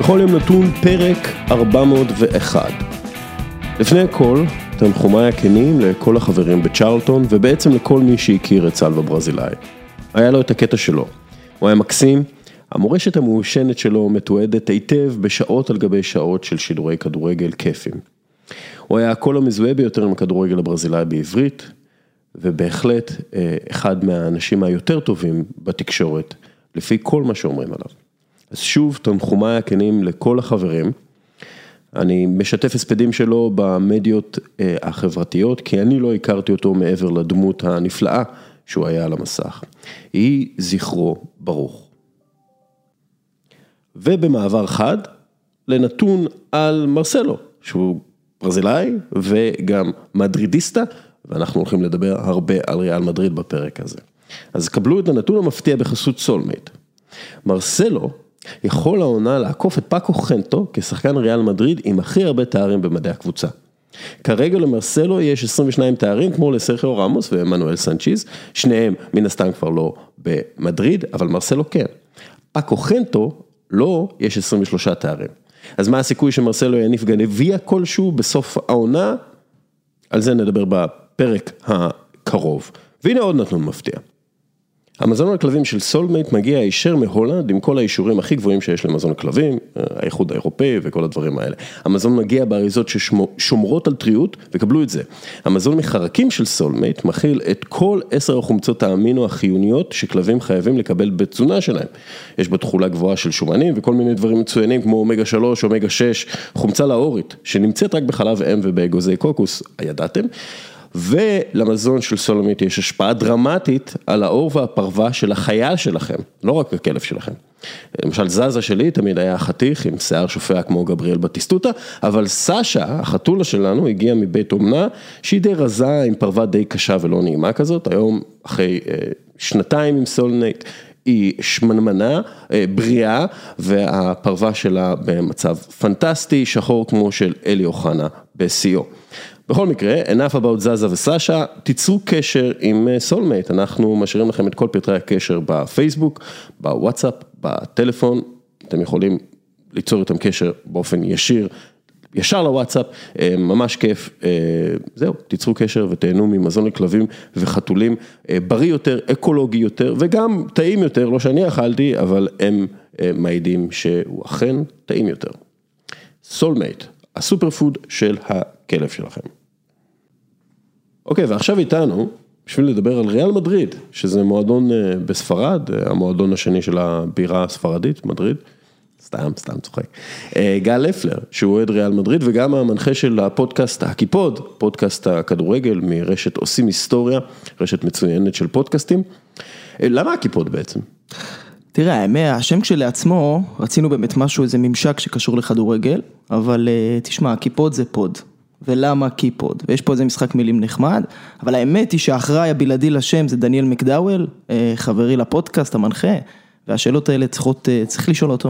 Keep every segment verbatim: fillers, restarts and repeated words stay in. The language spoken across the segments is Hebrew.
בכל יום נתון פרק ארבע מאות ואחת. לפני הכל, תנחומיי הכנים לכל החברים בצ'רלטון, ובעצם לכל מי שהכיר את סלווה ברזילאי. היה לו את הקטע שלו. הוא היה מקסים, המורשת המעושנת שלו מתועדת היטב בשעות על גבי שעות של שידורי כדורגל כיפים. הוא היה הקול המזוהה ביותר עם הכדורגל הברזילאי בעברית, ובהחלט אחד מהאנשים היותר טובים בתקשורת, לפי כל מה שאומרים עליו. אז שוב, תנחומיי הכנים לכל החברים. אני משתף הספדים שלו במדיות החברתיות, כי אני לא הכרתי אותו מעבר לדמות הנפלאה שהוא היה על המסך. היא זכרו ברוך. ובמעבר חד, לנתון על מרסלו, שהוא ברזילאי וגם מדרידיסטה, ואנחנו הולכים לדבר הרבה על ריאל מדריד בפרק הזה. אז קבלו את הנתון המפתיע בחסות סולמייט. מרסלו יכול העונה לעקוף את פאקו חנטו כשחקן ריאל מדריד עם הכי הרבה תארים במדעי הקבוצה. כרגע למרסלו יש עשרים ושניים תארים כמו לסרחיו רמוס ומנואל סנצ'יז, שניהם מן הסתם כבר לא במדריד, אבל מרסלו כן. פאקו חנטו לא, יש עשרים ושלושה תארים. אז מה הסיכוי שמרסלו יניף גביע כלשהו בסוף העונה? על זה נדבר בפרק הקרוב. והנה עוד נתון מפתיע. המזון הכלבים של סולמייט מגיע הישר מהולנד עם כל האישורים הכי גבוהים שיש למזון הכלבים, האיחוד האירופאי וכל הדברים האלה. המזון מגיע באריזות ששומרות על טריות, וקבלו את זה. המזון מחרקים של סולמייט מכיל את כל עשר החומצות האמינו החיוניות שכלבים חייבים לקבל בתזונה שלהם. יש בה תכולה גבוהה של שומנים וכל מיני דברים מצוינים כמו אומגה שלוש, אומגה שש, חומצה לאורית, שנמצאת רק בחלב אם ובאגוזי קוקוס, הידעתם? ולמזון של סולמייט יש השפעה דרמטית על האור והפרווה של החייל שלכם, לא רק הכלב שלכם. למשל זזה שלי תמיד היה חתיך עם שיער שופע כמו גבריאל בטיסטוטה, אבל סשה, החתולה שלנו, הגיעה מבית אומנה, שהיא די רזה עם פרווה די קשה ולא נעימה כזאת, היום אחרי שנתיים עם סולמייט, היא שמנמנה, בריאה, והפרווה שלה במצב פנטסטי, שחור כמו של אלי אוחנה בסיו. בכל מקרה, enough about זזה וסשה, תיצרו קשר עם סולמייט, אנחנו משאירים לכם את כל פרטי הקשר בפייסבוק, בוואטסאפ, בטלפון, אתם יכולים ליצור איתם קשר באופן ישיר, ישר לוואטסאפ, ממש כיף, זהו, תיצרו קשר ותהנו ממזון לכלבים וחתולים, בריא יותר, אקולוגי יותר, וגם טעים יותר, לא שאני אכלתי, אבל הם מעידים שהוא אכן טעים יותר. סולמייט, הסופר פוד של הכלב שלכם. אוקיי, ועכשיו איתנו, בשביל לדבר על ריאל מדריד, שזה מועדון בספרד, המועדון השני של הבירה הספרדית, מדריד, סתם, סתם צוחק. גל לפלר, שהוא אוהד ריאל מדריד, וגם המנחה של הפודקאסט הקיפוד, פודקאסט הכדורגל מרשת עושים היסטוריה, רשת מצוינת של פודקאסטים. למה הקיפוד בעצם? תראה, האמת, השם כשלעצמו, רצינו באמת משהו, איזה ממשק שקשור לכדורגל, אבל תשמע, קיפוד זה פוד, ולמה קיפוד? ויש פה איזה משחק מילים נחמד, אבל האמת היא שהאחראי הבלעדי לשם זה דניאל מקדאוול, חברי לפודקאסט, המנחה, והשאלות האלה צריכות, צריך לשאול אותו.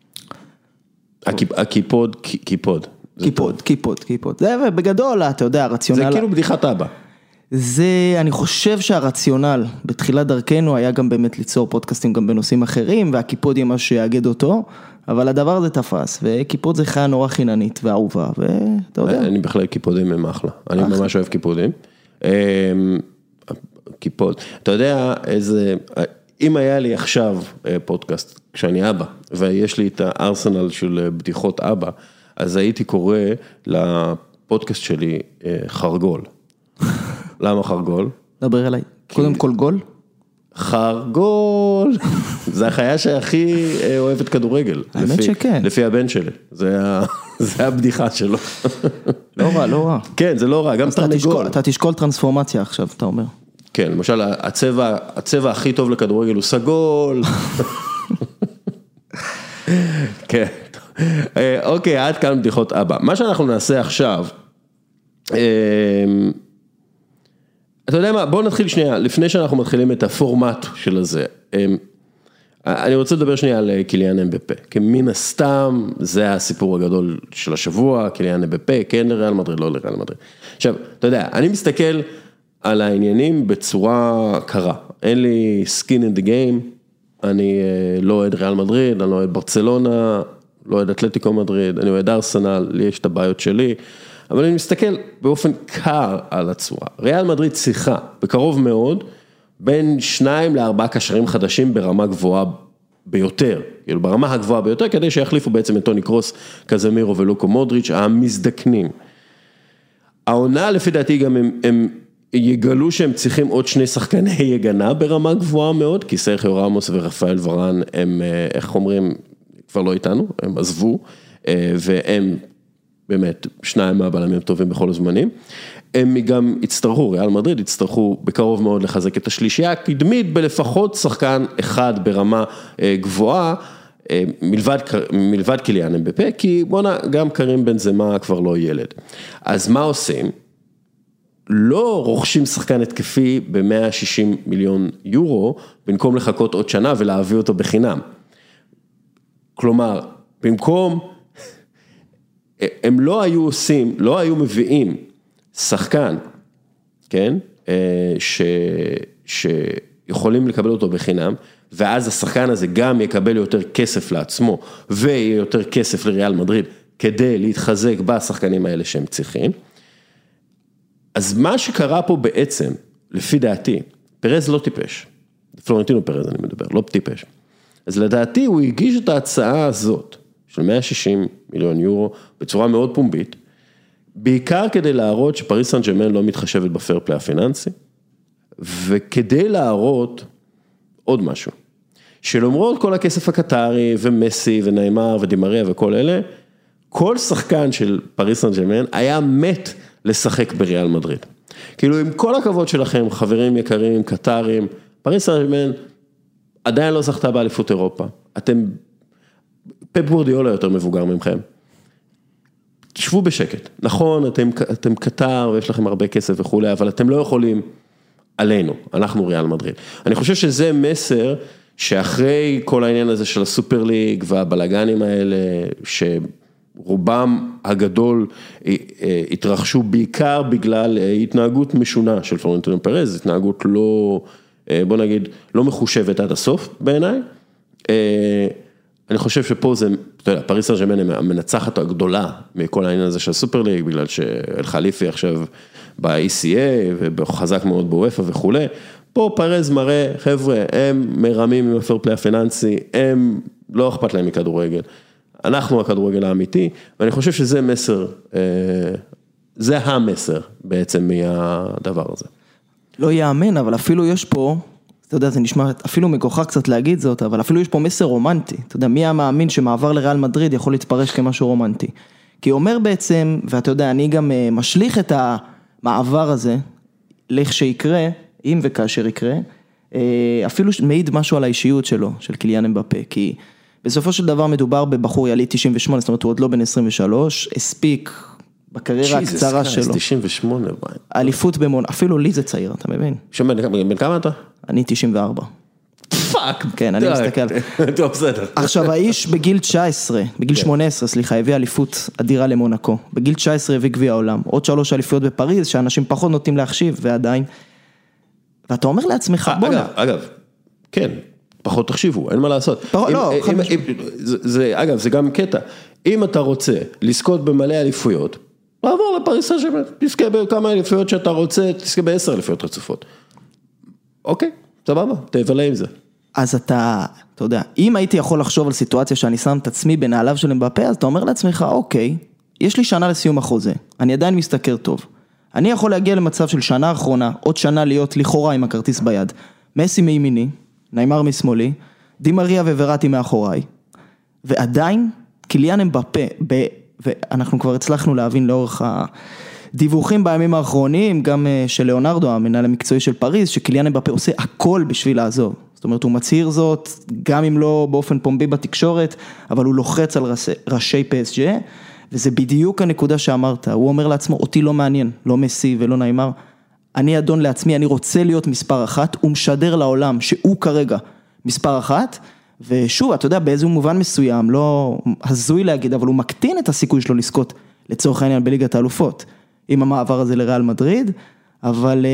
הקיפוד, קיפוד. קיפוד, קיפוד, קיפוד. זה בגדול, אתה יודע, הרציונל... זה כאילו בדיחת אבא. זה, אני חושב שהרציונל בתחילת דרכנו היה גם באמת ליצור פודקאסטים גם בנושאים אחרים, והקיפוד יהיה מה שיאגד אותו, אבל הדבר הזה תפס, וקיפוד זה חיה נורא חיננית ואהובה, ואתה יודע. אני בכלל קיפודים הם אחלה, אני ממש אוהב קיפודים. קיפוד, אתה יודע איזה, אם היה לי עכשיו פודקאסט, כשאני אבא, ויש לי את הארסנל של בדיחות אבא, אז הייתי קורא לפודקאסט שלי חרגול. למה חרגול? דבר אליי. קודם כל גול? חרגול. זה החיה שהכי אוהבת כדורגל. האמת שכן. לפי הבן שלי. זה הבדיחה שלו. לא רע, לא רע. כן, זה לא רע. גם תרנגול. אתה תשקול טרנספורמציה עכשיו, אתה אומר. כן, למשל, הצבע, הצבע הכי טוב לכדורגל הוא סגול. כן. אוקיי, עד כאן בדיחות אבא. מה שאנחנו נעשה עכשיו, אתה יודע מה, בואו נתחיל שנייה, לפני שאנחנו מתחילים את הפורמט של הזה. אני רוצה לדבר שנייה על קיליאן אמבפה, כי מן הסתם זה הסיפור הגדול של השבוע, קיליאן אמבפה, כן לריאל מדריד, לא לריאל מדריד. עכשיו, אתה יודע, אני מסתכל על העניינים בצורה קרה, אין לי skin in the game, אני לא אוהד ריאל מדריד, אני לא אוהד ברצלונה, לא אוהד אתלטיקו מדריד, אני אוהד ארסנל, לי יש את הבעיות שלי, אבל אני מסתכל באופן קר על הצורה. ריאל מדריד צריכה, בקרוב מאוד, בין שניים לארבעה קשרים חדשים ברמה גבוהה ביותר, כאילו ברמה הגבוהה ביותר, כדי שיחליפו בעצם את טוני קרוס, קזמירו ולוקו מודריץ', המזדקנים. העונה לפי דעתי גם הם, הם יגלו שהם צריכים עוד שני שחקני הגנה ברמה גבוהה מאוד, כי סרחיו רמוס ורפאל ורן הם, איך אומרים, כבר לא איתנו, הם עזבו, והם באמת שניים מהבלמים טובים בכל הזמנים. הם גם הצטרכו, ריאל מדריד הצטרכו בקרוב מאוד לחזק את השלישייה הקדמית בלפחות שחקן אחד ברמה גבוהה, מלבד, מלבד קיליאן אמבפה, כי בוא'נה, גם קרים בנזמה כבר לא ילד. אז מה עושים? לא רוכשים שחקן התקפי ב-מאה ושישים מיליון יורו, במקום לחכות עוד שנה ולהביא אותו בחינם. כלומר, במקום, הם לא היו עושים, לא היו מביאים שחקן, כן, ש, שיכולים לקבל אותו בחינם, ואז השחקן הזה גם יקבל יותר כסף לעצמו, ויהיה יותר כסף לריאל מדריד, כדי להתחזק בשחקנים האלה שהם צריכים. אז מה שקרה פה בעצם, לפי דעתי, פרז לא טיפש, פלורנטינו פרז אני מדבר, לא טיפש. אז לדעתי הוא הגיש את ההצעה הזאת, של מאה ושישים מיליון יורו, בצורה מאוד פומבית, בעיקר כדי להראות שפריס סן ז'רמן לא מתחשבת בפייר פליי הפיננסי, וכדי להראות עוד משהו, שלמרות כל הכסף הקטרי, ומסי, וניימר, ודימריה, וכל אלה, כל שחקן של פריס סן ז'רמן היה מת לשחק בריאל מדריד. כאילו עם כל הכבוד שלכם, חברים יקרים, קטרים, פריס סן ז'רמן עדיין לא זכתה באליפות אירופה. אתם, פפ גוורדיולה יותר מבוגר ממכם. תשבו בשקט. נכון, אתם, אתם קטר ויש לכם הרבה כסף וכולי, אבל אתם לא יכולים עלינו, אנחנו ריאל מדריד. אני חושב שזה מסר שאחרי כל העניין הזה של הסופר ליג והבלגנים האלה, שרובם הגדול התרחשו בעיקר בגלל התנהגות משונה של פלורנטינו פרז, התנהגות לא, בוא נגיד, לא מחושבת עד הסוף בעיניי. אני חושב שפה זה, אתה יודע, פריס סן ז'רמן המנצחת הגדולה מכל העניין הזה של הסופר ליג, בגלל שאל חליפי עכשיו ב-אי סי איי וחזק מאוד בוופא וכו'. פה פרז מראה, חבר'ה, הם מרמים עם הפייר פליי הפיננסי, הם לא אכפת להם מכדורגל. אנחנו הכדורגל האמיתי, ואני חושב שזה מסר, זה המסר בעצם מהדבר הזה. לא יאמן, אבל אפילו יש פה, אתה יודע, זה נשמע אפילו מגוחך קצת להגיד זאת, אבל אפילו יש פה מסר רומנטי. אתה יודע, מי המאמין שמעבר לריאל מדריד יכול להתפרש כמשהו רומנטי? כי הוא אומר בעצם, ואתה יודע, אני גם משליך את המעבר הזה, לכשיקרה, אם וכאשר יקרה, אפילו מעיד משהו על האישיות שלו, של קיליאן אמבפה, כי בסופו של דבר מדובר בבחור יליד תשעים ושמונה, זאת אומרת, הוא עוד לא בן עשרים ושלוש, הספיק בקריירה הקצרה שלו. תשעים ושמונה, אליפות במון, אפילו לי זה צעיר, אתה מבין? בן כמה אתה? אני תשעים וארבע. פאק. כן, אני מסתכל. טוב, בסדר. עכשיו, האיש בגיל תשע עשרה, בגיל שמונה עשרה, סליחה, הביא אליפות אדירה למונקו. בגיל תשע עשרה הביא גביע העולם. עוד שלוש אליפויות בפריז, שאנשים פחות נוטים להחשיב, ועדיין. ואתה אומר לעצמך, בוא נע. אגב, כן, פחות תחשיבו, אין מה לעשות. לא, אגב, זה גם קטע. אם אתה רוצה לזכות במלא אליפויות, לעבור לפריס סן ז'רמן, תזכה בכמה אליפויות שאתה רוצה, תזכה בעשר אליפויות רצופות. אוקיי, סבבה, תבלה עם זה. אז אתה, אתה יודע, אם הייתי יכול לחשוב על סיטואציה שאני שם את עצמי בנעליו של אמבפה, אז אתה אומר לעצמך, אוקיי, יש לי שנה לסיום החוזה, אני עדיין מסתכר טוב. אני יכול להגיע למצב של שנה האחרונה, עוד שנה להיות לכאורה עם הכרטיס ביד. מסי מימיני, ניימר משמאלי, דימריה ווראטי מאחוריי. ועדיין, קיליאן אמבפה, ב... ואנחנו כבר הצלחנו להבין לאורך הדיווחים בימים האחרונים, גם של ליאונרדו, המנהל המקצועי של פריז, שקיליאן אמבפה עושה הכל בשביל לעזוב. זאת אומרת, הוא מצהיר זאת, גם אם לא באופן פומבי בתקשורת, אבל הוא לוחץ על ראשי, ראשי פי אס ג'י, וזה בדיוק הנקודה שאמרת. הוא אומר לעצמו, אותי לא מעניין, לא מסי ולא ניימר. אני אדון לעצמי, אני רוצה להיות מספר אחת, הוא משדר לעולם שהוא כרגע מספר אחת, ושוב, אתה יודע, באיזה מובן מסוים, לא הזוי להגיד, אבל הוא מקטין את הסיכוי שלו לזכות לצורך העניין בליגת האלופות, עם המעבר הזה לריאל מדריד, אבל...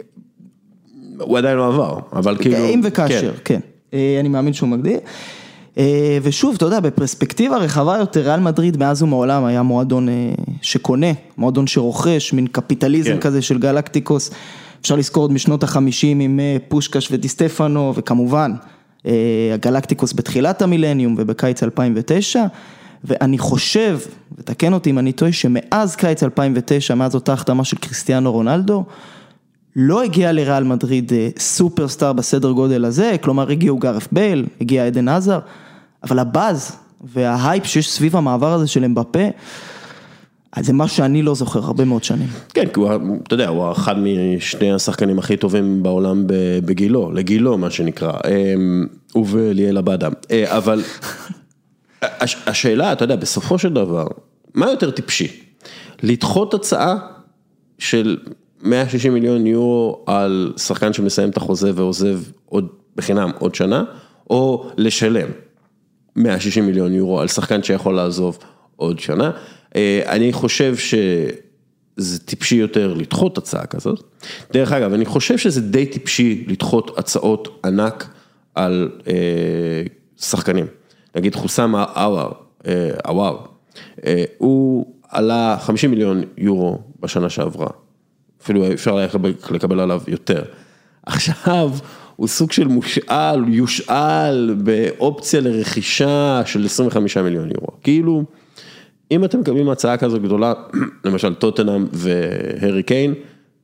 הוא עדיין לא עבר, אבל כאילו... אם וכאשר, כן. אני מאמין שהוא מגדיר. ושוב, אתה יודע, בפרספקטיבה רחבה יותר, ריאל מדריד מאז ומעולם היה מועדון שקונה, מועדון שרוכש, מין קפיטליזם כזה של גלקטיקוס, אפשר לזכור עוד משנות החמישים עם פושקש ודיסטפנו, וכמובן, הגלקטיקוס בתחילת המילניום ובקיץ אלפיים ותשע, ואני חושב, ותקן אותי אם אני טועה, שמאז קיץ אלפיים ותשע, מאז אותה החתמה של קריסטיאנו רונלדו, לא הגיע לריאל מדריד סופרסטאר בסדר גודל הזה, כלומר הגיעו גארף בייל, הגיע עדן עזר, אבל הבאז וההייפ שיש סביב המעבר הזה של אמבפה, אז זה מה שאני לא זוכר הרבה מאוד שנים. כן, כי הוא, אתה יודע, הוא אחד משני השחקנים הכי טובים בעולם בגילו, לגילו מה שנקרא, הוא וליאל עבאדה, אבל השאלה, אתה יודע, בסופו של דבר, מה יותר טיפשי? לדחות הצעה של מאה ושישים מיליון יורו על שחקן שמסיים את החוזה ועוזב עוד בחינם עוד שנה, או לשלם מאה ושישים מיליון יורו על שחקן שיכול לעזוב עוד שנה. אני חושב שזה טיפשי יותר לדחות הצעה כזאת. דרך אגב, אני חושב שזה די טיפשי לדחות הצעות ענק על שחקנים. נגיד חוסם אוואר, אוואר, הוא עלה חמישים מיליון יורו בשנה שעברה. אפילו אפשר לקבל עליו יותר. עכשיו הוא סוג של מושאל, יושאל באופציה לרכישה של עשרים וחמישה מיליון יורו. כאילו, אם אתם מקבלים הצעה כזו גדולה, למשל טוטנהאם והרי קיין,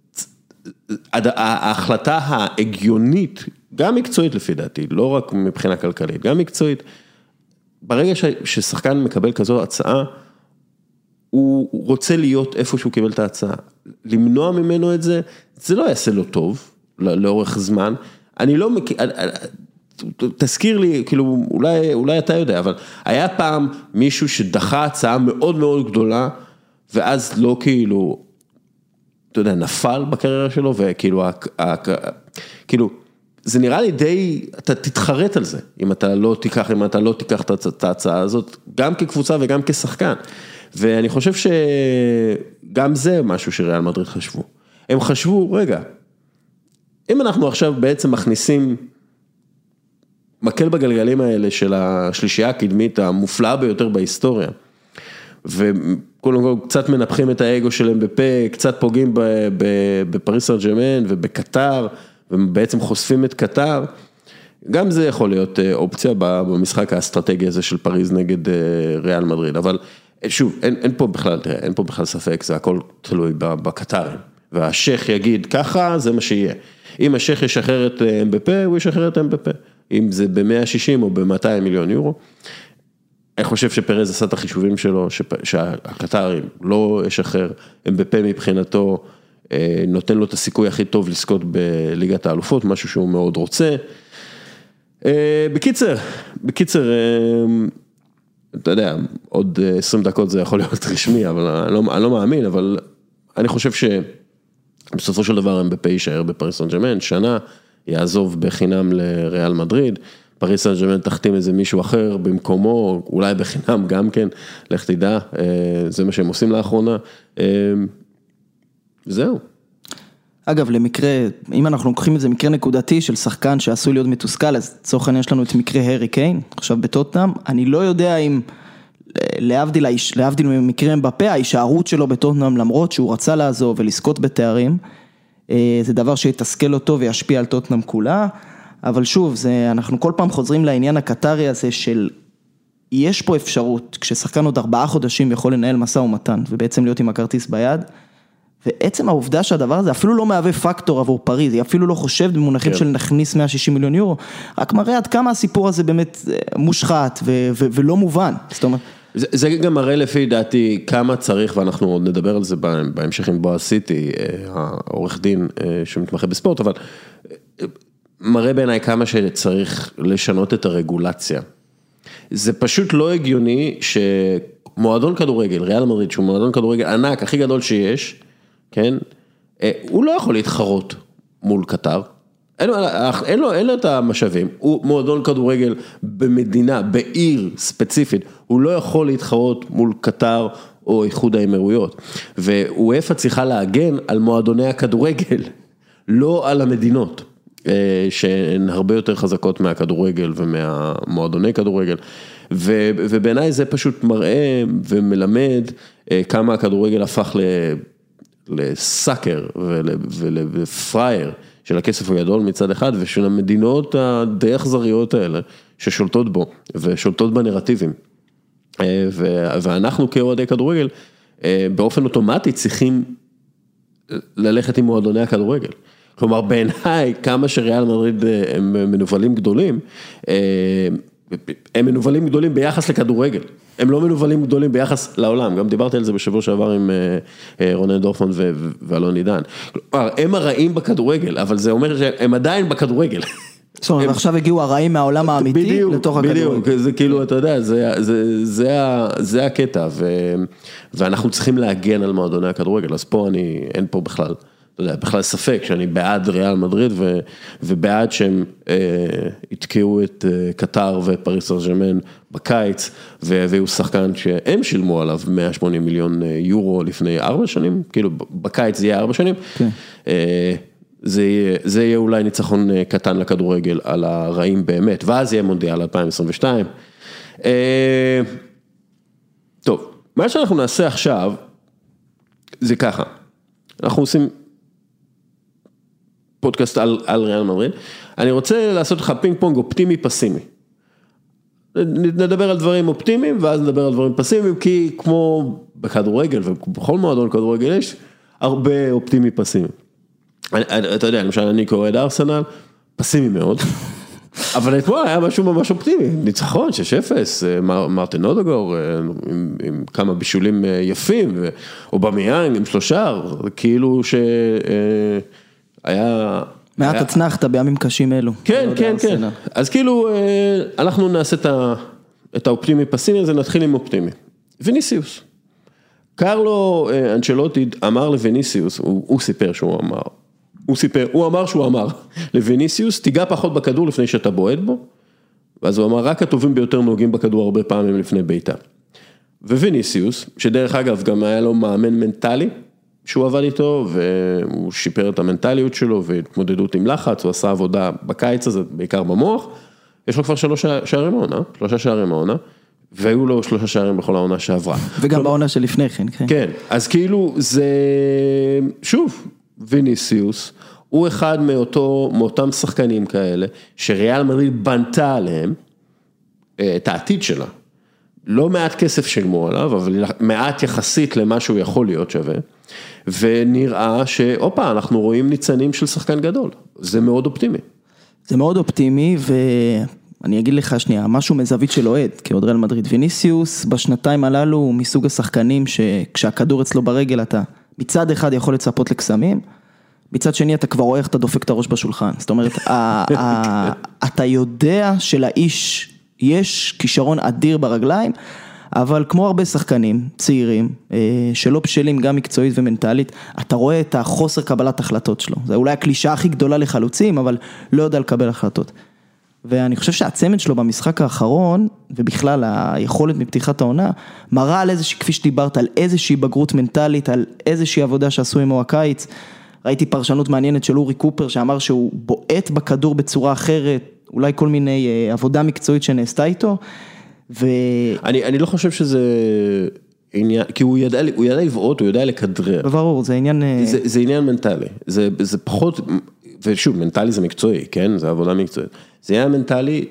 ההחלטה ההגיונית, גם מקצועית לפי דעתי, לא רק מבחינה כלכלית, גם מקצועית, ברגע ששחקן מקבל כזו הצעה, הוא רוצה להיות איפה שהוא קיבל את ההצעה. למנוע ממנו את זה, זה לא יעשה לו טוב, לאורך זמן. אני לא מכיר, תזכיר לי, כאילו, אולי, אולי אתה יודע, אבל היה פעם מישהו שדחה הצעה מאוד מאוד גדולה, ואז לא כאילו, אתה יודע, נפל בקריירה שלו, וכאילו, כאילו, זה נראה לי די, אתה תתחרט על זה, אם אתה לא תיקח, אם אתה לא תיקח את ההצעה הזאת, גם כקבוצה וגם כשחקן. ואני חושב שגם זה משהו שריאל מדריד חשבו. הם חשבו, רגע, אם אנחנו עכשיו בעצם מכניסים מקל בגלגלים האלה של השלישייה הקדמית המופלאה ביותר בהיסטוריה, וקודם כל קצת מנפחים את האגו שלהם בפה, קצת פוגעים בפריס סן ז'רמן ובקטר, ובעצם חושפים את קטר, גם זה יכול להיות אופציה במשחק האסטרטגי הזה של פריז נגד ריאל מדריד, אבל שוב, אין, אין פה בכלל, תראה, אין פה בכלל ספק, זה הכל תלוי בקטרים, והשייך יגיד ככה, זה מה שיהיה. אם השייך ישחרר את אמבפה, הוא ישחרר את אמבפה. אם זה ב-מאה ושישים או ב-מאתיים מיליון יורו, אני חושב שפרז עשה את החישובים שלו, שהקטרים לא ישחרר, אמבפה מבחינתו, נותן לו את הסיכוי הכי טוב לזכות בליגת האלופות, משהו שהוא מאוד רוצה. בקיצר, בקיצר, אתה יודע, עוד עשרים דקות זה יכול להיות רשמי, אבל אני לא, אני לא מאמין, אבל אני חושב שבסופו של דבר אמבפה יישאר בפריס סן ז'רמן, שנה יעזוב בחינם לריאל מדריד, פריס סן ז'רמן תחתים איזה מישהו אחר במקומו, אולי בחינם גם כן, לך תדע, זה מה שהם עושים לאחרונה, זהו. אגב, למקרה, אם אנחנו לוקחים את זה מקרה נקודתי של שחקן שעשוי להיות מתוסכל, אז צורך העניין יש לנו את מקרה הרי קיין, עכשיו בטוטנהאם, אני לא יודע אם להבדיל, להבדיל ממקרה אמבפה, ההישארות שלו בטוטנהאם, למרות שהוא רצה לעזוב ולזכות בתארים, זה דבר שיתסכל אותו וישפיע על טוטנהאם כולה, אבל שוב, זה, אנחנו כל פעם חוזרים לעניין הקטרי הזה של, יש פה אפשרות, כששחקן עוד ארבעה חודשים יכול לנהל מסע ומתן, ובעצם להיות עם הכרטיס ביד, ועצם העובדה שהדבר הזה אפילו לא מהווה פקטור עבור פריז, היא אפילו לא חושבת במונחים של נכניס מאה ושישים מיליון יורו, רק מראה עד כמה הסיפור הזה באמת מושחת ו- ו- ולא מובן. זאת אומרת, זה, זה גם מראה לפי דעתי כמה צריך, ואנחנו עוד נדבר על זה בהמשך עם בועז סיטי, העורך דין שמתמחה בספורט, אבל מראה בעיניי כמה שצריך לשנות את הרגולציה. זה פשוט לא הגיוני שמועדון כדורגל, ריאל מדריד, שהוא מועדון כדורגל ענק, הכי גדול שיש, כן, הוא לא יכול להתחרות מול קטר, אין לו, אין לו, אין לו את המשאבים, הוא מועדון כדורגל במדינה, בעיר ספציפית, הוא לא יכול להתחרות מול קטר או איחוד האמירויות, ואופה צריכה להגן על מועדוני הכדורגל, לא על המדינות, שהן הרבה יותר חזקות מהכדורגל ומהמועדוני כדורגל, ובעיניי זה פשוט מראה ומלמד כמה הכדורגל הפך לסאקר ולפרייר של הכסף הגדול מצד אחד, ושל המדינות הדי אכזריות האלה ששולטות בו ושולטות בנרטיבים. ואנחנו כאוהדי כדורגל באופן אוטומטי צריכים ללכת עם מועדוני הכדורגל. כלומר, בעיניי, כמה שריאל מדריד הם מנובלים גדולים, הם מנובלים גדולים ביחס לכדורגל. הם לא מנובלים גדולים ביחס לעולם. גם דיברתי על זה בשבוע שעבר עם רונן דורפמן ואלון עידן. כלומר, הם הרעים בכדורגל, אבל זה אומר שהם עדיין בכדורגל. זאת אומרת, עכשיו הגיעו הרעים מהעולם האמיתי לתוך הכדורגל. בדיוק, זה כאילו, אתה יודע, זה הקטע, ואנחנו צריכים להגן על מועדוני הכדורגל, אז פה אני, אין פה בכלל, אתה יודע, בכלל ספק שאני בעד ריאל מדריד, ובעד שהם התקיעו את קטר ופריס סן ז'רמן בקיץ, והביאו שחקן שהם שילמו עליו מאה ושמונים מיליון יורו לפני ארבע שנים, כאילו בקיץ זה יהיה ארבע שנים, זה יהיה, זה יהיה אולי ניצחון קטן לכדורגל על הרעים באמת, ואז יהיה מונדיאל אלפיים עשרים ושתיים. טוב, מה שאנחנו נעשה עכשיו, זה ככה, אנחנו עושים פודקאסט על, על ריאל מדריד, אני רוצה לעשות לך פינג פונג אופטימי פסימי. נדבר על דברים אופטימיים, ואז נדבר על דברים פסימיים, כי כמו בכדורגל, ובכל מועדון כדורגל יש הרבה אופטימי פסימי. אתה יודע, למשל אני קורא את ארסנל, פסימי מאוד, אבל אתמול היה משהו ממש אופטימי, ניצחון, שש אפס, מרטין אודגור, עם, עם כמה בישולים יפים, אובמיאנג עם שלושה, כאילו שהיה... מעט הצנחת בימים קשים אלו. כן, כן, כן, אז כאילו אנחנו נעשה את האופטימי פסימי הזה, נתחיל עם אופטימי. ויניסיוס. קרלו אנצ'לוטי אמר לויניסיוס, הוא, הוא סיפר שהוא אמר, הוא סיפר, הוא אמר שהוא אמר לויניסיוס, תיגע פחות בכדור לפני שאתה בועט בו, ואז הוא אמר, רק הטובים ביותר נוגעים בכדור הרבה פעמים לפני ביתה. וויניסיוס, שדרך אגב גם היה לו מאמן מנטלי, שהוא עבד איתו, והוא שיפר את המנטליות שלו, והתמודדות עם לחץ, הוא עשה עבודה בקיץ הזה, בעיקר במוח, יש לו כבר שלוש שערים העונה, שלושה שערים העונה, והיו לו שלושה שערים בכל העונה שעברה. וגם בעונה שלפני כן, כן. כן, אז כאילו זה, שוב, ויניסיוס, הוא אחד מאותו, מאותם שחקנים כאלה, שריאל מדריד בנתה עליהם, את העתיד שלה. לא מעט כסף שילמו עליו, אבל מעט יחסית למה שהוא יכול להיות שווה, ונראה שאופה, אנחנו רואים ניצנים של שחקן גדול. זה מאוד אופטימי. זה מאוד אופטימי, ו... אני אגיד לך שנייה, משהו מזווית של אוהד, כאוהד ריאל מדריד. ויניסיוס בשנתיים הללו הוא מסוג השחקנים שכשהכדור אצלו ברגל אתה מצד אחד יכול לצפות לקסמים, מצד שני אתה כבר רואה איך אתה דופק את הראש בשולחן. זאת אומרת, אתה יודע שלאיש יש כישרון אדיר ברגליים, אבל כמו הרבה שחקנים צעירים, שלא בשלים גם מקצועית ומנטלית, אתה רואה את החוסר קבלת החלטות שלו. זה אולי הקלישה הכי גדולה לחלוצים, אבל לא יודע לקבל החלטות. ואני חושב שהצמד שלו במשחק האחרון, ובכלל היכולת מפתיחת העונה, מראה על איזושהי, כפי שדיברת, על איזושהי בגרות מנטלית, על איזושהי עבודה שעשו עמו הקיץ. ראיתי פרשנות מעניינת של אורי קופר, שאמר שהוא בועט בכדור בצורה אחרת, אולי כל מיני עבודה מקצועית שנעשתה איתו. ו... אני, אני לא חושב שזה עניין, כי הוא ידע, הוא ידע לבעוט, הוא ידע לכדרר. ברור, זה עניין... זה, זה עניין מנטלי. זה, זה פחות... ושוב, מנטלי זה מקצועי, כן? זה עבודה מקצועית. זה היה מנטלי,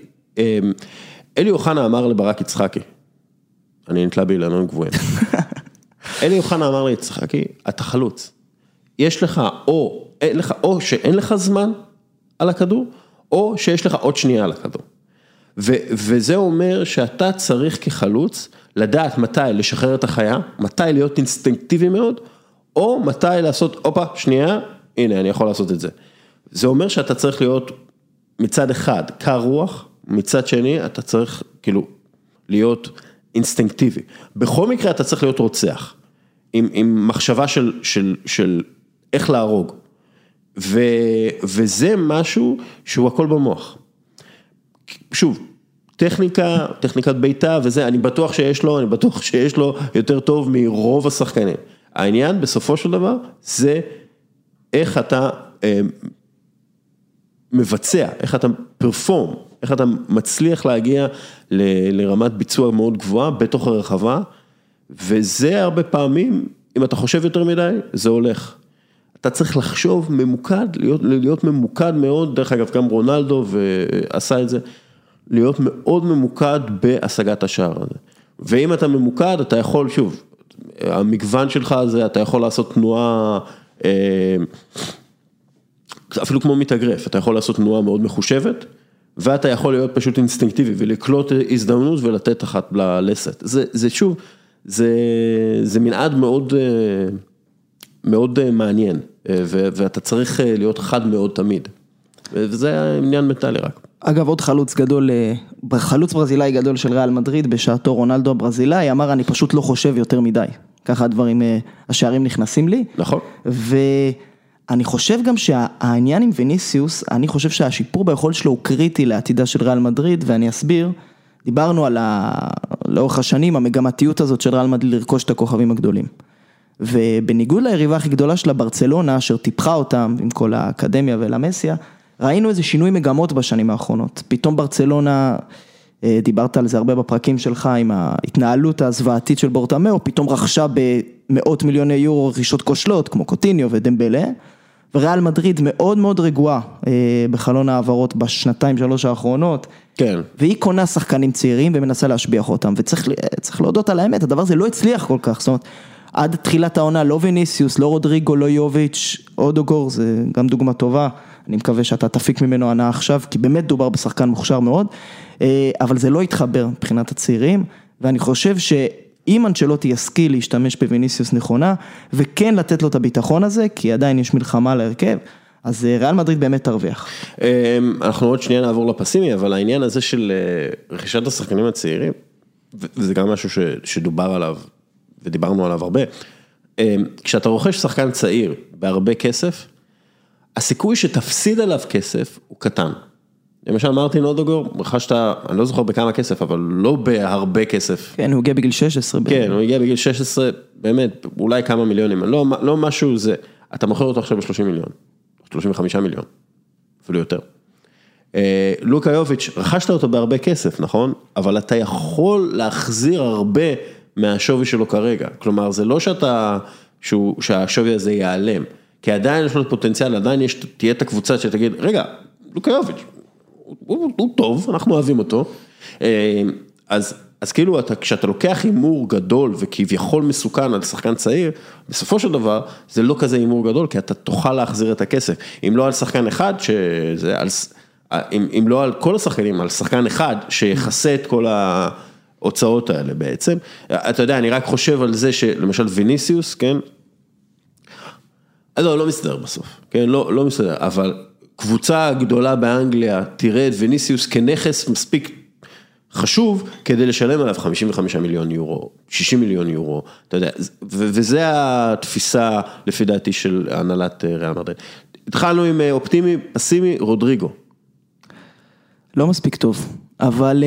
אלי אוחנה אמר לברק יצחקי, אני נתלה באילנות גבוהים, אלי אוחנה אמר ליצחקי, אתה חלוץ, יש לך או, אין לך, או שאין לך זמן על הכדור, או שיש לך עוד שנייה על הכדור. ו, וזה אומר שאתה צריך כחלוץ, לדעת מתי לשחרר את החיה, מתי להיות אינסטינקטיבי מאוד, או מתי לעשות, אופה, שנייה, הנה, אני יכול לעשות את זה. זה אומר שאתה צריך להיות מצד אחד קר רוח, מצד שני אתה צריך כאילו להיות אינסטינקטיבי. בכל מקרה אתה צריך להיות רוצח, עם, עם מחשבה של, של, של איך להרוג. ו, וזה משהו שהוא הכל במוח. שוב, טכניקה, טכניקת ביתה וזה, אני בטוח שיש לו, אני בטוח שיש לו יותר טוב מרוב השחקנים. העניין בסופו של דבר זה איך אתה... מבצע, איך אתה פרפורם, איך אתה מצליח להגיע ל, לרמת ביצוע מאוד גבוהה בתוך הרחבה, וזה הרבה פעמים, אם אתה חושב יותר מדי, זה הולך. אתה צריך לחשוב ממוקד, להיות, להיות ממוקד מאוד, דרך אגב גם רונלדו ועשה את זה, להיות מאוד ממוקד בהשגת השער הזה. ואם אתה ממוקד, אתה יכול, שוב, המגוון שלך הזה, אתה יכול לעשות תנועה, אפילו כמו מתאגרף, אתה יכול לעשות תנועה מאוד מחושבת, ואתה יכול להיות פשוט אינסטינקטיבי, ולקלוט הזדמנות ולתת אחת ללסת. זה, זה שוב, זה, זה מנעד מאוד, מאוד מעניין, ו, ואתה צריך להיות חד מאוד תמיד. וזה עניין מטלי רק. אגב, עוד חלוץ גדול, חלוץ ברזילאי גדול של ריאל מדריד, בשעתו רונלדו הברזילאי, אמר, אני פשוט לא חושב יותר מדי. ככה הדברים, השערים נכנסים לי. נכון. ואני חושב גם שהעניין עם ויניסיוס, אני חושב שהשיפור ביכולת שלו הוא קריטי לעתידה של ריאל מדריד, ואני אסביר, דיברנו על ה... לאורך השנים, המגמתיות הזאת של ריאל מדריד לרכוש את הכוכבים הגדולים. ובניגוד ליריבה הכי גדולה של ברצלונה, אשר טיפחה אותם עם כל האקדמיה ולמסיה, ראינו איזה שינוי מגמות בשנים האחרונות. פתאום ברצלונה, דיברת על זה הרבה בפרקים שלך, עם ההתנהלות הזוועתית של בורטמאו, פתאום רכשה במאות מיליוני יורו רכישות כושלות, כמו קוטיניו ודמבלה, וריאל מדריד מאוד מאוד רגועה בחלון העברות בשנתיים שלוש האחרונות, כן. והיא קונה שחקנים צעירים ומנסה להשביח אותם, וצריך להודות על האמת, הדבר הזה לא הצליח כל כך, זאת אומרת, עד תחילת העונה, לא ויניסיוס, לא רודריגו, לא יוביץ', אודוגור, זה גם דוגמה טובה, אני מקווה שאתה תפיק ממנו ענה עכשיו, כי באמת דובר בשחקן מוכשר מאוד, אבל זה לא יתחבר מבחינת הצעירים, ואני חושב שאם אנצ'לוטי ישכיל להשתמש בויניסיוס נכונה, וכן לתת לו את הביטחון הזה, כי עדיין יש מלחמה להרכב, אז ריאל מדריד באמת תרוויח. אנחנו עוד שנייה נעבור לפסימי, אבל העניין הזה של רכישת השחקנים הצעירים, וזה גם משהו שדובר עליו, ודיברנו עליו הרבה, כשאתה רוכש שחקן צעיר בהרבה כסף, הסיכוי שתפסיד עליו כסף הוא קטן. למשל מרטין אודוגור, רכשת, אני לא זוכר בכמה כסף, אבל לא בהרבה כסף. כן, הוא הגיע בגיל שש עשרה. כן, הוא הגיע בגיל שש עשרה, באמת, אולי כמה מיליונים, לא, לא משהו זה, אתה מוכר אותו עכשיו ב-שלושים מיליון, שלושים וחמישה מיליון, אפילו יותר. לוקה יוביץ', רכשת אותו בהרבה כסף, נכון? אבל אתה יכול להחזיר הרבה מהשווי שלו כרגע. כלומר, זה לא שאתה, שהוא, שהשווי הזה ייעלם, כי עדיין יש לו פוטנציאל, עדיין יש, תהיה את הקבוצה שתגיד, רגע, לוקה יוביץ', הוא, הוא, הוא טוב, אנחנו אוהבים אותו. אז, אז כאילו, אתה, כשאתה לוקח אימור גדול וכביכול מסוכן על שחקן צעיר, בסופו של דבר, זה לא כזה אימור גדול, כי אתה תוכל להחזיר את הכסף. אם לא על שחקן אחד, שזה על, אם, אם לא על כל השחקנים, על שחקן אחד, שיחסה את כל ההוצאות האלה בעצם. אתה יודע, אני רק חושב על זה שלמשל ויניסיוס, כן? לא, לא מסתדר בסוף, כן? לא, לא מסתדר, אבל קבוצה גדולה באנגליה תראה את ויניסיוס כנכס מספיק חשוב, כדי לשלם עליו חמישים וחמישה מיליון יורו, שישים מיליון יורו, אתה יודע, וזה התפיסה לפי דעתי של הנהלת ריאל מדריד. התחלנו עם אופטימי, פסימי, רודריגו. לא מספיק טוב, אבל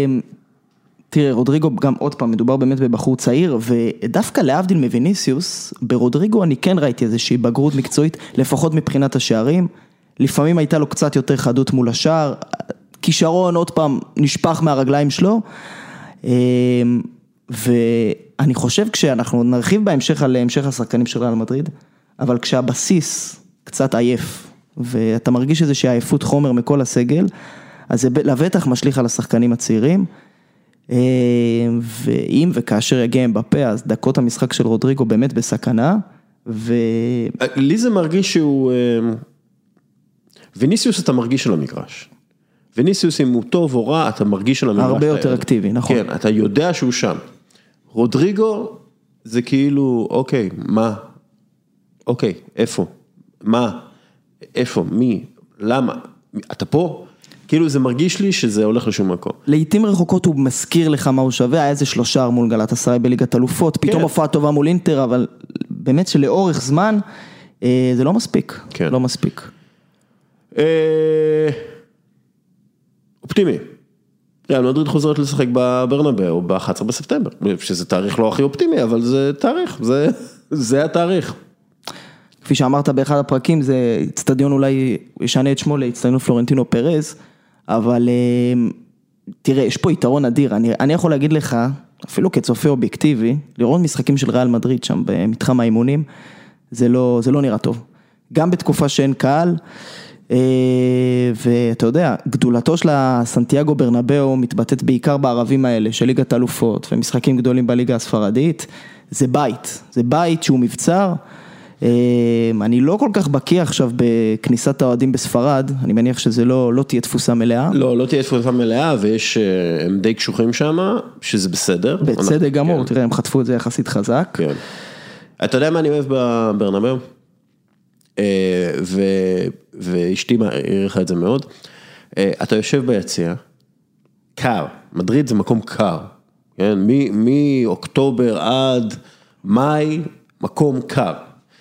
תראה, רודריגו גם עוד פעם, מדובר באמת בבחור צעיר, ודווקא להבדיל מוויניסיוס, ברודריגו אני כן ראיתי איזושהי בגרות מקצועית, לפחות מבחינת השערים, לפעמים הייתה לו קצת יותר חדות מול השער, כישרון עוד פעם נשפך מהרגליים שלו, ואני חושב כשאנחנו נרחיב בהמשך על המשך השחקנים של ריאל מדריד, אבל כשהבסיס קצת עייף, ואתה מרגיש איזושהי עייפות חומר מכל הסגל, אז זה לבטח משליך על השחקנים הצעירים, ואם וכאשר יגיע אמבפה, אז דקות המשחק של רודריגו באמת בסכנה, ו... לי זה מרגיש שהוא... ויניסיוס אתה מרגיש על המגרש. ויניסיוס אם הוא טוב או רע, אתה מרגיש על המגרש. הרבה יותר אקטיבי, נכון. כן, אתה יודע שהוא שם. רודריגו זה כאילו, אוקיי, מה? אוקיי, איפה? מה? איפה? מי? למה? אתה פה? כאילו זה מרגיש לי שזה הולך לשום מקום. לעתים רחוקות הוא מזכיר לך מה הוא שווה, היה איזה שלושה מול גלאטסראי בליגת אלופות, פתאום הופעה טובה מול אינטר, אבל באמת שלאורך זמן זה לא מספיק, לא מספיק. אופטימי. ריאל מדריד חוזרת לשחק בברנבאו ב-אחד עשר בספטמבר, שזה תאריך לא הכי אופטימי, אבל זה תאריך, זה התאריך. כפי שאמרת באחד הפרקים, זה אצטדיון אולי ישנה את שמו לאצטדיון פלורנטינו פרז, אבל תראה, יש פה יתרון אדיר, אני, אני יכול להגיד לך, אפילו כצופה אובייקטיבי, לראות משחקים של ריאל מדריד שם במתחם האימונים, זה לא, זה לא נראה טוב. גם בתקופה שאין קהל, ואתה יודע, גדולתו של הסנטיאגו ברנבאו מתבטאת בעיקר בערבים האלה של ליגת אלופות ומשחקים גדולים בליגה הספרדית, זה בית, זה בית שהוא מבצר, אני לא כל כך בקיא עכשיו בכניסת האוהדים בספרד, אני מניח שזה לא, לא תהיה תפוסה מלאה. לא, לא תהיה תפוסה מלאה, ויש, הם די קשוחים שם, שזה בסדר. בצדק גמור, תראה, הם חטפו את זה יחסית חזק. כן. אתה יודע מה אני אוהב בברנבאו? ואשתי העריכה את זה מאוד, אתה יושב ביציע, קר, מדריד זה מקום קר, מאוקטובר עד מאי, מקום קר,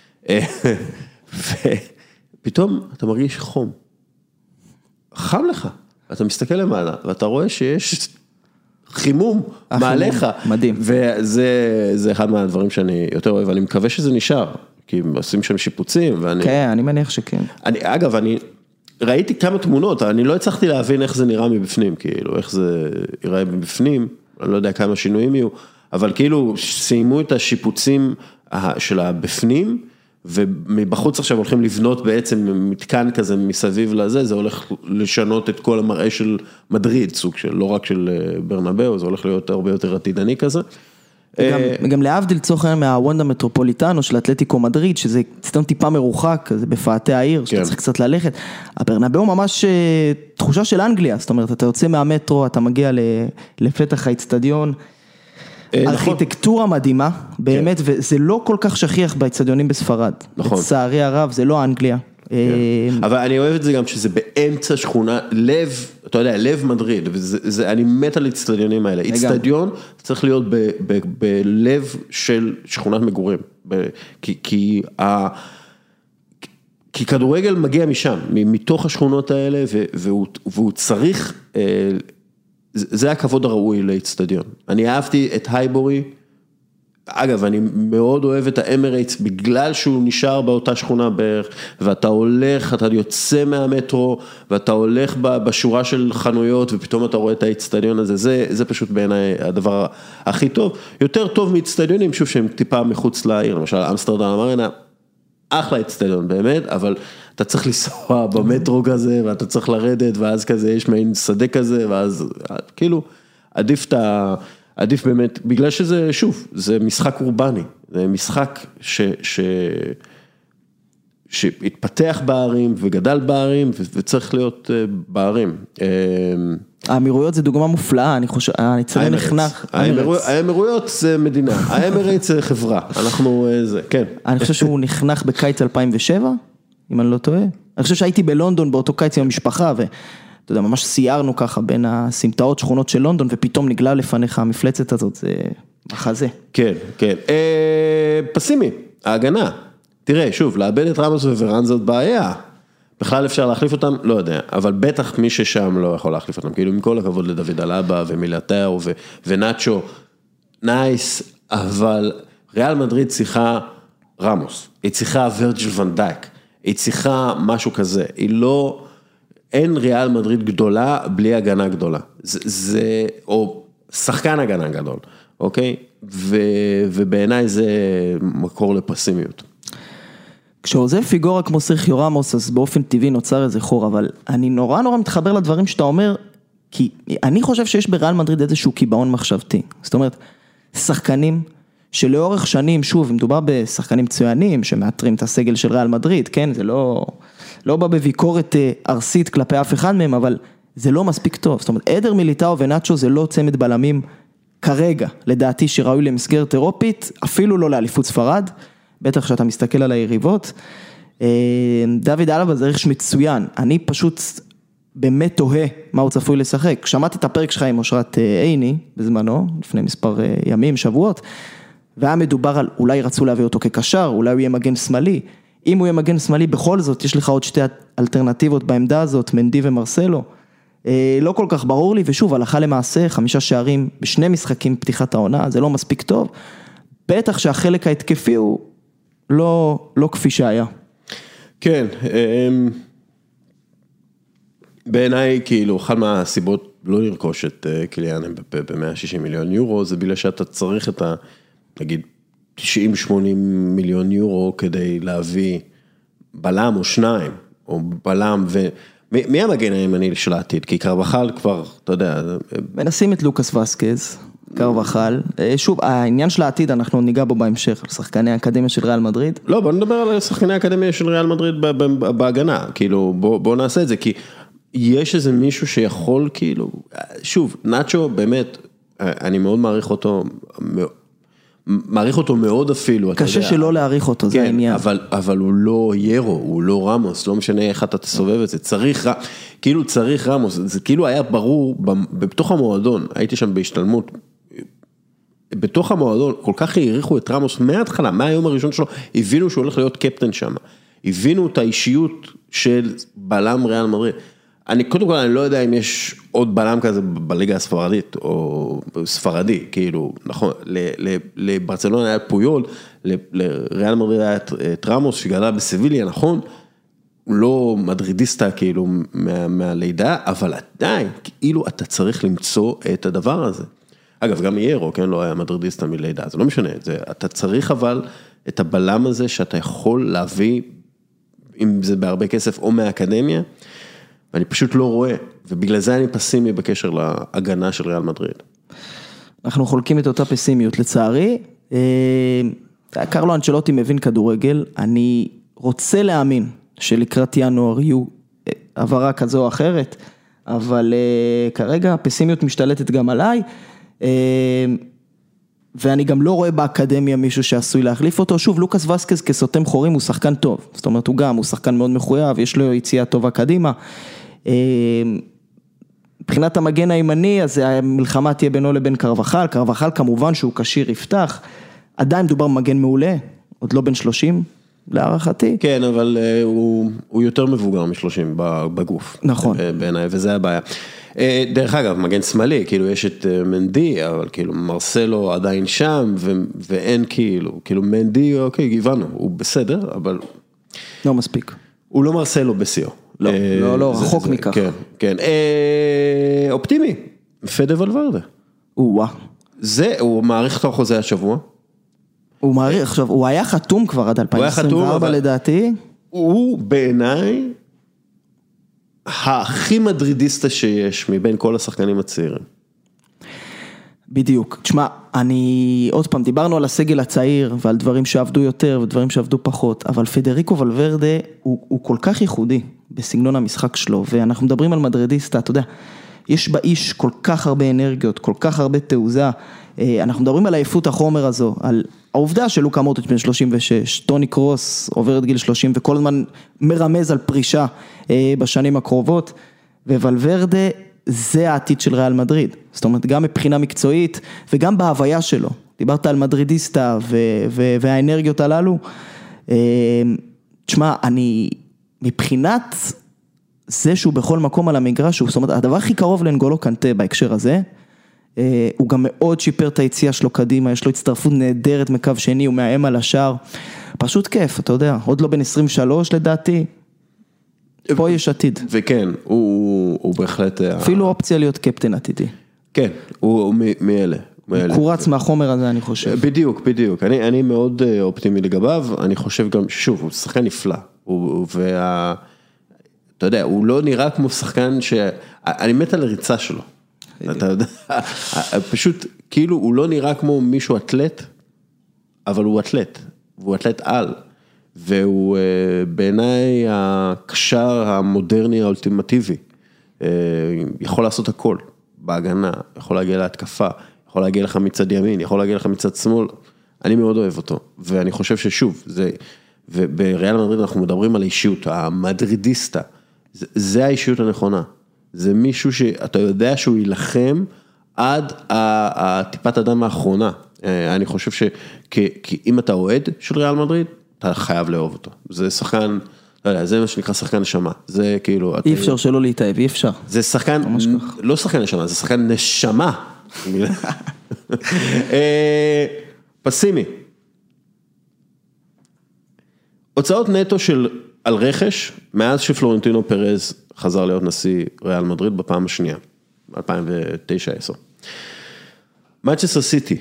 ופתאום אתה מרגיש חום, חם לך, אתה מסתכל למעלה, ואתה רואה שיש חימום מעליך, מדהים, וזה אחד מהדברים שאני יותר אוהב, אני מקווה שזה נשאר, כי עושים שם שיפוצים, ואני... כן, אני מניח שכן. אני, אגב, אני ראיתי כמה תמונות, אני לא הצלחתי להבין איך זה נראה מבפנים, כאילו, איך זה ייראה מבפנים, אני לא יודע כמה שינויים יהיו, אבל כאילו, סיימו את השיפוצים של הבפנים, ומבחוץ עכשיו הולכים לבנות בעצם מתקן כזה מסביב לזה, זה הולך לשנות את כל המראה של מדריד, סוג של, לא רק של ברנבאו, זה הולך להיות הרבה יותר עתידני כזה. גם, גם להבדיל צורך מהוונדה מטרופוליטנו של אתלטיקו מדריד, שזה סתם טיפה מרוחק, זה בפאתי העיר, שאתה צריך קצת ללכת. הברנבאו ממש תחושה של אנגליה, זאת אומרת, אתה יוצא מהמטרו, אתה מגיע לפתח האצטדיון, ארכיטקטורה מדהימה, באמת, וזה לא כל כך שכיח באצטדיונים בספרד. לצערי הרב, זה לא אנגליה. אבל אני אוהב את זה גם שזה באמצע שכונה, לב, אתה יודע, לב מדריד, אני מת על אצטדיונים האלה, אצטדיון צריך להיות בלב של שכונת מגורים, כי כדורגל מגיע משם, מתוך השכונות האלה, והוא צריך, זה הכבוד הראוי לאצטדיון. אני אהבתי את הייבורי, אגב, אני מאוד אוהב את האמרייטס, בגלל שהוא נשאר באותה שכונה בערך, ואתה הולך, אתה יוצא מהמטרו, ואתה הולך בשורה של חנויות, ופתאום אתה רואה את האצטדיון הזה, זה, זה פשוט בעיניי הדבר הכי טוב, יותר טוב מאצטדיונים, שוב שהם טיפה מחוץ לעיר, למשל אמסטרדם ארנה, אחלה אצטדיון באמת, אבל אתה צריך לנסוע במטרו כזה, ואתה צריך לרדת, ואז כזה יש מעין שדה כזה, ואז כאילו, עדיף את ה... עדיף באמת, בגלל שזה, שוב, זה משחק אורבני, זה משחק ש, ש, שהתפתח בערים וגדל בערים וצריך להיות בערים. האמירויות זה דוגמה מופלאה, אני חושב, אני צריך נחנך. האמירויות זה מדינה, האמירויות זה חברה, אנחנו זה, כן. אני חושב שהוא נחנך בקיץ אלפיים ושבע, אם אני לא טועה. אני חושב שהייתי בלונדון באותו קיץ עם המשפחה ו... אתה יודע, ממש סיירנו ככה בין הסמטאות שכונות של לונדון, ופתאום נגלה לפניך המפלצת הזאת, זה מחזה. כן, כן. אה, פסימי, ההגנה. תראה, שוב, לאבד את רמוס וורן זאת בעיה. בכלל אפשר להחליף אותם? לא יודע, אבל בטח מי ששם לא יכול להחליף אותם. כאילו, עם כל הכבוד לדוד אלאבה ומילטאו ו- ונאצ'ו, נייס, אבל ריאל מדריד צריכה רמוס, היא צריכה וירג'יל ון דייק, היא צריכה משהו כזה, היא לא... אין ריאל מדריד גדולה בלי הגנה גדולה, זה, זה, או שחקן הגנה גדול, אוקיי? ו, ובעיניי זה מקור לפסימיות. כשעוזב פיגורה כמו סרחיו רמוס, אז באופן טבעי נוצר איזה חור, אבל אני נורא נורא מתחבר לדברים שאתה אומר, כי אני חושב שיש בריאל מדריד איזשהו קיבעון מחשבתי, זאת אומרת, שחקנים שלאורך שנים, שוב, מדובר בשחקנים מצוינים, שמאתרים את הסגל של ריאל מדריד, כן, זה לא... לא בא בביקורת ארסית כלפי אף אחד מהם, אבל זה לא מספיק טוב. זאת אומרת, עדר מיליטאו ונאצ'ו זה לא צמד בלמים כרגע, לדעתי שראוי למסגרת אירופית, אפילו לא לאליפות ספרד, בטח שאתה מסתכל על היריבות. דוד אלבה זה רכש מצוין, אני פשוט באמת תוהה מה הוא צפוי לשחק. שמעתי את הפרק שלך עם אושרת עיני בזמנו, לפני מספר ימים, שבועות, והיה מדובר על אולי רצו להביא אותו כקשר, אולי הוא יהיה מגן שמאלי, אם הוא יהיה מגן שמאלי, בכל זאת, יש לך עוד שתי אלטרנטיבות בעמדה הזאת, מנדי ומרסלו. לא כל כך ברור לי, ושוב, הלכה למעשה, חמישה שערים בשני משחקים פתיחת העונה, זה לא מספיק טוב. בטח שהחלק ההתקפי הוא לא, לא כפי שהיה. כן, בעיניי כאילו אחד מהסיבות לא לרכוש את קיליאן אמבפה ב-מאה ושישים מיליון יורו, זה בגלל שאתה צריך את ה, נגיד, תשעים שמונים מיליון יורו כדי להביא בלם או שניים, או בלם ו... מי המגן הימני של העתיד? כי קרבחל כבר, אתה יודע... מנסים את לוקאס וסקז, קרבחל. שוב, העניין של העתיד, אנחנו ניגע בו בהמשך, על שחקני האקדמיה של ריאל מדריד. לא, בוא נדבר על שחקני האקדמיה של ריאל מדריד בהגנה, כאילו, בוא, בוא נעשה את זה, כי יש איזה מישהו שיכול, כאילו, שוב, נאצ'ו, באמת, אני מאוד מעריך אותו, מעריך אותו מאוד אפילו. קשה שלא להעריך אותו, זה העניין. אבל, אבל הוא לא ירו, הוא לא רמוס, לא משנה איך אתה תסובב את זה, צריך, כאילו צריך רמוס, זה כאילו היה ברור, בתוך המועדון, הייתי שם בהשתלמות, בתוך המועדון, כל כך העריכו את רמוס מההתחלה, מהיום הראשון שלו, הבינו שהוא הולך להיות קפטן שם, הבינו את האישיות של בלם ריאל מדריד. אני, קודם כל, אני לא יודע אם יש עוד בלם כזה בליגה הספרדית, או ספרדי, כאילו, נכון, לברצלונה היה פויול, לריאל מדריד היה את רמוס, שגדל בסביליה, נכון, הוא לא מדרידיסטה, כאילו, מה, מהלידה, אבל עדיין, כאילו, אתה צריך למצוא את הדבר הזה. אגב, גם ירו, כן, לא היה מדרידיסטה מלידה, זה לא משנה, זה, אתה צריך אבל את הבלם הזה, שאתה יכול להביא, אם זה בהרבה כסף, או מהאקדמיה, ואני פשוט לא רואה, ובגלל זה אני פסימי בקשר להגנה של ריאל מדריד. אנחנו חולקים את אותה פסימיות, לצערי, קרלו אנצ'לוטי מבין כדורגל, אני רוצה להאמין שלקראת ינואר יהיו עברה כזו או אחרת, אבל כרגע הפסימיות משתלטת גם עליי, ואני גם לא רואה באקדמיה מישהו שעשוי להחליף אותו, שוב, לוקאס וסקז כסותם חורים הוא שחקן טוב, זאת אומרת הוא גם, הוא שחקן מאוד מחויב, יש לו יציאה טובה קדימה, מבחינת המגן הימני, אז המלחמה תהיה בינו לבין קרבחל, קרבחל כמובן שהוא קשיר יפתח, עדיין מדובר במגן מעולה, עוד לא בין שלושים להערכתי. כן, אבל הוא, הוא יותר מבוגר מ-שלושים בגוף. נכון. בעיניי, וזה הבעיה. דרך אגב, מגן שמאלי, כאילו יש את מנדי, אבל כאילו מרסלו עדיין שם, ו- ואין כאילו, כאילו מנדי, אוקיי, גיוונו, הוא בסדר, אבל... לא מספיק. הוא לא מרסלו בסיו. לא, לא, לא, רחוק מכך. כן, כן. אופטימי, פדה ולוורדה. וואה. זה, הוא מעריך את החוזה השבוע. הוא מעריך, עכשיו, הוא היה חתום כבר עד אלפיים עשרים וארבע לדעתי. הוא בעיניי הכי מדרידיסטה שיש מבין כל השחקנים הצעירים. בדיוק. תשמע, אני, עוד פעם, דיברנו על הסגל הצעיר ועל דברים שעבדו יותר ודברים שעבדו פחות, אבל פדריקו ולוורדה הוא, הוא כל כך ייחודי בסגנון המשחק שלו, ואנחנו מדברים על מדרידיסטה, אתה יודע, יש באיש כל כך הרבה אנרגיות, כל כך הרבה תעוזה, אנחנו מדברים על עייפות החומר הזו, על העובדה של לוקה מודריץ' בן שלושים ושש, טוני קרוס עובר את גיל שלושים וכל הזמן מרמז על פרישה בשנים הקרובות, וולוורדה זה העתיד של ריאל מדריד, זאת אומרת גם מבחינה מקצועית וגם בהוויה שלו, דיברת על מדרידיסטה ו- ו- והאנרגיות הללו, תשמע, אני מבחינת זה שהוא בכל מקום על המגרש, זאת אומרת הדבר הכי קרוב לאנגולו קנטה בהקשר הזה, הוא גם מאוד שיפר את היציאה שלו קדימה, יש לו הצטרפות נהדרת מקו שני, הוא מאיים על השאר, פשוט כיף, אתה יודע, עוד לא בין עשרים ושלוש לדעתי, פה יש עתיד. וכן, הוא, הוא בהחלט... אפילו אופציה להיות קפטן עתידי. כן, הוא, הוא מאלה. הוא קורץ מהחומר הזה, אני חושב. בדיוק, בדיוק. אני, אני מאוד אופטימי לגביו, אני חושב גם, שוב, הוא שחקן נפלא, הוא, וה... אתה יודע, הוא לא נראה כמו שחקן ש... אני מת על הריצה שלו. אתה יודע, פשוט, כאילו, הוא לא נראה כמו מישהו אתלט, אבל הוא אתלט, והוא אתלט על, והוא בעיניי הקשר המודרני האולטימטיבי, יכול לעשות הכל, בהגנה, יכול להגיע להתקפה, יכול להגיע לך מצד ימין, יכול להגיע לך מצד שמאל, אני מאוד אוהב אותו, ואני חושב ששוב, זה, ובריאל מדריד אנחנו מדברים על האישיות, המדרידיסטה, זה, זה האישיות הנכונה, זה מישהו שאתה יודע שהוא ילחם עד הטיפת הדם האחרונה. אני חושב שאם אתה אוהד של ריאל מדריד, אתה חייב לאהוב אותו. זה שחקן, לא יודע, זה מה שנקרא שחקן נשמה. זה כאילו... אי אפשר שלא להתאהב, אי אפשר. זה שחקן, לא שחקן נשמה, זה שחקן נשמה. פסימי. הוצאות נטו של, על רכש, מאז שפלורנטינו פרז חזר להיות נשיא ריאל מדריד בפעם השנייה, אלפיים ותשע עשר. מנצ'סטר סיטי,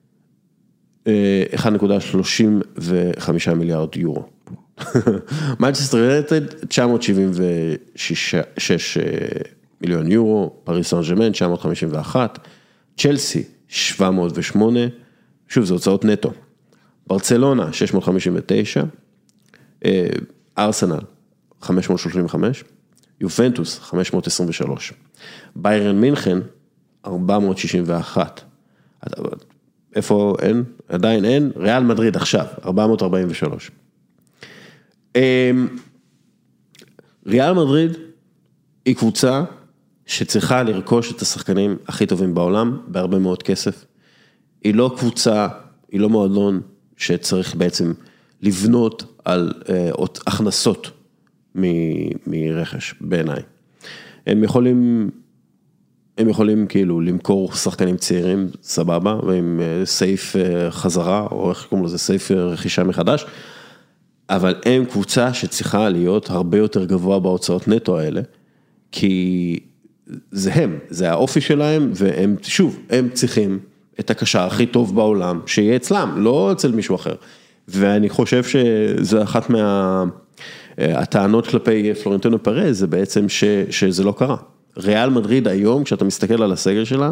אחת נקודה שלושים וחמישה מיליארד יורו. מנצ'סטר יונייטד, תשע מאות שבעים ושש מיליון יורו, פריס סן ז'רמן, תשע מאות חמישים ואחת, צ'לסי, שבע מאות ושמונה, שוב, זה הוצאות נטו. ברצלונה, שש מאות חמישים ותשע, ארסנל, חמש מאות שלושים וחמש, יובנטוס, חמש מאות עשרים ושלוש, ביירן מינכן, ארבע מאות שישים ואחת, איפה אין? עדיין אין, ריאל מדריד עכשיו, ארבע מאות ארבעים ושלוש. ריאל מדריד היא קבוצה שצריכה לרכוש את השחקנים הכי טובים בעולם, בהרבה מאוד כסף. היא לא קבוצה, היא לא מועדון שצריך בעצם לבנות על הכנסות מרכש בעיניי. הם יכולים, הם יכולים כאילו למכור שחקנים צעירים, סבבה, ועם סעיף חזרה, או איך קוראים לזה, סעיף רכישה מחדש, אבל הם קבוצה שצריכה להיות הרבה יותר גבוה בהוצאות נטו האלה, כי זה הם, זה האופי שלהם, והם, שוב, הם צריכים את הקשר הכי טוב בעולם, שיהיה אצלם, לא אצל מישהו אחר. ואני חושב שזה אחת מה... הטענות כלפי פלורנטינו פרז, זה בעצם ש, שזה לא קרה. ריאל מדריד היום, כשאתה מסתכל על הסגל שלה,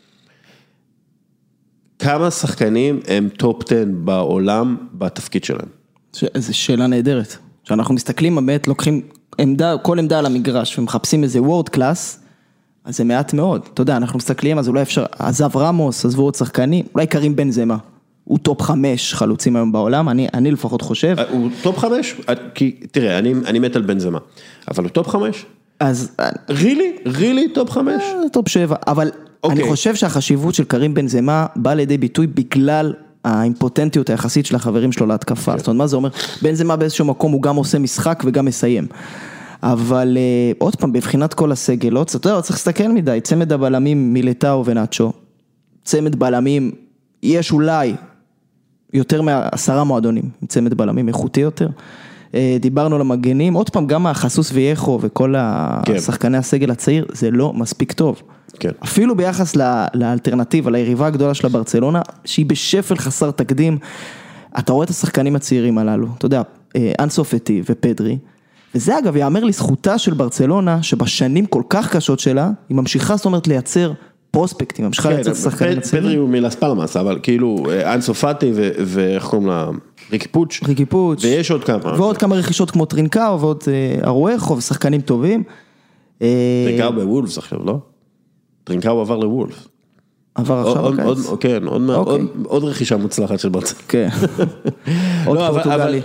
כמה שחקנים הם טופ עשר בעולם בתפקיד שלהם? זו שאלה נהדרת. כשאנחנו מסתכלים באמת, לוקחים עמדה, כל עמדה על המגרש, ומחפשים איזה וורד קלאס, אז זה מעט מאוד. אתה יודע, אנחנו מסתכלים, אז אולי אפשר, עזב רמוס, עזבו עוד שחקנים, אולי קרים בנזמה. הוא טופ חמש חלוצים היום בעולם, אני, אני לפחות חושב. הוא טופ חמש? כי, תראה, אני, אני מת על בנזמה, אבל הוא טופ חמש? אז... רילי? רילי טופ חמש? טופ שבע, אבל אני חושב שהחשיבות של קרים בנזמה באה לידי ביטוי בגלל האימפוטנטיות היחסית של החברים שלו להתקפה. זאת אומרת, מה זה אומר? בנזמה באיזשהו מקום הוא גם עושה משחק וגם מסיים. אבל עוד פעם, בבחינת כל הסגל, לא צריך להסתכל מדי, צמד הבלמים מילטאו ונאצ'ו, צמד בלמים, יש אולי יותר מעשרה מועדונים, עם צמד בלמים איכותי יותר, דיברנו על המגנים, עוד פעם, גם החסוס ויחו וכל השחקני הסגל הצעיר, זה לא מספיק טוב. כן. אפילו ביחס לאלטרנטיבה, ליריבה הגדולה של הברצלונה, שהיא בשפל חסר תקדים, אתה רואה את השחקנים הצעירים הללו, אתה יודע, אנסו פטי ופדרי, וזה אגב יאמר לזכותה של ברצלונה, שבשנים כל כך קשות שלה, היא ממשיכה, זאת אומרת, לייצר פרוספקטים, ממשיכה לייצר שחקנים הצעירים. פדרי הוא מלס פלמאס, אבל כאילו, אנסו פטי ואיך קוראים לה, ריקי פוץ'. ריקי פוץ'. ויש עוד כמה. ועוד כמה רכישות כמו טרינקאו, ועוד ארואחו, ושחקנים טובים. טרינקאו בוולפס עכשיו, לא? טרינקאו עבר לוולפס. עבר עכשיו בקיץ. כן, עוד רכישה מוצלחת של ברצלונה. כן. עוד פורטוגלי.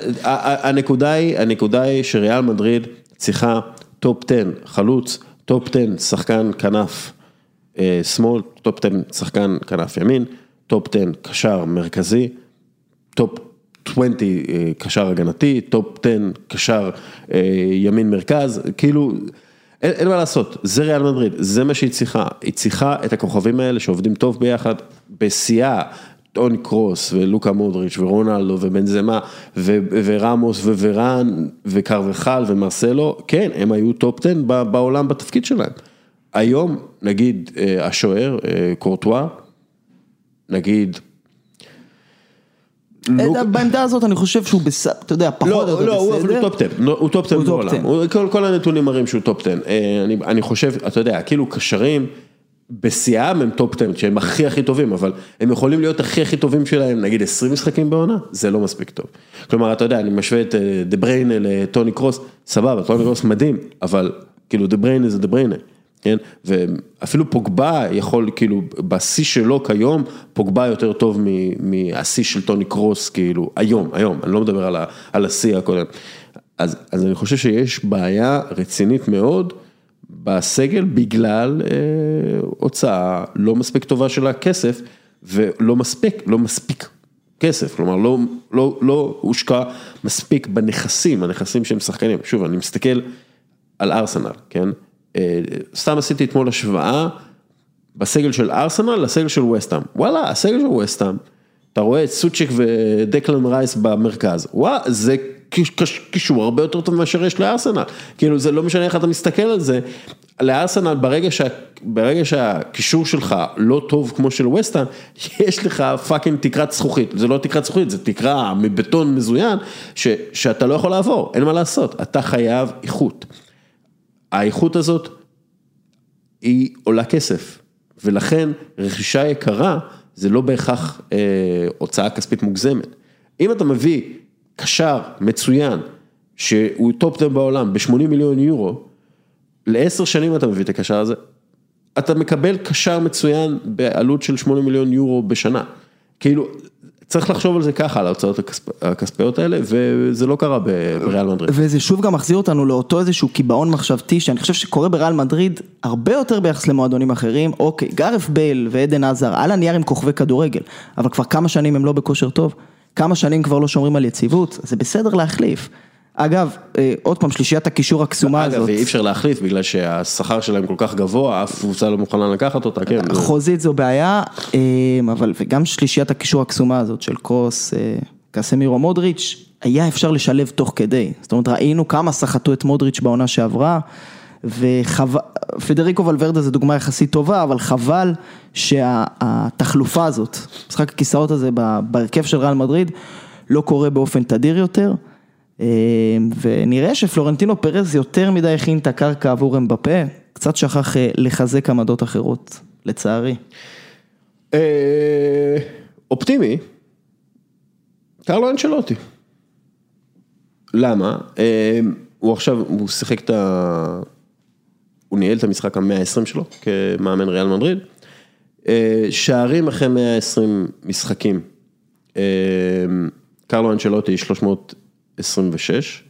הנקודה היא שריאל מדריד צריכה טופ עשר, חלוץ, טופ עשר, שחקן כנף שמאל, טופ עשר, שחקן כנף ימין, טופ עשר, קשר מרכזי, טופ עשרים, קשר הגנתי, טופ עשר, קשר ימין מרכז, כאילו... אין, אין מה לעשות, זה ריאל מדריד, זה מה שהיא צריכה, היא צריכה את הכוכבים האלה שעובדים טוב ביחד, בשיאה, טוני קרוס ולוקה מודריץ' ורונלדו ובנזמה ו- ורמוס וורן וקרבחל ומרסלו, כן, הם היו טופ עשר בעולם בתפקיד שלהם. היום, נגיד השוער, קורטואה, נגיד... בעמדה הזאת אני חושב שהוא בסדר, אתה יודע, פחות או יותר בסדר. לא, הוא טופ עשר, הוא טופ עשר בעולם. כל הנתונים מראים שהוא טופ עשר. אני חושב, אתה יודע, כאילו קשרים בשיאם הם טופ עשר, שהם הכי הכי טובים, אבל הם יכולים להיות הכי הכי טובים שלהם, נגיד עשרים משחקים בעונה, זה לא מספיק טוב. כלומר, אתה יודע, אני משווה את דה בריינה לטוני קרוס, סבבה, טוני קרוס מדהים, אבל כאילו דה בריינה זה דה בריינה. כן? ואפילו פוגבה יכול, כאילו, בשיא שלו כיום, פוגבה יותר טוב מהשיא של טוני קרוס, כאילו, היום, היום, אני לא מדבר על, על השיא הקודם. אז, אז אני חושב שיש בעיה רצינית מאוד בסגל, בגלל אה, הוצאה לא מספיק טובה של הכסף, ולא מספיק, לא מספיק כסף, כלומר, לא, לא, לא הושקע מספיק בנכסים, הנכסים שהם שחקנים. שוב, אני מסתכל על ארסנל, כן? סתם עשיתי אתמול השוואה בסגל של ארסנל לסגל של ווסטהאם. וואלה, הסגל של ווסטהאם, אתה רואה את סוצ'יק ודקלן רייס במרכז. וואלה, זה קישור הרבה יותר טוב מאשר יש לארסנל, כאילו זה לא משנה איך אתה מסתכל על זה, לארסנל ברגע, שה, ברגע שהקישור שלך לא טוב כמו של ווסטהאם, יש לך פאקינג תקרת זכוכית, זה לא תקרת זכוכית, זה תקרה מבטון מזוין, ש, שאתה לא יכול לעבור, אין מה לעשות, אתה חייב איכות, האיכות הזאת היא עולה כסף, ולכן רכישה יקרה, זה לא בהכרח אה, הוצאה כספית מוגזמת, אם אתה מביא קשר מצוין, שהוא טופ טן בעולם, ב-שמונים מיליון יורו, לעשר שנים אתה מביא את הקשר הזה, אתה מקבל קשר מצוין בעלות של שמונה מיליון יורו בשנה, כאילו, צריך לחשוב על זה ככה, על ההוצאות הכספיות האלה, וזה לא קרה בריאל מדריד. וזה שוב גם מחזיר אותנו לאותו איזשהו קיבעון מחשבתי, שאני חושב שקורה בריאל מדריד, הרבה יותר ביחס למועדונים אחרים, אוקיי, גארף בייל ועדן עזר, על הנייר עם כוכבי כדורגל, אבל כבר כמה שנים הם לא בכושר טוב, כמה שנים כבר לא שומרים על יציבות, זה בסדר להחליף. אגב, עוד פעם, שלישיית הקישור הקסומה הזאת. אגב, אי אפשר להחליף, בגלל שהשכר שלהם כל כך גבוה, אף קבוצה לא מוכנה לקחת אותה, כן. חוזית זו בעיה, אבל וגם שלישיית הקישור הקסומה הזאת של קרוס, קסמירו מודריץ', היה אפשר לשלב תוך כדי. זאת אומרת, ראינו כמה שחטו את מודריץ' בעונה שעברה, ופדריקו ולוורדה זה דוגמה יחסית טובה, אבל חבל שהתחלופה הזאת, משחק הכיסאות הזה בהרכב של ריאל מדריד, לא קורה באופן תדיר יותר, ונראה שפלורנטינו פרז יותר מדי הכין את הקרקע עבור אמבפה, קצת שכח לחזק עמדות אחרות, לצערי. אופטימי, קרלו אנצ'לוטי. למה? הוא עכשיו, הוא שיחק את ה... הוא ניהל את המשחק ה-מאה ועשרים שלו, כמאמן ריאל מדריד. שערים אחרי מאה ועשרים משחקים. קרלו אנצ'לוטי שלוש מאות עשרים ושש.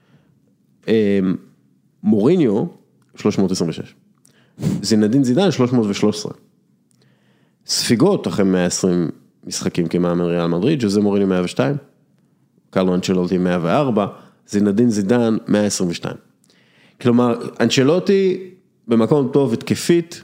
מוריניו שלוש מאות עשרים ושש. זינדין זידן שלוש מאות ושלוש עשרה. ספיגות אחרי מאה ועשרים משחקים כמאמן ריאל מדריד, שזה מוריניו מאה ושתיים. קרלו אנצ'לוטי מאה וארבע. זינדין זידן מאה עשרים ושתיים. כלומר, אנצ'לוטי במקום טוב התקפית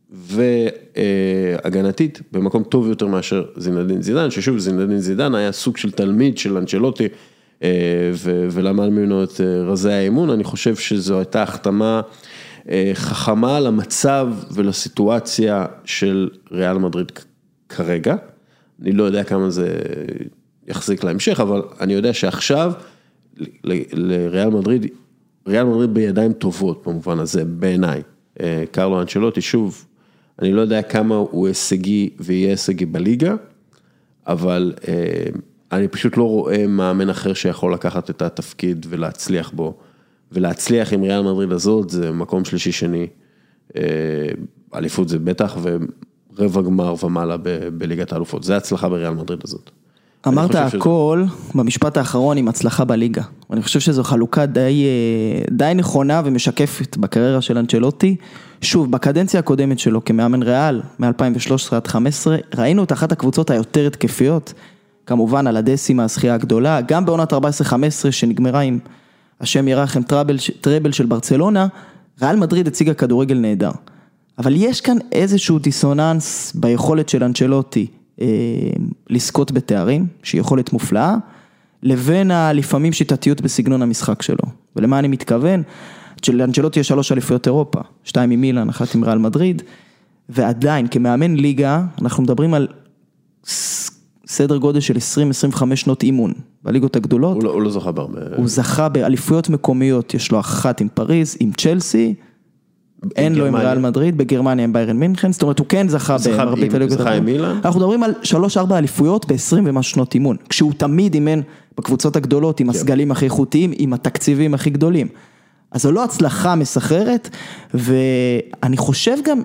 והגנתית, במקום טוב יותר מאשר זינדין זידן, ששוב זינדין זידן היה סוג של תלמיד של אנצ'לוטי, ולמד ממנו את רזי האימון. אני חושב שזו הייתה החתמה חכמה למצב ולסיטואציה של ריאל מדריד כרגע. אני לא יודע כמה זה יחזיק להמשך, אבל אני יודע שעכשיו לריאל מדריד, ריאל מדריד בידיים טובות במובן הזה, בעיניי. קרלו אנצ'לוטי, שוב, אני לא יודע כמה הוא הישגי ויהיה הישגי בליגה, אבל אני פשוט לא רואה מאמן אחר שיכול לקחת את התפקיד ולהצליח בו, ולהצליח עם ריאל מדריד הזאת, זה מקום שלישי שני, אליפות זה בטח, ורבע גמר ומעלה בליגת האלופות, זה הצלחה בריאל מדריד הזאת. אמרת הכל במשפט האחרון עם הצלחה בליגה, ואני חושב שזו חלוקה די, די נכונה ומשקפת בקריירה של אנצ'לוטי. שוב, בקדנציה הקודמת שלו כמאמן ריאל, מ-אלפיים ושלוש עשרה עד חמש עשרה, ראינו את אחת הקבוצות היותר התקפיות, כמובן על הדסימה הזכייה הגדולה, גם בעונת ארבע עשרה חמש עשרה שנגמרה עם השם ירחם טראבל, טראבל של ברצלונה, ריאל מדריד הציגה כדורגל נהדר. אבל יש כאן איזשהו דיסוננס ביכולת של אנצ'לוטי, לזכות בתארים, שהיא יכולת מופלאה, לבין הלפעמים שיטתיות בסגנון המשחק שלו. ולמה אני מתכוון? שלאנצ'לוטי יש שלוש אליפויות אירופה, שתיים עם מילאן, אחת עם ריאל מדריד, ועדיין כמאמן ליגה, אנחנו מדברים על סדר גודל של עשרים עד עשרים וחמש שנות אימון, בליגות הגדולות. הוא לא, הוא לא זכה בהרבה. הוא זכה באליפויות מקומיות, יש לו אחת עם פריז, עם צ'לסי, אין לו עם ריאל מדריד, בגרמניה עם ביירן מינכן, זאת אומרת הוא כן זכה במרבית הליגות. זכה עם מילאן. אנחנו מדברים על שלוש ארבע אליפויות ב-עשרים ומשהו שנות אימון, כשהוא תמיד אימן בקבוצות הגדולות, עם הסגלים הכי איכותיים, עם התקציבים הכי גדולים. אז זו לא הצלחה מסחררת, ואני חושב גם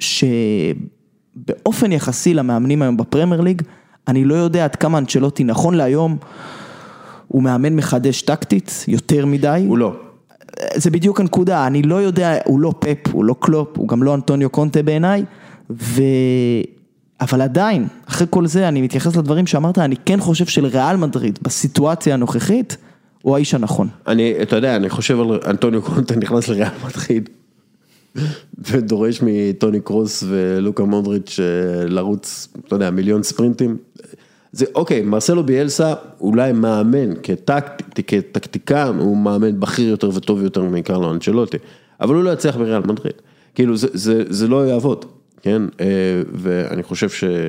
שבאופן יחסי למאמנים היום בפרמייר ליג, אני לא יודע עד כמה אנצ'לוטי נכון להיום, הוא מאמן מחדש טקטית, יותר מדי. הוא לא. זה בדיוק הנקודה, אני לא יודע, הוא לא פפ, הוא לא קלופ, הוא גם לא אנטוניו קונטה בעיניי, ו... אבל עדיין, אחרי כל זה, אני מתייחס לדברים שאמרת, אני כן חושב של ריאל מדריד, בסיטואציה הנוכחית, הוא האיש הנכון. אני, אתה יודע, אני חושב על אנטוניו קונטה נכנס לריאל מדריד, ודורש מטוני קרוס ולוקה מודריץ' לרוץ, אתה יודע, מיליון ספרינטים, זה, אוקיי, מרסלו ביאלסה אולי מאמן, כטקט, כטקטיקן, הוא מאמן בכיר יותר וטוב יותר מקרלו אנצ'לוטי, אבל הוא לא יצליח בריאל מדריד. כאילו, זה, זה, זה לא יעבוד, כן? ואני חושב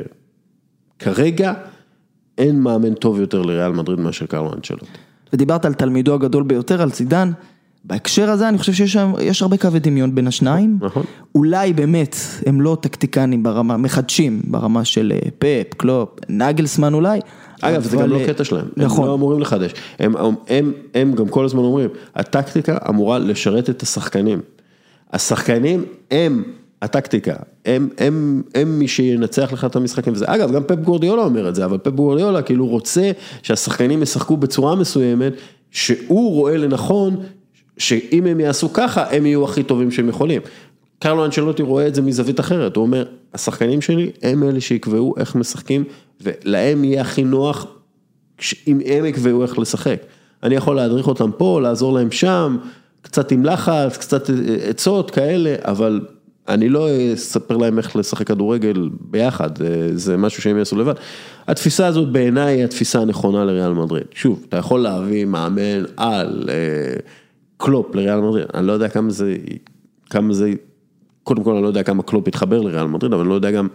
שכרגע אין מאמן טוב יותר לריאל מדריד מאשר קרלו אנצ'לוטי. ודיברת על תלמידו הגדול ביותר, על זידן. בהקשר הזה אני חושב שיש שם, יש הרבה קווי דמיון בין השניים. נכון. אולי באמת הם לא טקטיקנים ברמה, מחדשים ברמה של פפ, קלופ, נגלסמן אולי. אגב, זה גם לא קטע שלהם. נכון. הם לא אמורים לחדש. הם, הם, הם גם כל הזמן אומרים, הטקטיקה אמורה לשרת את השחקנים. השחקנים הם הטקטיקה. הם, הם, הם מי שינצח לך את המשחקים. וזה, אגב, גם פפ גוארדיולה אומר את זה, אבל פפ גוארדיולה כאילו רוצה שהשחקנים ישחקו בצורה מסוימת, שהוא רואה לנכון שאם הם יעשו ככה, הם יהיו הכי טובים שהם יכולים. קרלו אנצ'לוטי רואה את זה מזווית אחרת, הוא אומר, השחקנים שלי הם אלה שיקבעו איך משחקים, ולהם יהיה הכי נוח, אם הם יקבעו איך לשחק. אני יכול להדריך אותם פה, לעזור להם שם, קצת עם לחץ, קצת עצות כאלה, אבל אני לא אספר להם איך לשחק כדורגל ביחד, זה משהו שהם יעשו לבד. התפיסה הזאת בעיניי היא התפיסה הנכונה לריאל מדריד. שוב, אתה יכול להביא מאמן על קלופ לריאל מדריד, אני לא יודע כמה זה, כמה זה, קודם כל אני לא יודע כמה קלופ יתחבר לריאל מדריד, אבל אני לא יודע גם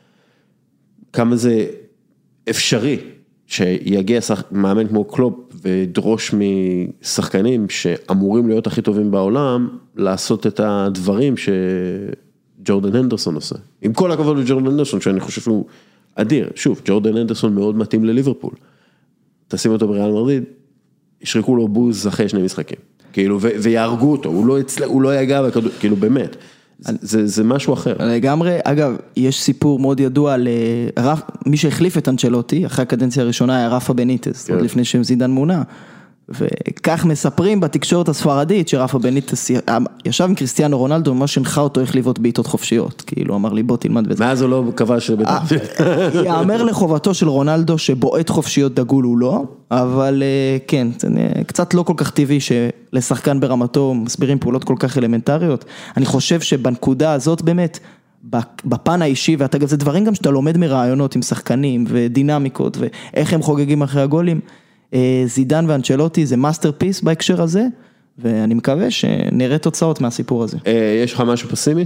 כמה זה אפשרי שיגיע מאמן כמו קלופ ודרוש משחקנים שאמורים להיות הכי טובים בעולם, לעשות את הדברים שג'ורדן הנדרסון עושה. עם כל הכבוד לג'ורדן הנדרסון, שאני חושב שהוא אדיר. שוב, ג'ורדן הנדרסון מאוד מתאים לליברפול. תשים אותו בריאל מדריד, ישרקו לו בוז אחרי שני משחקים. כאילו, ויהרגו אותו, הוא לא יצא, הוא לא יגע, כאילו, באמת. זה, זה משהו אחר. לגמרי, אגב, יש סיפור מאוד ידוע על רף, מי שהחליף את אנצ'לוטי, אחרי הקדנציה הראשונה היה רפה בניטס, עוד לפני שזידן מונה, וכך מספרים בתקשורת הספרדית, שרפה בניטס ישב עם קריסטיאנו רונלדו, ממש הנחה אותו איך לבעוט בעיטות חופשיות, כאילו אמר לי בוא תלמד וזה. מאז הוא לא קבע שבטח. יאמר לחובתו של רונלדו שבועט חופשיות דגול הוא לא, אבל כן, קצת לא כל כך טבעי שלשחקן ברמתו מסבירים פעולות כל כך אלמנטריות. אני חושב שבנקודה הזאת באמת, בפן האישי, ואתה גם זה דברים גם שאתה לומד מרעיונות עם שחקנים ודינמיקות, ואיך הם חוגגים אחרי הגולים, זידן ואנצ'לוטי זה מאסטרפיס בהקשר הזה, ואני מקווה שנראה תוצאות מהסיפור הזה. יש לך משהו פסימי?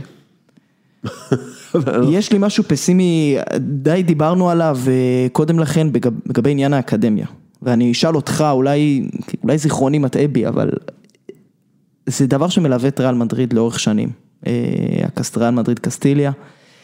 יש לי משהו פסימי, די דיברנו עליו קודם לכן לגבי עניין האקדמיה, ואני אשאל אותך, אולי, אולי זיכרוני מטעה בי, אבל זה דבר שמלווה את ריאל מדריד לאורך שנים, ריאל מדריד קסטיליה,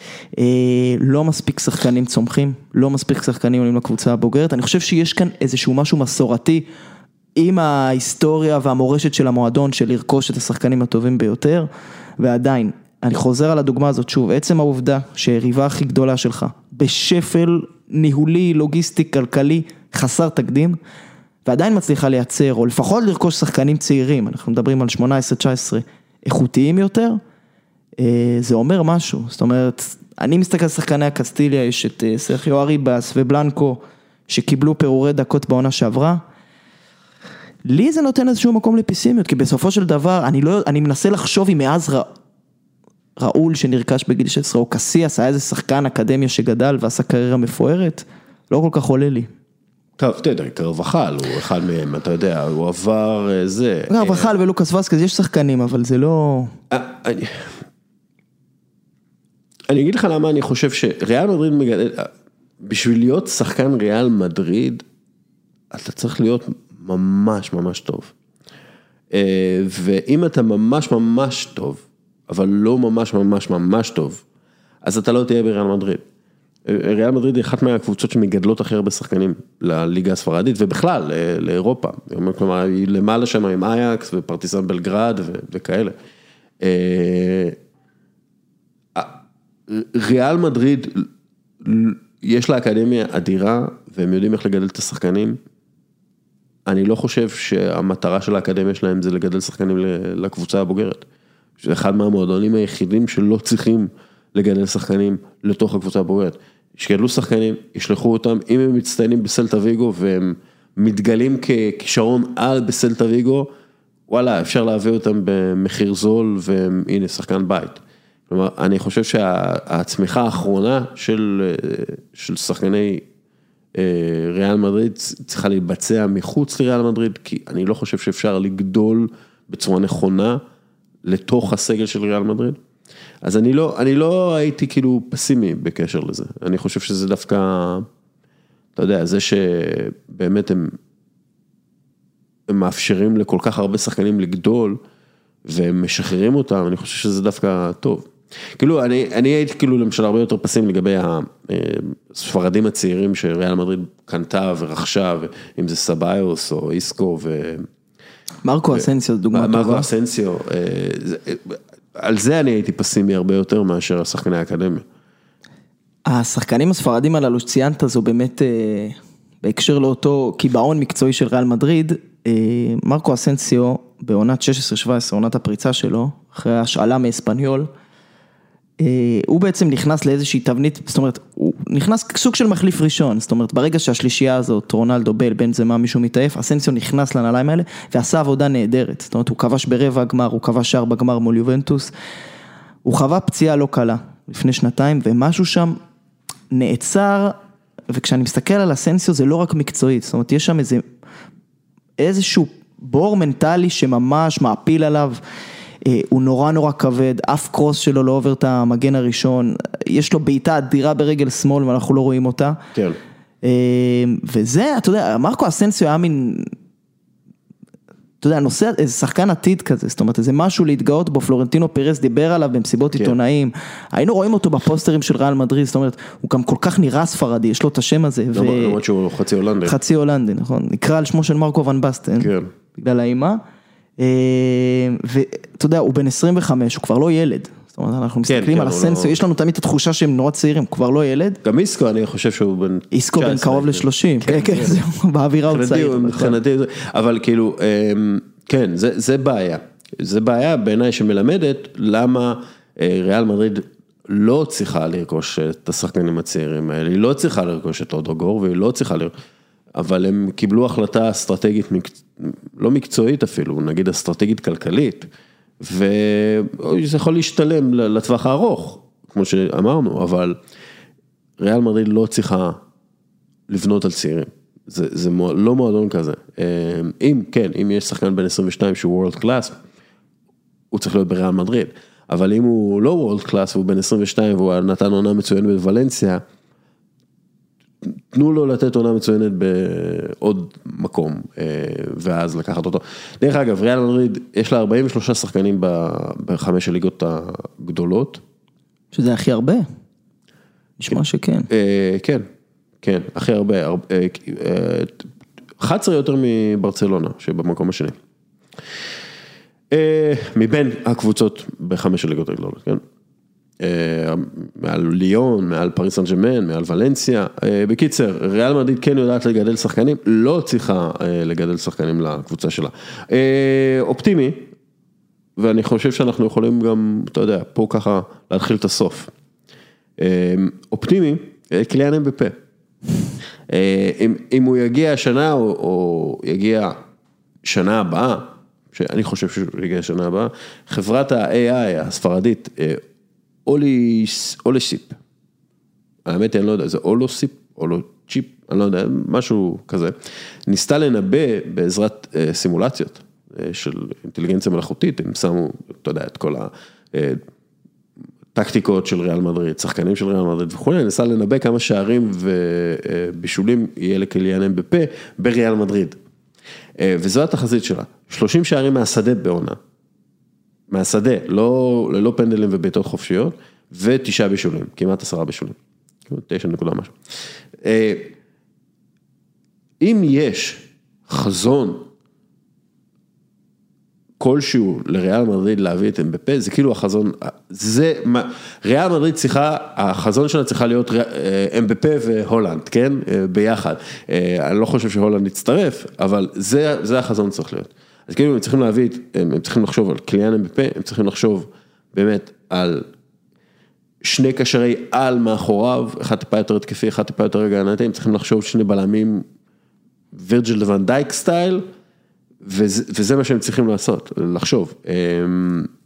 לא מספיק שחקנים צומחים, לא מספיק שחקנים עולים לקבוצה הבוגרת, אני חושב שיש כאן איזשהו משהו מסורתי, עם ההיסטוריה והמורשת של המועדון, של לרכוש את השחקנים הטובים ביותר, ועדיין, אני חוזר על הדוגמה הזאת שוב, עצם העובדה שהריבה הכי גדולה שלך, בשפל ניהולי, לוגיסטי, כלכלי, חסר תקדים, ועדיין מצליחה לייצר, או לפחות לרכוש שחקנים צעירים, אנחנו מדברים על שמונה עשרה תשע עשרה, איכותיים יותר, זה אומר משהו, זאת אומרת, אני מסתכל על שחקני הקסטיליה, יש את סרחיו אריבאס ובלנקו, שקיבלו פירורי דקות בעונה שעברה, לי זה נותן איזשהו מקום לפסימיות, כי בסופו של דבר, אני, לא, אני מנסה לחשוב אם מאז רא, ראול שנרכש בגיל שש עשרה, או קסיאס, היה איזה שחקן אקדמיה שגדל ועשה קריירה מפוארת, לא כל כך עולה לי. טוב, אתה יודע, קרבחל, הוא אחד מהם, אתה יודע, הוא עבר זה. קרבחל ולוקאס וסקז, יש שחקנים, אבל זה לא... אני... אני אגיד לך למה אני חושב שריאל מדריד מגדל, בשביל להיות שחקן ריאל מדריד, אתה צריך להיות ממש ממש טוב. ואם אתה ממש ממש טוב, אבל לא ממש ממש ממש טוב, אז אתה לא תהיה בריאל מדריד. ריאל מדריד היא אחת מהקבוצות שמגדלות הכי הרבה שחקנים לליגה הספרדית, ובכלל לאירופה. כלומר, היא למעלה שם עם אייקס ופרטיזן בלגרד וכאלה. ריאל מדריד, יש לה אקדמיה אדירה, והם יודעים איך לגדל את השחקנים. אני לא חושב שהמטרה של האקדמיה שלהם זה לגדל שחקנים לקבוצה הבוגרת. זה אחד מהמועדונים היחידים שלא צריכים לגדל שחקנים לתוך הקבוצה הבוגרת. שגדלו שחקנים, ישלחו אותם, אם הם מצטיינים בסלטה ויגו, והם מתגלים ככישרון על בסלטה ויגו, וואלה, אפשר להביא אותם במחיר זול, והנה, שחקן בית. כלומר, אני חושב שהצמיחה האחרונה של, של שחקני ריאל מדריד צריכה להתבצע מחוץ לריאל מדריד, כי אני לא חושב שאפשר לגדול בצורה נכונה לתוך הסגל של ריאל מדריד. אז אני לא, אני לא הייתי כאילו פסימי בקשר לזה. אני חושב שזה דווקא, אתה יודע, זה שבאמת הם, הם מאפשרים לכל כך הרבה שחקנים לגדול, והם משחררים אותם, אני חושב שזה דווקא טוב. כאילו, אני, אני הייתי כאילו למשל הרבה יותר פסימי לגבי הספרדים הצעירים שריאל מדריד קנתה ורכשה, אם זה סבאיוס או איסקו ו... מרקו אסנסיו, דוגמה טובה. מרקו אסנסיו, על זה אני הייתי פסימי הרבה יותר מאשר השחקני האקדמיה. השחקנים הספרדים הללו שציינת, זו באמת, בהקשר לאותו קיבעון מקצועי של ריאל מדריד, מרקו אסנסיו, בעונת שש עשרה שבע עשרה, עונת הפריצה שלו, אחרי השאלה מאספניול, הוא בעצם נכנס לאיזושהי תבנית, זאת אומרת, הוא נכנס סוג של מחליף ראשון, זאת אומרת, ברגע שהשלישייה הזאת, רונלדו, בל, בן זמה, מישהו מתעף, אסנסיו נכנס לנעליים האלה, ועשה עבודה נהדרת, זאת אומרת, הוא כבש ברבע הגמר, הוא כבש שער בגמר מול יובנטוס, הוא חווה פציעה לא קלה, לפני שנתיים, ומשהו שם נעצר, וכשאני מסתכל על אסנסיו, זה לא רק מקצועית, זאת אומרת, יש שם איזה, איזשהו בור מנטלי שממש מעפיל עליו, הוא נורא נורא כבד, אף קרוס שלו לא עובר את המגן הראשון, יש לו בעיטה אדירה ברגל שמאל ואנחנו לא רואים אותה. כן. וזה, אתה יודע, מרקו אסנסיו היה מין, אתה יודע, נושא, איזה שחקן עתיד כזה, זאת אומרת, איזה משהו להתגאות בו, פלורנטינו פירס דיבר עליו במסיבות עיתונאים, היינו רואים אותו בפוסטרים של ריאל מדריד, זאת אומרת, הוא גם כל כך נראה ספרדי, יש לו את השם הזה. למרות שהוא חצי הולנדי. חצי הולנדי, נכון, נקרא על שמו של מרקו ון בסטן, בגלל האימה. ואתה יודע, הוא בן עשרים וחמש, הוא כבר לא ילד, זאת אומרת, אנחנו מסתכלים על אסנסיו, יש לנו תמיד את התחושה שהם נורא צעירים, הוא כבר לא ילד. גם איסקו, אני חושב שהוא בן... איסקו בן קרוב ל-שלושים, כן, כן, באווירה הוא צעיר. אבל כאילו, כן, זה בעיה, זה בעיה בעיניי שמלמדת למה ריאל מדריד לא צריכה לרכוש את השחקנים הצעירים האלה, היא לא צריכה לרכוש את אודוגור, והיא לא צריכה לרכוש... אבל הם קיבלו החלטה אסטרטגית, לא מקצועית אפילו, נגיד אסטרטגית כלכלית, וזה יכול להשתלם לטווח הארוך, כמו שאמרנו, אבל ריאל מדריד לא צריכה לבנות על צעירים, זה, זה לא מועדון כזה. אם, כן, אם יש שחקן בן עשרים ושתיים שהוא וורלד קלאס, הוא צריך להיות בריאל מדריד, אבל אם הוא לא וורלד קלאס, והוא בן עשרים ושתיים, והוא נתן עונה מצוינת בוולנסיה, תנו לו לתת עונה מצוינת בעוד מקום, ואז לקחת אותו. דרך אגב, ריאל מדריד, יש לה ארבעים ושלושה שחקנים בחמש הליגות הגדולות. שזה הכי הרבה? נשמע שכן. כן, כן, הכי הרבה. אחת עשרה יותר מברצלונה, שבמקום השני. מבין הקבוצות בחמש הליגות הגדולות, כן? מעל ליון, מעל פריס סן ז'רמן, מעל ולנסיה. בקיצר, ריאל מדריד כן יודעת לגדל שחקנים, לא צריכה לגדל שחקנים לקבוצה שלה. אופטימי, ואני חושב שאנחנו יכולים גם, אתה יודע, פה ככה להתחיל את הסוף. אופטימי, קיליאן אמבפה. אם, אם הוא יגיע השנה או, או יגיע שנה הבאה, שאני חושב שהוא יגיע שנה הבאה, חברת ה-איי איי הספרדית, אולוסיפ, האמת היא, אני לא יודע, זה אולוסיפ, אולוצ'יפ, אני לא יודע, משהו כזה, ניסתה לנבא בעזרת סימולציות של אינטליגנציה מלאכותית, הם שמו, אתה יודע, את כל הטקטיקות של ריאל מדריד, שחקנים של ריאל מדריד וכו', ניסה לנבא כמה שערים ובישולים יהיה לקיליאן אמבפה בריאל מדריד, וזו התחזית שלה, שלושים שערים מהשדה בעונה, מהשדה, לא, ללא פנדלים וביתות חופשיות, ותשעה בישולים, כמעט עשרה בישולים, תשע נקודה משהו. אם יש חזון כלשהו לריאל מדריד להביא את אמבפה, זה כאילו החזון, זה, ריאל מדריד צריכה, החזון שלה צריכה להיות אמבפה והולנד, כן? ביחד. אני לא חושב שהולנד יצטרף, אבל זה, זה החזון צריך להיות. אז כאילו הם צריכים להביא, הם צריכים לחשוב על קיליאן אמבפה, הם צריכים לחשוב באמת על שני קשרי על מאחוריו, אחד טיפה יותר התקפי, אחד טיפה יותר הגנתי, הם צריכים לחשוב שני בלמים, וירג'יל ון דייק סטייל, וזה, וזה מה שהם צריכים לעשות, לחשוב.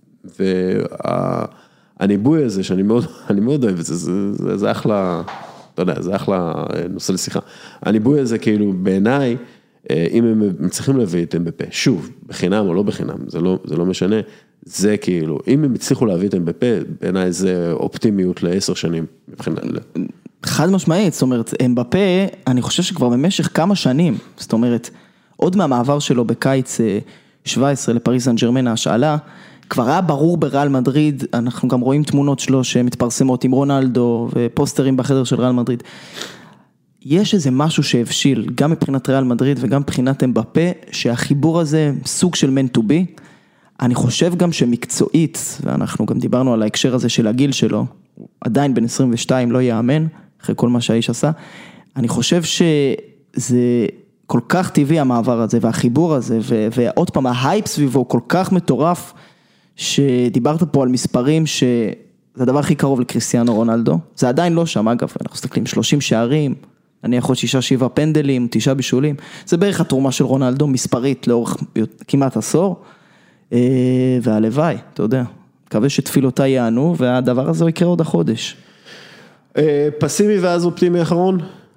והניבוי הזה, שאני מאוד, אני מאוד אוהב את זה, זה, זה, זה אחלה, אתה יודע, זה אחלה נושא לשיחה. הניבוי הזה כאילו בעיניי, אם הם צריכים להביא את אמבפה, שוב, בחינם או לא בחינם, זה לא, זה לא משנה, זה כאילו, אם הם הצליחו להביא את אמבפה, בעיניי זה אופטימיות לעשר שנים, מבחינת... חד משמעית, זאת אומרת, אמבפה, אני חושב שכבר במשך כמה שנים, זאת אומרת, עוד מהמעבר שלו בקיץ שבע עשרה לפריז סן ז'רמן ההשאלה, כבר היה ברור בריאל מדריד, אנחנו גם רואים תמונות שלו שמתפרסמות עם רונלדו ופוסטרים בחדר של ריאל מדריד. יש איזה משהו שהבשיל, גם מבחינת ריאל מדריד וגם מבחינת אמבפה, שהחיבור הזה סוג של man to be. אני חושב גם שמקצועית, ואנחנו גם דיברנו על ההקשר הזה של הגיל שלו, עדיין בן עשרים ושתיים לא יאמן, אחרי כל מה שהאיש עשה. אני חושב שזה כל כך טבעי המעבר הזה והחיבור הזה, ועוד פעם ההייפ סביבו כל כך מטורף, שדיברת פה על מספרים שזה הדבר הכי קרוב לקריסטיאנו רונלדו, זה עדיין לא שם אגב, אנחנו מסתכלים שלושים שערים, אני יכול שישה שבעה פנדלים, תשעה בישולים, זה בערך התרומה של רונלדו מספרית לאורך כמעט עשור, והלוואי, אתה יודע, מקווה שתפילותיי יענו, והדבר הזה יקרה עוד החודש. פסימי ואז אופטימי אחרון?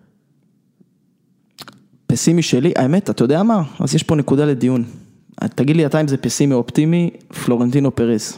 פסימי שלי, האמת, אתה יודע מה? אז יש פה נקודה לדיון. תגיד לי אתה אם זה פסימי או אופטימי, פלורנטינו פרס.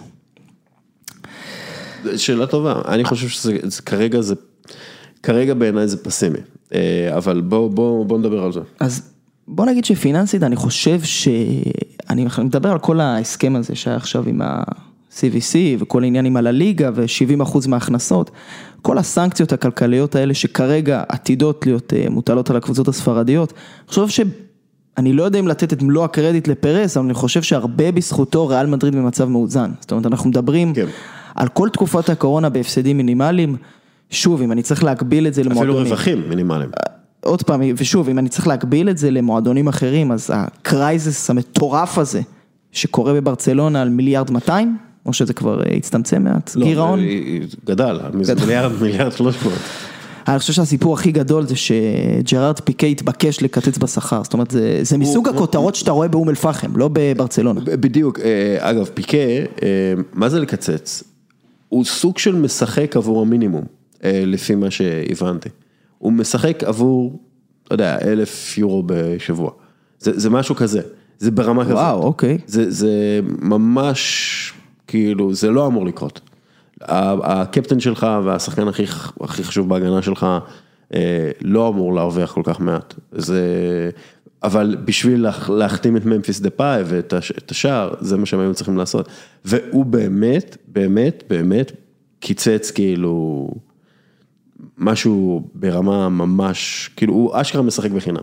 שאלה טובה, אני חושב שכרגע זה, כרגע בעיניי זה פסימי, אבל בוא, בוא, בוא נדבר על זה. אז בוא נגיד שפיננסית, אני חושב ש... אני מדבר על כל ההסכם הזה שהיה עכשיו עם ה-סי וי סי וכל העניין עם הליגה ו-שבעים אחוז מההכנסות, כל הסנקציות הכלכליות האלה שכרגע עתידות להיות מוטלות על הקבוצות הספרדיות, אני חושב ש... אני לא יודע אם לתת את מלוא הקרדיט לפרס, אבל אני חושב שהרבה בזכותו ריאל מדריד במצב מאוזן. זאת אומרת, אנחנו מדברים כן. על כל תקופת הקורונה בהפסדים מינימליים, שוב, אם אני צריך להגביל את זה למועדונים. אפילו רווחים מינימליים. עוד פעם, ושוב, אם אני צריך להגביל את זה למועדונים אחרים, אז הקרייזס המטורף הזה, שקורה בברצלונה על מיליארד מאתיים, או שזה כבר הצטמצם מעט, לא, גירעון? גדל, מיליארד, מיליארד שלוש מאות. אני חושב שהסיפור הכי גדול זה שג'רארד פיקה התבקש לקצץ בשכר, זאת אומרת, זה, זה מסוג הכותרות שאתה רואה באום אל פחם, לא בברצלונה. בדיוק, אגב, פיקה, מה זה לקצץ? הוא סוג של משחק עבור המינימום, לפי מה שהבנתי. הוא משחק עבור, לא יודע, אלף יורו בשבוע. זה, זה משהו כזה, זה ברמה כזאת. וואו, אוקיי. זה, זה ממש, כאילו, זה לא אמור לקרות. הקפטן שלך והשחקן הכי, הכי חשוב בהגנה שלך לא אמור להרוויח כל כך מעט. זה, אבל בשביל להחתים את ממפיס דפאי ואת השאר, זה מה שהם היו צריכים לעשות. והוא באמת, באמת, באמת קיצץ כאילו משהו ברמה ממש, כאילו הוא אשכרה משחק בחינם.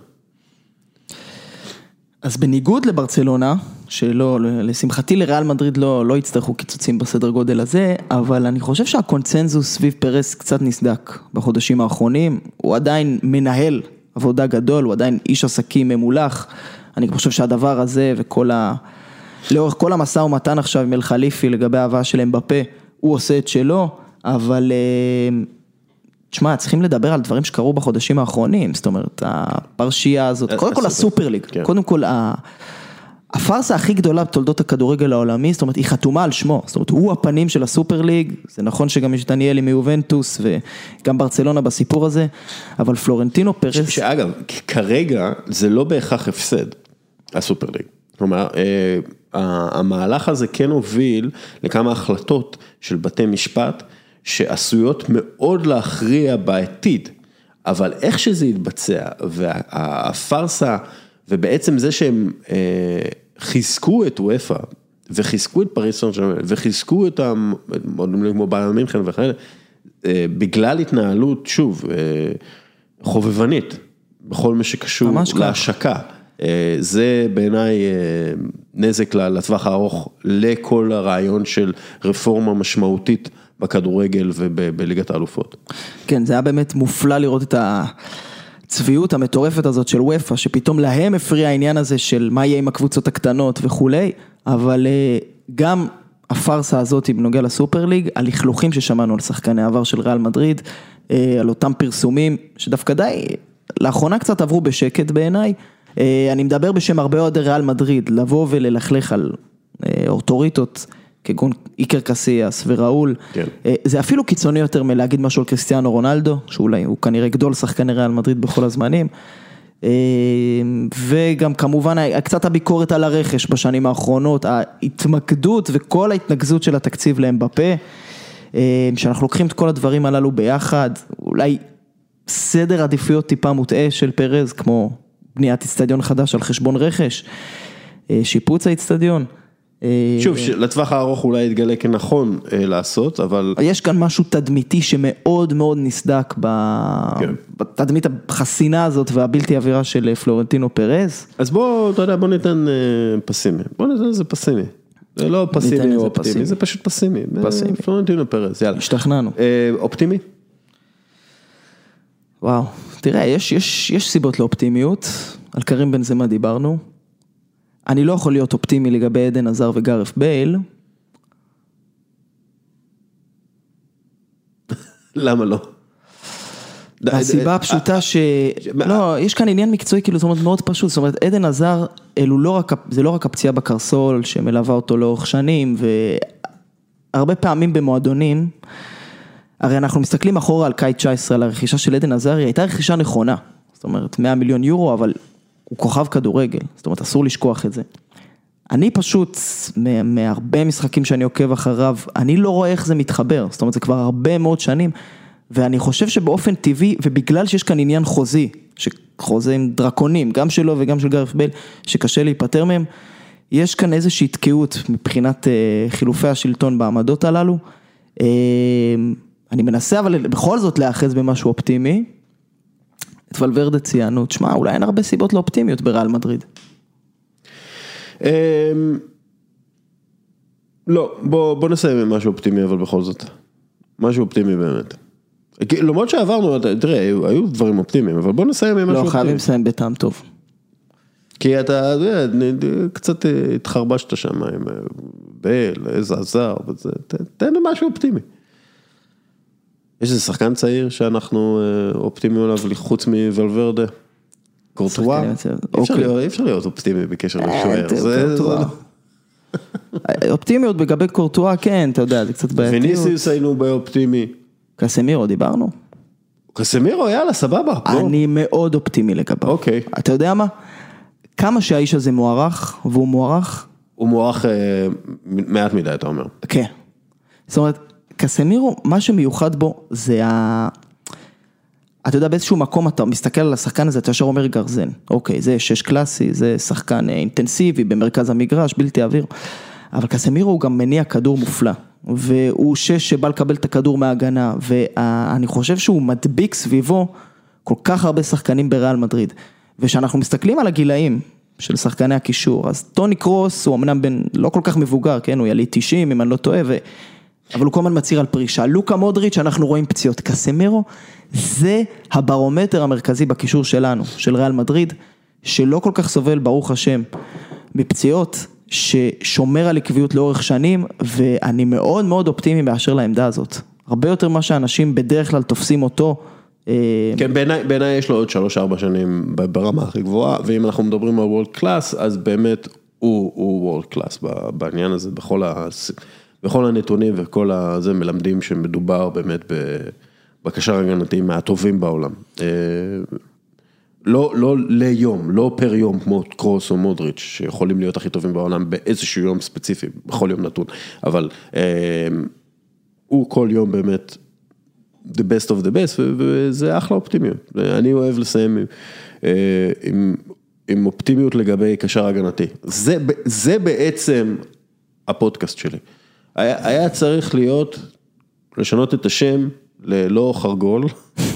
אז בניגוד לברצלונה, שלא, לשמחתי לריאל מדריד לא, לא יצטרכו קיצוצים בסדר גודל הזה, אבל אני חושב שהקונצנזוס סביב פרס קצת נסדק בחודשים האחרונים, הוא עדיין מנהל עבודה גדול, הוא עדיין איש עסקים ממולח, אני חושב שהדבר הזה וכל ה... לאורך כל המשא ומתן עכשיו עם אל חליפי לגבי ההבאה של אמבפה, הוא עושה את שלו, אבל... תשמע, צריכים לדבר על דברים שקרו בחודשים האחרונים, זאת אומרת, הפרשייה הזאת, קודם כל הסופר ליג, קודם כל הפרסה הכי גדולה בתולדות הכדורגל העולמי, זאת אומרת, היא חתומה על שמו, זאת אומרת, הוא הפנים של הסופר ליג, זה נכון שגם יש דניאלי מיובנטוס, וגם ברצלונה בסיפור הזה, אבל פלורנטינו פרס... שאגב, כרגע זה לא בהכרח הפסד, הסופר ליג. כלומר, המהלך הזה כן הוביל לכמה החלטות של בתי משפט, שעשויות מאוד להכריע בעתיד, אבל איך שזה יתבצע, והפרסה, ובעצם זה שהם אה, חיזקו את וופא, וחיזקו את פריז סן ז'רמן, וחיזקו את המועדונים כמו ביירן מינכן וכאלה, אה, בגלל התנהלות, שוב, אה, חובבנית, בכל מה שקשור להשקה. אה, זה בעיניי אה, נזק לטווח הארוך, לכל הרעיון של רפורמה משמעותית, בכדורגל ובליגת האלופות. כן, זה היה באמת מופלא לראות את הצביעות המטורפת הזאת של וופא, שפתאום להם הפריע העניין הזה של מה יהיה עם הקבוצות הקטנות וכולי, אבל גם הפרסה הזאת בנוגע לסופר ליג, הלכלוכים ששמענו על שחקני העבר של ריאל מדריד, על אותם פרסומים, שדווקא די, לאחרונה קצת עברו בשקט בעיניי, אני מדבר בשם הרבה אוהדי ריאל מדריד, לבוא וללכלך על אוטוריטות, כגון איקר קסיאס וראול, כן. זה אפילו קיצוני יותר מלהגיד משהו על קריסטיאנו רונלדו, שאולי הוא כנראה גדול שחקני ריאל מדריד בכל הזמנים, וגם כמובן קצת הביקורת על הרכש בשנים האחרונות, ההתמקדות וכל ההתנגזות של התקציב לאמבפה, שאנחנו לוקחים את כל הדברים הללו ביחד, אולי סדר עדיפויות טיפה מוטעה של פרז, כמו בניית אצטדיון חדש על חשבון רכש, שיפוץ האצטדיון. שוב, לטווח הארוך אולי יתגלה כנכון לעשות, אבל... יש כאן משהו תדמיתי שמאוד מאוד נסדק בתדמית החסינה הזאת והבלתי אווירה של פלורנטינו פרז. אז בוא, אתה יודע, בוא ניתן פסימי. בוא ניתן איזה פסימי. זה לא פסימי או אופטימי, זה פשוט פסימי. פלורנטינו פרז, יאללה. השתכנענו. אופטימי? וואו, תראה, יש, יש, יש סיבות לאופטימיות, על קרים בנזמה דיברנו, אני לא יכול להיות אופטימי לגבי עדן עזר וגארף בייל. למה לא? הסיבה הפשוטה ש... לא, יש כאן עניין מקצועי, כאילו, זאת אומרת, מאוד פשוט, זאת אומרת, עדן עזר, אלו לא רק, זה לא רק הפציעה בקרסול, שמלווה אותו לאורך שנים, והרבה פעמים במועדונים, הרי אנחנו מסתכלים אחורה על קיץ תשע עשרה, על הרכישה של עדן עזר, היא הייתה רכישה נכונה, זאת אומרת, מאה מיליון יורו, אבל הוא כוכב כדורגל, זאת אומרת, אסור לשכוח את זה. אני פשוט, מהרבה משחקים שאני עוקב אחריו, אני לא רואה איך זה מתחבר, זאת אומרת, זה כבר הרבה מאוד שנים, ואני חושב שבאופן טבעי, ובגלל שיש כאן עניין חוזי, שחוזה עם דרקונים, גם שלו וגם של גארף בייל, שקשה להיפטר מהם, יש כאן איזושהי תקיעות מבחינת חילופי השלטון בעמדות הללו, אני מנסה אבל בכל זאת להאחז במשהו אופטימי, את ולוורדה ציינו, תשמע, אולי אין הרבה סיבות לאופטימיות בריאל מדריד. לא, בוא נסיים עם משהו אופטימי, אבל בכל זאת. משהו אופטימי באמת. למרות שעברנו, תראה, היו דברים אופטימיים, אבל בוא נסיים עם משהו אופטימי. לא, חייבים לסיים בטעם טוב. כי אתה, קצת התחרבשת שם עם בייל, איזה עזר, תן משהו אופטימי. יש איזה שחקן צעיר שאנחנו אופטימיים עליו חוץ מוולוורדה? קורטואה? אי אפשר להיות אופטימי בקשר לשוער. אופטימיות בגבי קורטואה, כן, אתה יודע, זה קצת בעייתיות. וניסיוס היינו באופטימי. קסמירו, דיברנו? קסמירו, יאללה, סבבה. אני מאוד אופטימי לגביו. אוקיי. אתה יודע מה? כמה שהאיש הזה מוערך, והוא מוערך? הוא מוערך מעט מדי, אתה אומר. כן. זאת אומרת, קסמירו, מה שמיוחד בו זה ה... אתה יודע, באיזשהו מקום אתה מסתכל על השחקן הזה, אתה ישר אומר גרזן. אוקיי, זה שש קלאסי, זה שחקן אינטנסיבי במרכז המגרש, בלתי אוויר. אבל קסמירו הוא גם מניע כדור מופלא. והוא שש שבא לקבל את הכדור מההגנה. ואני חושב שהוא מדביק סביבו כל כך הרבה שחקנים בריאל מדריד. ושאנחנו מסתכלים על הגילאים של שחקני הקישור, אז טוני קרוס הוא אמנם בן לא כל כך מבוגר, כן? הוא יליד תשעים, אם אני לא טועה, ו... אבל הוא כל הזמן מצהיר על פרישה. לוקה מודריץ' אנחנו רואים פציעות. קסמירו זה הברומטר המרכזי בקישור שלנו, של ריאל מדריד, שלא כל כך סובל, ברוך השם, מפציעות, ששומר על עקביות לאורך שנים, ואני מאוד מאוד אופטימי באשר לעמדה הזאת. הרבה יותר מה שאנשים בדרך כלל תופסים אותו. כן, בעיניי, בעיניי יש לו עוד שלוש ארבע שנים ברמה הכי גבוהה, ואם אנחנו מדברים על וורלד קלאס, אז באמת הוא, הוא וורלד קלאס בעניין הזה, בכל ה... בכל הנתונים וכל הזה מלמדים שמדובר באמת בקשר הגנתי מהטובים בעולם. לא, לא ליום, לא פר יום כמו קרוס או מודריץ' שיכולים להיות הכי טובים בעולם באיזשהו יום ספציפי, בכל יום נתון, אבל הוא כל יום באמת the best of the best, וזה אחלה אופטימיות. אני אוהב לסיים עם, עם אופטימיות לגבי קשר הגנתי. זה, זה בעצם הפודקאסט שלי. היה, היה צריך להיות, לשנות את השם ללא חרגול,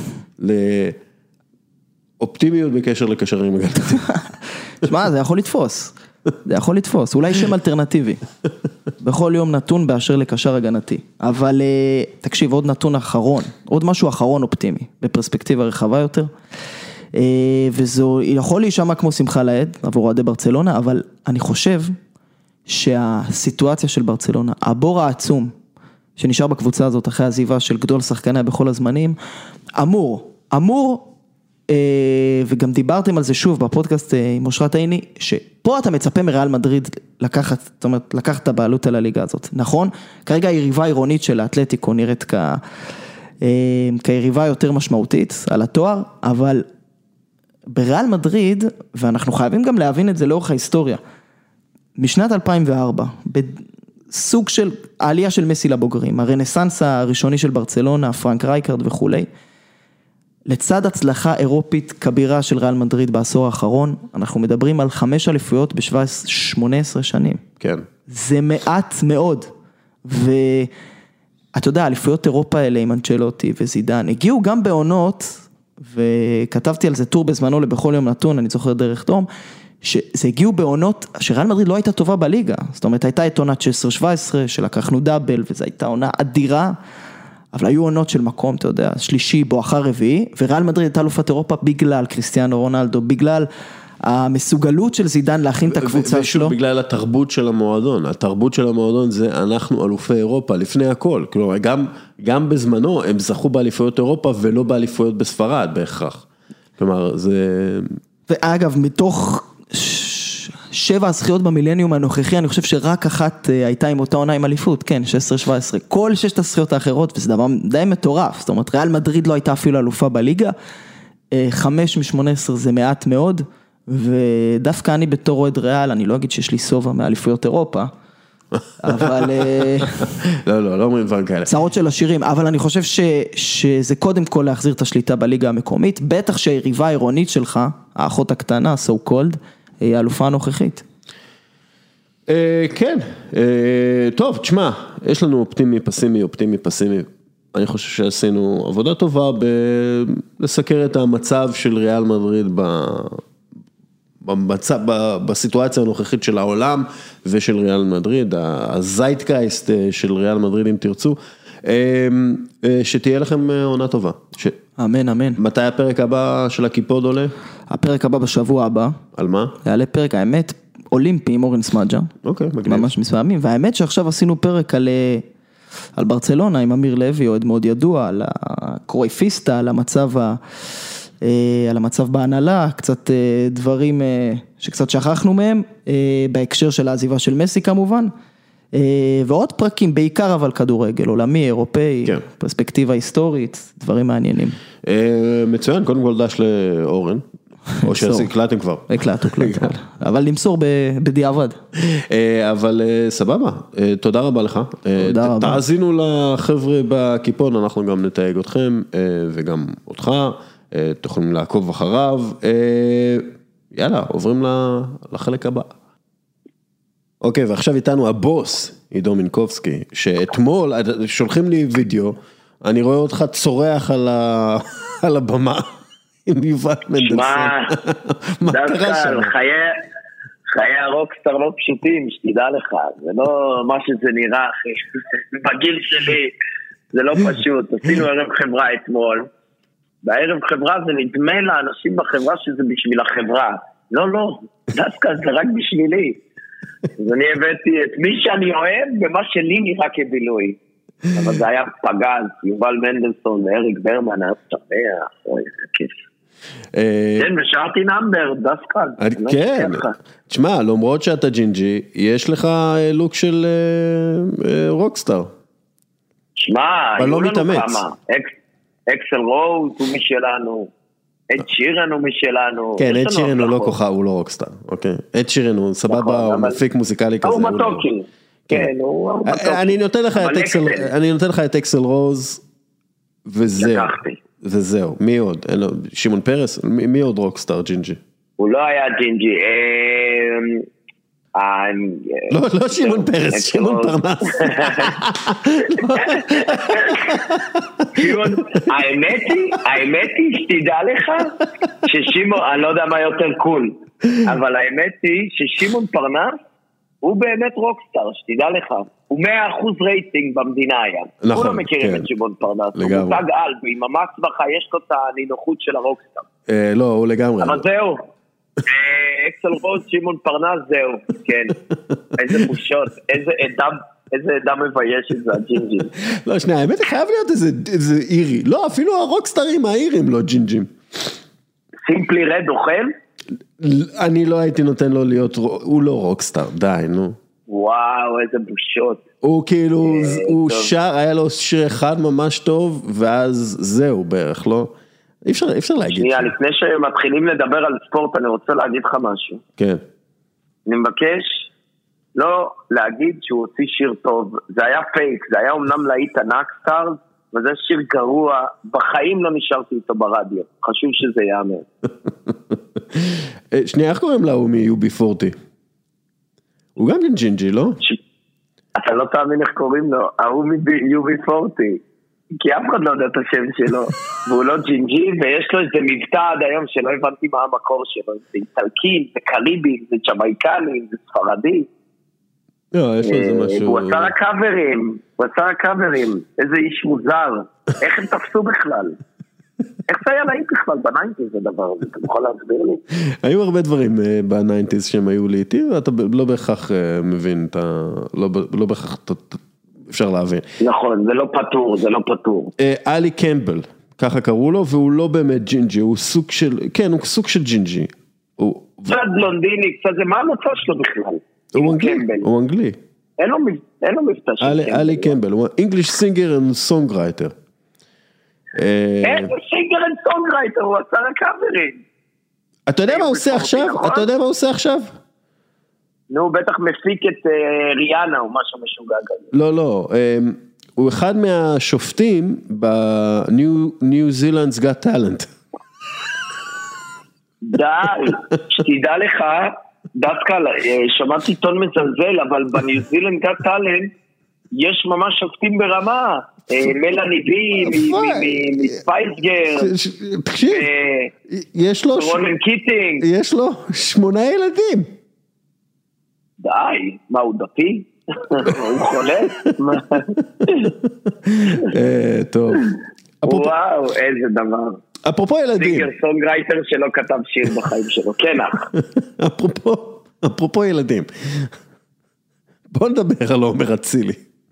לאופטימיות בקשר לקשרים הגנתיים. שמע, זה יכול לתפוס, זה יכול לתפוס, אולי שם אלטרנטיבי, בכל יום נתון באשר לקשר הגנתי, אבל תקשיב, עוד נתון אחרון, עוד משהו אחרון אופטימי, בפרספקטיבה רחבה יותר, וזו יכול להישמע כמו שמחה לעד, עבור אוהדי ברצלונה, אבל אני חושב, שהסיטואציה של ברצלונה, הבור העצום שנשאר בקבוצה הזאת אחרי העזיבה של גדול שחקניה בכל הזמנים, אמור, אמור וגם דיברתם על זה שוב בפודקאסט עם אושרת עיני, שפה אתה מצפה מריאל מדריד לקחת, זאת אומרת, לקחת את הבעלות על הליגה הזאת, נכון? כרגע היריבה העירונית של האתלטיקו נראית כ... כיריבה יותר משמעותית על התואר, אבל בריאל מדריד, ואנחנו חייבים גם להבין את זה לאורך ההיסטוריה, משנת אלפיים וארבע, בסוג של העלייה של מסי לבוגרים, הרנסנס הראשוני של ברצלונה, פרנק רייקרד וכו', לצד הצלחה אירופית כבירה של ריאל מדריד בעשור האחרון, אנחנו מדברים על חמש אליפויות ב-שמונה עשרה שנים. כן. זה מעט מאוד, ואתה יודע, אליפויות אירופה האלה עם אנצ'לוטי וזידן, הגיעו גם בעונות, וכתבתי על זה טור בזמנו לבכל יום נתון, אני זוכר דרך תום, שזה הגיעו בעונות שריאל מדריד לא הייתה טובה בליגה, זאת אומרת, הייתה את עונת שש עשרה שבע עשרה, שלקחנו דאבל, וזו הייתה עונה אדירה, אבל היו עונות של מקום, אתה יודע, שלישי, בואכה רביעי, וריאל מדריד הייתה אלופת אירופה בגלל קריסטיאנו רונלדו, בגלל המסוגלות של זידן להכין את הקבוצה שלו. ושוב, בגלל התרבות של המועדון. התרבות של המועדון זה אנחנו אלופי אירופה, לפני הכל. כלומר, גם, גם בזמנו הם זכו באליפויות אירופה, ולא באליפויות בספרד, בהכרח. כלומר, זה... ואגב, מתוך שבע הזכיות במילניום הנוכחי, אני חושב שרק אחת הייתה עם אותה עונה עם אליפות, כן, שש עשרה שבע עשרה, כל ששת הזכיות האחרות, וזה דבר די מטורף, זאת אומרת, ריאל מדריד לא הייתה אפילו אלופה בליגה, חמש משמונה עשרה זה מעט מאוד, ודווקא אני בתור אוהד ריאל, אני לא אגיד שיש לי סובה מאליפויות אירופה, אבל... לא, לא, לא אומרים דברים כאלה. צרות של השירים, אבל אני חושב ש, שזה קודם כל להחזיר את השליטה בליגה המקומית, בטח שהיריבה העירונית שלך, האחות הקטנה, so called, היא האלופה הנוכחית. כן, טוב, תשמע, יש לנו אופטימי פסימי, אופטימי פסימי, אני חושב שעשינו עבודה טובה בלסקר את המצב של ריאל מדריד במצב, בסיטואציה הנוכחית של העולם ושל ריאל מדריד, הזייטגייסט של ריאל מדריד אם תרצו, שתהיה לכם עונה טובה. אמן, אמן. מתי הפרק הבא של הקיפוד עולה? הפרק הבא בשבוע הבא. על מה? יעלה פרק, האמת, אולימפי עם אורן סמאג'ה. אוקיי, מגניב. ממש מסוימים, והאמת שעכשיו עשינו פרק על, על ברצלונה עם אמיר לוי, אוהד מאוד ידוע, על הקרויפיסטה, על המצב, ה, על המצב בהנהלה, קצת דברים שקצת שכחנו מהם, בהקשר של העזיבה של מסי כמובן, ועוד פרקים, בעיקר אבל כדורגל, עולמי, אירופאי, כן. פרספקטיבה היסטורית, דברים מעניינים. מצוין, קודם כל דש לאורן, או שהקלטתם כבר. הקלטו, הקלטו, אבל למסור בדיעבד. אבל סבבה, תודה רבה לך. תודה רבה. תאזינו לחבר'ה בקיפון, אנחנו גם נתייג אתכם, וגם אותך, תוכלו לעקוב אחריו. יאללה, עוברים לחלק הבא. אוקיי, ועכשיו איתנו הבוס, עידו מינקובסקי, שאתמול, שולחים לי וידאו, אני רואה אותך צורח על, ה... על הבמה, עם יובל מנדלסון. מה קרה שם? חיי, חיי הרוקסטאר לא פשוטים, שתדע לך, זה לא מה שזה נראה, אחי. בגיל שלי, זה לא פשוט. עשינו ערב חברה אתמול, בערב חברה זה נדמה לאנשים בחברה שזה בשביל החברה. לא, לא, דווקא זה רק בשבילי. אז אני הבאתי את מי שאני אוהב במה שלי נראה כבילוי. אבל זה היה פגז, יובל מנדלסון ואריק ברמן, היה שמח, אוי, זה כיף. כן, ושארתי נאמבר, דווקא. כן, תשמע, למרות שאתה ג'ינג'י, יש לך לוק של רוקסטאר. תשמע, היו לנו כמה. אקסל רוז הוא משלנו. אד שירן הוא משלנו. כן, אד שירן הוא לא כוכב, הוא לא רוקסטאר. אוקיי. אד שירן הוא סבבה, הוא מפיק מוזיקלי כזה. הוא מתוקי. כן, הוא מתוקי. אני נותן לך את אקסל רוז, וזהו. לקחתי. וזהו. מי עוד? שמעון פרס? מי עוד רוקסטאר ג'ינג'י? הוא לא היה ג'ינג'י. לא שמעון פרס, שמעון פרנס. האמת היא, האמת היא שתדע לך, ששימון, אני לא יודע מה יותר קול, אבל האמת היא ששימון פרנס, הוא באמת רוקסטאר, שתדע לך, הוא מאה אחוז רייטינג במדינה היה. הוא לא מכירים את שימון פרנס, הוא מותג על, ועם המסבכה יש לו את הנינוחות של הרוקסטאר. לא, הוא לגמרי. אבל זהו. אקסל רוז, שימון פרנס, זהו, כן. איזה בושות, איזה אדם, איזה אדם מבייש את זה, הג'ינג'ים. לא, שנייה, האמת, חייב להיות איזה אירי. לא, אפילו הרוקסטרים האירים לא ג'ינג'ים. סימפלי רד אוכל? אני לא הייתי נותן לו להיות, הוא לא רוקסטאר, די, נו. וואו, איזה בושות. הוא כאילו, הוא שר, היה לו שיר אחד ממש טוב, ואז זהו בערך, לא? אי אפשר, אי אפשר להגיד. שנייה, לפני שמתחילים לדבר על ספורט, אני רוצה להגיד לך משהו. כן. אני מבקש לא להגיד שהוא הוציא שיר טוב, זה היה פייק, זה היה אומנם להיט ענק סטארס, וזה שיר גרוע, בחיים לא נשארתי איתו ברדיו, חשוב שזה יאמר. שנייה, איך קוראים לה הוא מ-יו בי ארבעים? הוא גם ג'ינג'י, לא? אתה לא תאמין איך קוראים לו, ההוא מ-יו בי ארבעים, כי אף אחד לא יודע את השם שלו, והוא לא ג'ינג'י, ויש לו איזה מבטא עד היום שלא הבנתי מה המקור שלו, זה איטלקים, זה קריבים, זה צ'מייקנים, זה ספרדי. לא, יש לו איזה משהו... הוא עשה הקאברים, הוא עשה הקאברים, איזה איש מוזר, איך הם תפסו בכלל? איך זה היה להיט בכלל בניינטיז הדבר הזה, אתה יכול להסביר לי? היו הרבה דברים בניינטיז שהם היו להיטי, ואתה לא בהכרח מבין, לא בהכרח אפשר להבין. נכון, זה לא פטור, זה לא פטור. אלי קמבל, ככה קראו לו, והוא לא באמת ג'ינג'י, הוא סוג של, כן, הוא סוג של ג'ינג'י. קצת בלונדיני, קצת זה, מה המוצא שלו בכלל? הוא אנגלי, הוא אנגלי. אין לו מבטא של קמבל. אלי קמבל, הוא English singer and songwriter. איזה סינגר אנד סונגרייטר, הוא עשה הקאברים. אתה יודע מה הוא עושה עכשיו? אתה יודע מה הוא עושה עכשיו? נו, בטח מפיק את ריאנה או משהו משוגע כזה. לא, לא, הוא אחד מהשופטים ב-New Zealand's Got Talent. די, שתדע לך, דווקא שמעתי טון מזלזל, אבל בניו זילנד Got Talent יש ממש שופטים ברמה. מלאני בי, מספייסגר, תקשיב, יש לו רונן קיטינג, יש לו שמונה ילדים. די, מה הוא דתי? הוא חולה? טוב. וואו, איזה דבר. אפרופו ילדים. סינגר סונגרייטר שלא כתב שיר בחיים שלו, כן אח. אפרופו ילדים. בוא נדבר על עומר אצילי.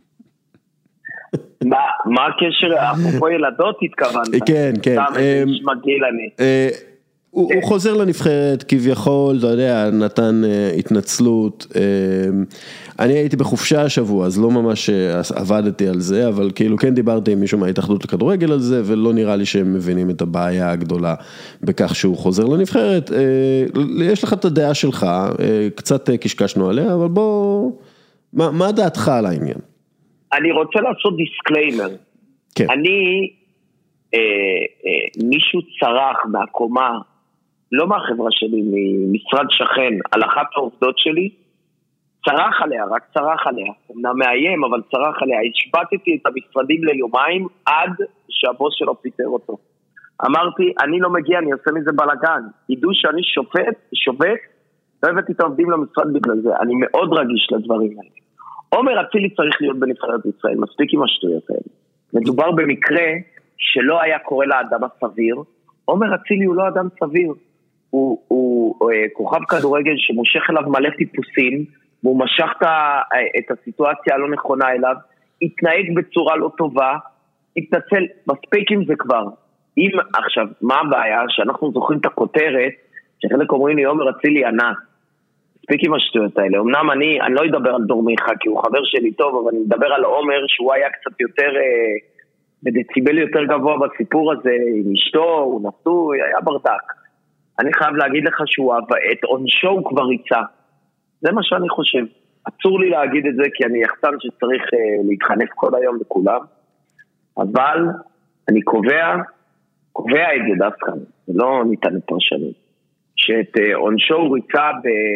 מה, מה הקשר, אפרופו ילדות התכוונת? כן, כן. סתם איזה מגעיל אני. הוא חוזר לנבחרת, כביכול, אתה יודע, נתן התנצלות. אני הייתי בחופשה השבוע, אז לא ממש עבדתי על זה, אבל כאילו כן דיברתי עם מישהו מההתאחדות לכדורגל על זה, ולא נראה לי שהם מבינים את הבעיה הגדולה בכך שהוא חוזר לנבחרת. יש לך את הדעה שלך, קצת קשקשנו עליה, אבל בוא, מה, מה דעתך על העניין? אני רוצה לעשות דיסקליימר. כן. אני, אה, אה, מישהו צרח מהקומה, לא מהחברה שלי, ממשרד שכן, על אחת העובדות שלי, צרח עליה, רק צרח עליה, אמנם מאיים, אבל צרח עליה, השבטתי את המשרדים ליומיים, עד שהבוס שלו פיטר אותו. אמרתי, אני לא מגיע, אני עושה מזה בלגן, ידעו שאני שופט, שובת, לא הבאתי את העובדים למשרד בגלל זה, אני מאוד רגיש לדברים האלה. עומר אצילי צריך להיות בנבחרת ישראל, מספיק עם השטויות האלה. מדובר במקרה שלא היה קורא לאדם הסביר, עומר אצילי הוא לא אדם סביר, הוא, הוא, הוא כוכב כדורגל שמושך אליו מלא טיפוסים, והוא משך את הסיטואציה הלא נכונה אליו, התנהג בצורה לא טובה, התנצל, מספיק עם זה כבר. אם עכשיו, מה הבעיה? שאנחנו זוכרים את הכותרת, שחלק אומרים לי עומר אצילי ענה, מספיק עם השטויות האלה. אמנם אני, אני לא אדבר על דור מיכה, כי הוא חבר שלי טוב, אבל אני מדבר על עומר, שהוא היה קצת יותר, אה, בדציבל יותר גבוה בסיפור הזה, עם אשתו, הוא נשוי, היה ברדק. אני חייב להגיד לך שהוא, את עונשו הוא כבר ריצה. זה מה שאני חושב. אסור לי להגיד את זה, כי אני יחצן שצריך אה, להתחנף כל היום לכולם. אבל אני קובע, קובע את זה דווקא, זה לא ניתן לפרשנות. שאת עונשו הוא ריצה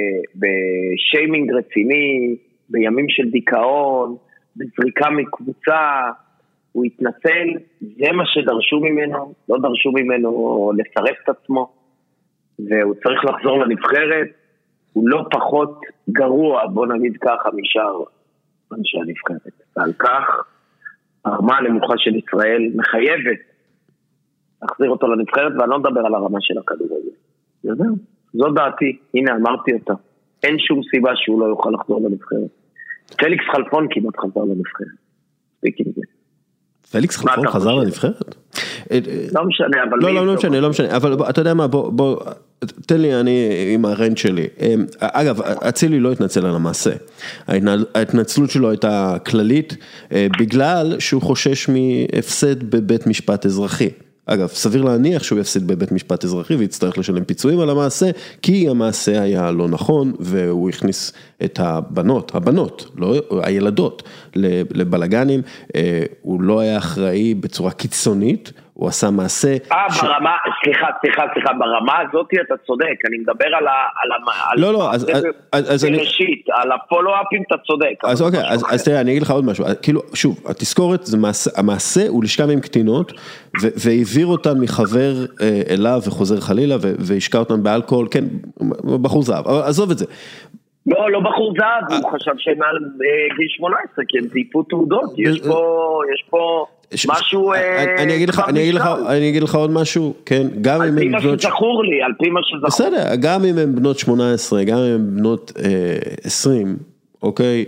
בשיימינג רציני, בימים של דיכאון, בזריקה מקבוצה, הוא התנצל, זה מה שדרשו ממנו, לא דרשו ממנו לסרף את עצמו, והוא צריך לחזור לנבחרת, הוא לא פחות גרוע, בוא נגיד ככה, משאר אנשי הנבחרת. ועל כך, הרמה הנמוכה של ישראל מחייבת להחזיר אותו לנבחרת, ואני לא מדבר על הרמה של הכדורגל. יודע, זו דעתי, הנה אמרתי אותה, אין שום סיבה שהוא לא יוכל לחזור לנבחרת. פליקס חלפון כמעט חזר לנבחרת, ספיק עם זה. פליקס חלפון חזר לנבחרת? לא משנה, אבל... לא, לא, לא משנה, לא משנה, אבל אתה יודע מה, בוא, בוא, תן לי, אני עם הרנט שלי. אגב, אצילי לא התנצל על המעשה. ההתנצלות שלו הייתה כללית, בגלל שהוא חושש מהפסד בבית משפט אזרחי. אגב, סביר להניח שהוא יפסיד בבית משפט אזרחי ויצטרך לשלם פיצויים על המעשה, כי המעשה היה לא נכון, והוא הכניס את הבנות, הבנות, לא הילדות, לבלגנים, הוא לא היה אחראי בצורה קיצונית, הוא עשה מעשה... אה, ברמה, סליחה, סליחה, סליחה, ברמה הזאת אתה צודק, אני מדבר על ה... לא, לא, אז... אז אני... בראשית, על הפולו-אפים אתה צודק. אז אוקיי, אז תראה, אני אגיד לך עוד משהו, כאילו, שוב, התזכורת, המעשה הוא לשכב עם קטינות, והעביר אותן מחבר אליו וחוזר חלילה, והשקע אותן באלכוהול, כן, בחור זהב, אבל עזוב את זה. לא, לא בחור זהב, הוא חשב שהם על גיל שמונה עשרה, כי הם זייפו תעודות, יש פה, יש פה... משהו... אני אגיד לך, אני אגיד לך, אני אגיד לך עוד משהו, כן, גם אם הם בנות... על פי מה שזכור לי, על פי מה שזכור. בסדר, גם אם הם בנות שמונה עשרה, גם אם הם בנות עשרים, אוקיי,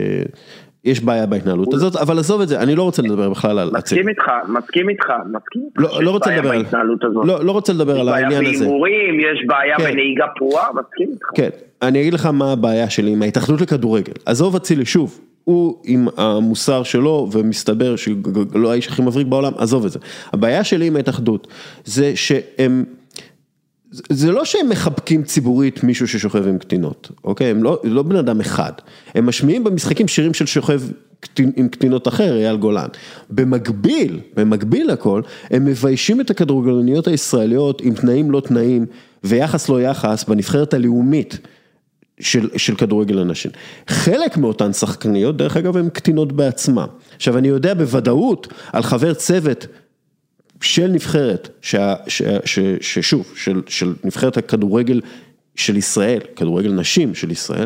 יש בעיה בהתנהלות הזאת, אבל עזוב את זה, אני לא רוצה לדבר בכלל על... מסכים איתך, מסכים איתך, מסכים איתך. לא רוצה לדבר על... לא רוצה לדבר על העניין הזה. יש בעיה בהימורים, יש בעיה בנהיגה פרועה, מסכים איתך. כן, אני אגיד לך מה הבעיה שלי עם ההתאחדות לכדורגל. עזוב אצילי שוב. הוא עם המוסר שלו, ומסתבר שלא האיש הכי מבריק בעולם, עזוב את זה. הבעיה שלי עם ההתאחדות, זה שהם, זה לא שהם מחבקים ציבורית מישהו ששוכב עם קטינות, אוקיי? הם לא, לא בן אדם אחד. הם משמיעים במשחקים שירים של שוכב עם קטינות אחר, אייל גולן. במקביל, במקביל לכל, הם מביישים את הכדורגלניות הישראליות עם תנאים לא תנאים, ויחס לא יחס, בנבחרת הלאומית, של, של כדורגל אנשים. חלק מאותן שחקניות, דרך אגב, הן קטינות בעצמה. עכשיו, אני יודע בוודאות על חבר צוות של נבחרת, ש, ש, ש, ששוב, של, של נבחרת הכדורגל של ישראל, כדורגל נשים של ישראל,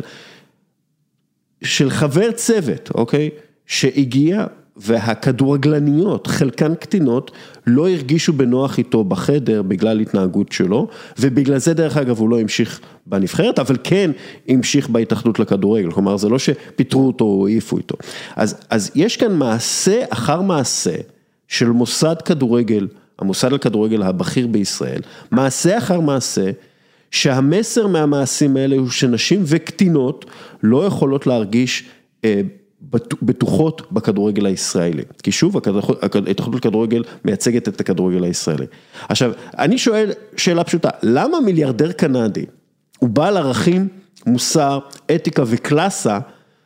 של חבר צוות, אוקיי, שהגיע והכדורגלניות, חלקן קטינות, לא הרגישו בנוח איתו בחדר בגלל התנהגות שלו, ובגלל זה דרך אגב הוא לא המשיך בנבחרת, אבל כן המשיך בהתאחדות לכדורגל, כלומר זה לא שפיטרו אותו או העיפו איתו. אז, אז יש כאן מעשה אחר מעשה של מוסד כדורגל, המוסד לכדורגל הבכיר בישראל, מעשה אחר מעשה, שהמסר מהמעשים האלה הוא שנשים וקטינות לא יכולות להרגיש אה, בטוחות בכדורגל הישראלי, כי שוב, ההתאחדות לכדורגל מייצגת את הכדורגל הישראלי. עכשיו, אני שואל שאלה פשוטה, למה מיליארדר קנדי הוא בעל ערכים, מוסר, אתיקה וקלאסה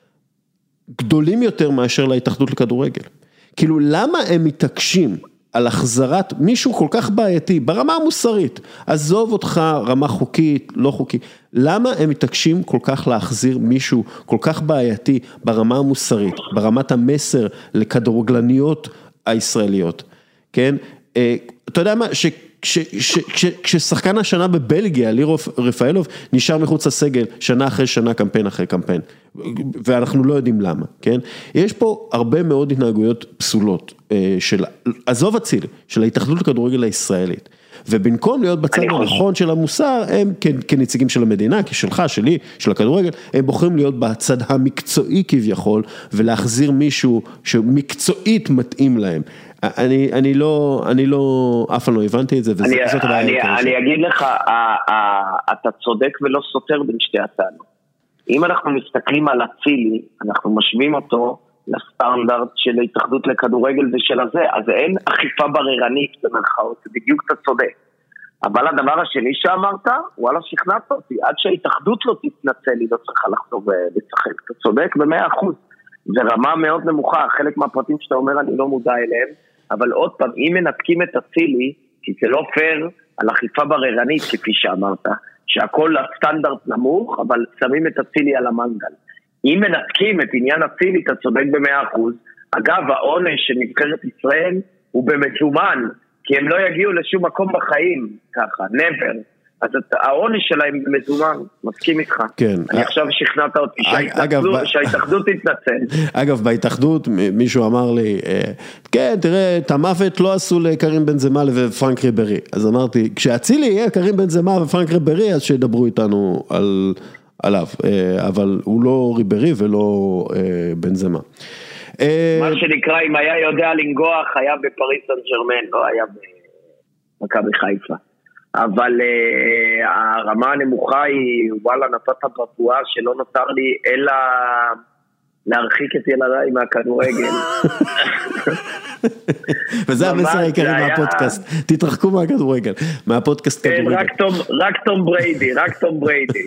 גדולים יותר מאשר להתאחדות לכדורגל? כאילו, למה הם מתעקשים על החזרת מישהו כל כך בעייתי, ברמה המוסרית, עזוב אותך רמה חוקית, לא חוקית, למה הם מתעקשים כל כך להחזיר מישהו כל כך בעייתי ברמה המוסרית, ברמת המסר לכדורגלניות הישראליות, כן? אתה יודע מה, כששחקן השנה בבלגיה, לירו רפאלוב, נשאר מחוץ לסגל, שנה אחרי שנה, קמפיין אחרי קמפיין, ואנחנו לא יודעים למה, כן? יש פה הרבה מאוד התנהגויות פסולות, של, עזוב אצילי, של ההתאחדות לכדורגל הישראלית, ובמקום להיות בצד הנכון של המוסר, הם כנציגים של המדינה, כשלך, שלי, של הכדורגל, הם בוחרים להיות בצד המקצועי כביכול, ולהחזיר מישהו שמקצועית מתאים להם. אני, אני לא, אני לא, אף פעם לא הבנתי את זה, וזאת הבעיה. אני, אני אגיד לך, אתה צודק ולא סותר בין שתי הטענות. אם אנחנו מסתכלים על אצילי, אנחנו משווים אותו לסטנדרט של ההתאחדות לכדורגל ושל הזה, אז אין אכיפה בררנית במרכאות, זה בדיוק אתה צודק. אבל הדבר השני שאמרת, וואלה שכנעת אותי, עד שההתאחדות לא תתנצל, היא לא צריכה לחזור ולשחק. אתה צודק במאה אחוז. זה רמה מאוד נמוכה, חלק מהפרטים שאתה אומר אני לא מודע אליהם, אבל עוד פעם, אם מנתקים את אצילי, כי זה לא פייר על אכיפה בררנית, כפי שאמרת, שהכל הסטנדרט נמוך, אבל שמים את אצילי על המנגל. אם מנתקים את עניין אצילי, אתה צודק במאה אחוז. אגב, העונש של נבחרת ישראל הוא במזומן, כי הם לא יגיעו לשום מקום בחיים, ככה, never. אז העונש שלהם מזומן, מסכים איתך. כן. אני עכשיו שכנעת אותי, שההתאחדות תתנצל. אגב, בהתאחדות מישהו אמר לי, כן, תראה, את המוות לא עשו לקרים בנזמה ופרנק ריברי. אז אמרתי, כשאצילי יהיה קרים בנזמה ופרנק ריברי, אז שידברו איתנו על... עליו, אבל הוא לא ריברי ולא בנזמה. מה שנקרא, אם היה יודע לנגוח, היה בפריס סן ז'רמן, לא היה מכבי חיפה. אבל uh, הרמה הנמוכה היא, וואלה, נתת בבואה שלא נותר לי, אלא להרחיק את ילדיי מהכדורגל. וזה המסר העיקרי מהפודקאסט, תתרחקו מהכדורגל, מהפודקאסט כדורגל. רק תום בריידי, רק תום בריידי.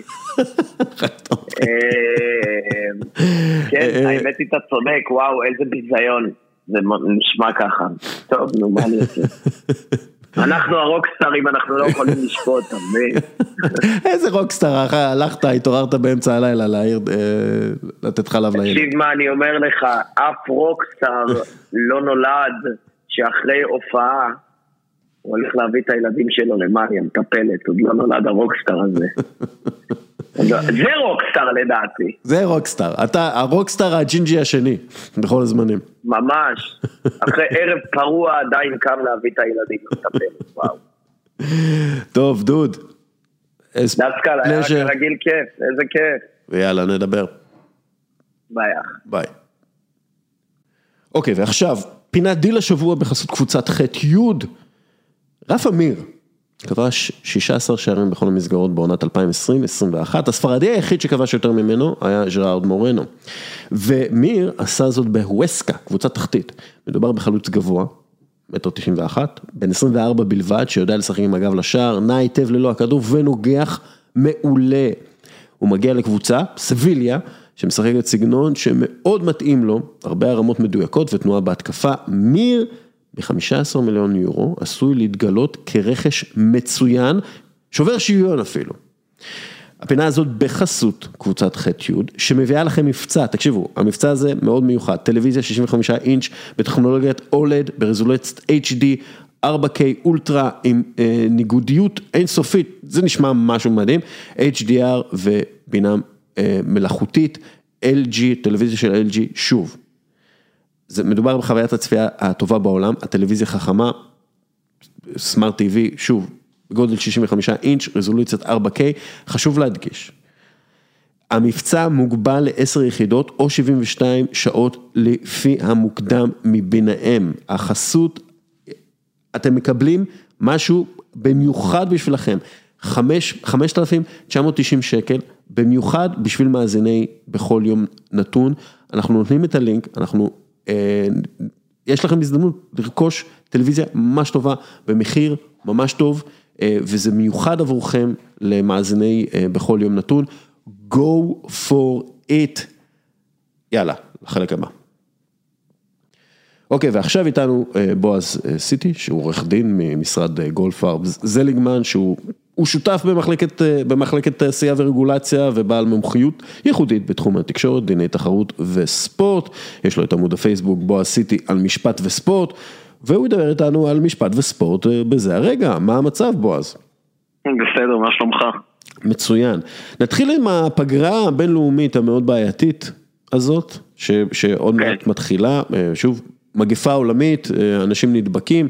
כן, האמת היא אתה צודק, וואו, איזה ביזיון, זה נשמע ככה. טוב, נו, מה אני עושה? אנחנו הרוקסטרים, אנחנו לא יכולים לשפוט, איזה רוקסטר, הלכת, התעוררת באמצע הלילה להעיר, לתת חלב להעיר. תקשיב מה אני אומר לך, אף רוקסטר לא נולד שאחרי הופעה הוא הולך להביא את הילדים שלו למריה, מטפלת, עוד לא נולד הרוקסטר הזה. זה רוקסטר לדעתי. זה רוקסטר, אתה הרוקסטר הג'ינג'י השני, בכל הזמנים. ממש, אחרי ערב פרוע עדיין קם להביא את הילדים למטפלת, וואו. טוב, דוד. דווקא, היה כרגיל כיף, איזה כיף. ויאללה, נדבר. ביי. ביי. אוקיי, ועכשיו, פינת דיל השבוע בחסות קבוצת ח' י' רף אמיר. כבש שישה עשר שערים בכל המסגרות בעונת אלפיים עשרים עשרים ואחת, הספרדי היחיד שכבש יותר ממנו היה ז'רארד מורנו, ומיר עשה זאת בהווסקה, קבוצה תחתית, מדובר בחלוץ גבוה, מטר תשעים ואחת, בן עשרים וארבע בלבד, שיודע לשחק עם הגב לשער, נע היטב ללא הכדור ונוגח מעולה, הוא מגיע לקבוצה, סביליה, שמשחקת סגנון שמאוד מתאים לו, הרבה הרמות מדויקות ותנועה בהתקפה, מיר ב-חמישה עשר מיליון יורו, עשוי להתגלות כרכש מצוין, שובר שוויון אפילו. הפינה הזאת בחסות קבוצת ח' י' שמביאה לכם מבצע, תקשיבו, המבצע הזה מאוד מיוחד, טלוויזיה שישים וחמישה אינץ' בטכנולוגיית אולד, ברזולציית אייץ' די, ארבע קיי אולטרה עם אה, ניגודיות אינסופית, זה נשמע משהו מדהים, אייץ' די אר ובינה אה, מלאכותית, אל ג'י, טלוויזיה של אל ג'י, שוב. זה מדובר בחוויית הצפייה הטובה בעולם, הטלוויזיה חכמה, סמארט טיווי, שוב, גודל שישים וחמישה אינץ', רזולוציית ארבע קיי, חשוב להדגיש. המבצע מוגבל ל-עשר יחידות או שבעים ושתיים שעות לפי המוקדם מבינהם. החסות, אתם מקבלים משהו במיוחד בשבילכם, חמשת אלפים תשע מאות תשעים שקל, במיוחד בשביל מאזיני בכל יום נתון, אנחנו נותנים את הלינק, אנחנו יש לכם הזדמנות לרכוש טלוויזיה ממש טובה, במחיר ממש טוב, וזה מיוחד עבורכם למאזיני בכל יום נתון, go for it, יאללה, לחלק הבא. אוקיי, ועכשיו איתנו בועז סיטי, שהוא עורך דין ממשרד גולדפרב זליגמן, שהוא הוא שותף במחלקת, במחלקת תעשייה ורגולציה ובעל מומחיות ייחודית בתחום התקשורת, דיני תחרות וספורט. יש לו את עמוד הפייסבוק בועז סיטי על משפט וספורט, והוא ידבר איתנו על משפט וספורט בזה הרגע. מה המצב, בועז? בסדר, מה שלומך? מצוין. נתחיל עם הפגרה הבינלאומית המאוד בעייתית הזאת, ש, שעוד okay. מעט מתחילה, שוב, מגפה עולמית, אנשים נדבקים,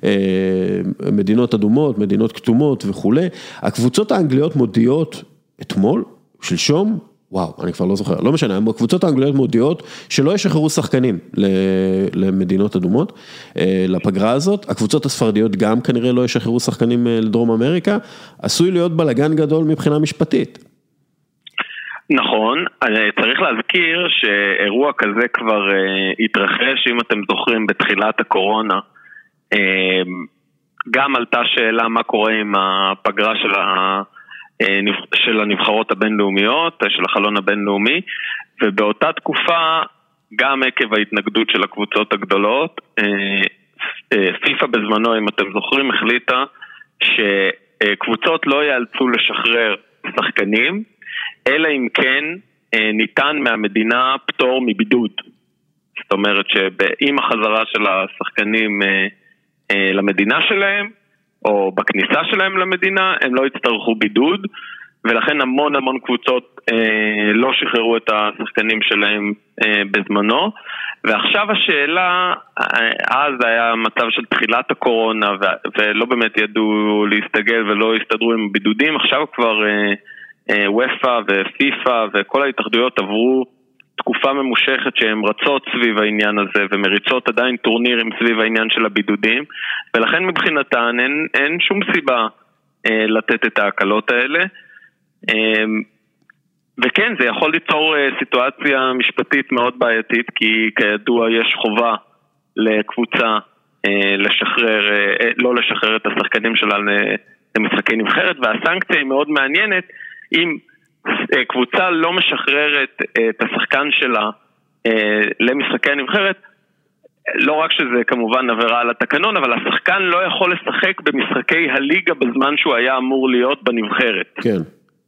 מדינות אדומות, מדינות כתומות וכו'. הקבוצות האנגליות מודיעות אתמול, שלשום, וואו, אני כבר לא זוכר, לא משנה, הקבוצות האנגליות מודיעות שלא ישחררו שחקנים למדינות אדומות, לפגרה הזאת. הקבוצות הספרדיות גם כנראה לא ישחררו שחקנים לדרום אמריקה, עשוי להיות בלגן גדול מבחינה משפטית. נכון, צריך להזכיר שאירוע כזה כבר התרחש, אם אתם זוכרים, בתחילת הקורונה. גם עלתה שאלה מה קורה עם הפגרה של, ה... של הנבחרות הבינלאומיות, של החלון הבינלאומי, ובאותה תקופה, גם עקב ההתנגדות של הקבוצות הגדולות, פיפה בזמנו, אם אתם זוכרים, החליטה שקבוצות לא יאלצו לשחרר שחקנים, אלא אם כן ניתן מהמדינה פטור מבידוד. זאת אומרת שעם החזרה של השחקנים למדינה שלהם, או בכניסה שלהם למדינה, הם לא יצטרכו בידוד, ולכן המון המון קבוצות לא שחררו את השחקנים שלהם בזמנו. ועכשיו השאלה, אז היה מצב של תחילת הקורונה, ולא באמת ידעו להסתגל ולא הסתדרו עם בידודים, עכשיו כבר וופא ופיפה וכל ההתאחדויות עברו תקופה ממושכת שהן רצות סביב העניין הזה ומריצות עדיין טורנירים סביב העניין של הבידודים, ולכן מבחינתן אין, אין שום סיבה אה, לתת את ההקלות האלה. אה, וכן, זה יכול ליצור אה, סיטואציה משפטית מאוד בעייתית, כי כידוע יש חובה לקבוצה אה, לשחרר, אה, לא לשחרר את השחקנים שלה למשחקי נבחרת, והסנקציה היא מאוד מעניינת. אם קבוצה לא משחררת את השחקן שלה למשחקי הנבחרת, לא רק שזה כמובן עבירה על התקנון, אבל השחקן לא יכול לשחק במשחקי הליגה בזמן שהוא היה אמור להיות בנבחרת. כן.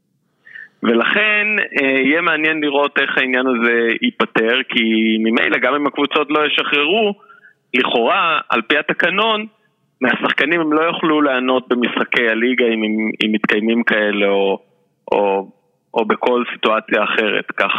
ולכן יהיה מעניין לראות איך העניין הזה ייפטר, כי ממילא גם אם הקבוצות לא ישחררו, לכאורה על פי התקנון, מהשחקנים הם לא יוכלו לענות במשחקי הליגה אם, אם מתקיימים כאלה או, או, או בכל סיטואציה אחרת, כך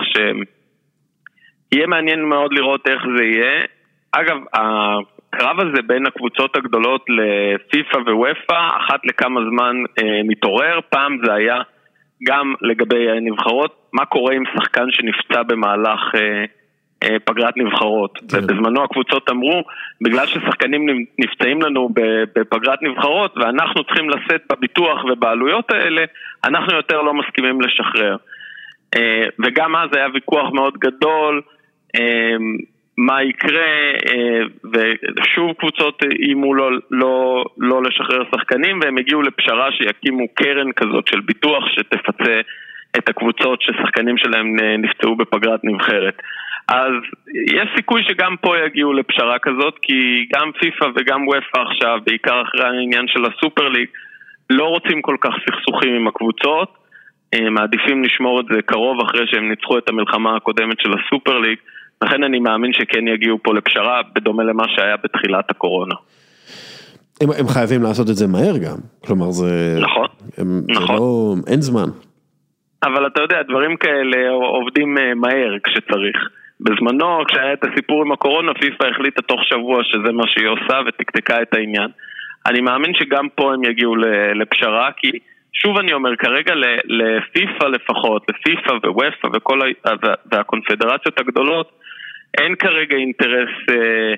שיהיה מעניין מאוד לראות איך זה יהיה. אגב, הקרב הזה בין הקבוצות הגדולות לפיפה ווופא, אחת לכמה זמן אה, מתעורר. פעם זה היה גם לגבי הנבחרות, מה קורה עם שחקן שנפצע במהלך אה, אה, פגרת נבחרות. כן. ובזמנו הקבוצות אמרו, בגלל ששחקנים נפצעים לנו בפגרת נבחרות, ואנחנו צריכים לשאת בביטוח ובעלויות האלה, אנחנו יותר לא מסכימים לשחרר. אה, וגם אז היה ויכוח מאוד גדול, אה, מה יקרה, ושוב קבוצות אימו לא, לא, לא לשחרר שחקנים, והם הגיעו לפשרה שיקימו קרן כזאת של ביטוח שתפצה את הקבוצות ששחקנים שלהם נפצעו בפגרת נבחרת. אז יש סיכוי שגם פה יגיעו לפשרה כזאת, כי גם פיפה וגם וופא עכשיו, בעיקר אחרי העניין של הסופר ליג, לא רוצים כל כך סכסוכים עם הקבוצות, מעדיפים לשמור את זה קרוב אחרי שהם ניצחו את המלחמה הקודמת של הסופר ליג, לכן אני מאמין שכן יגיעו פה לפשרה, בדומה למה שהיה בתחילת הקורונה. הם, הם חייבים לעשות את זה מהר גם, כלומר זה... נכון, הם, נכון. זה לא, אין זמן. אבל אתה יודע, דברים כאלה עובדים מהר כשצריך. בזמנו, כשהיה את הסיפור עם הקורונה, פיפה החליטה תוך שבוע שזה מה שהיא עושה ותקתקה את העניין. אני מאמין שגם פה הם יגיעו לפשרה, כי שוב אני אומר, כרגע לפיפה לפחות, לפיפה ווופא וכל והקונפדרציות הגדולות, אין כרגע אינטרס אה,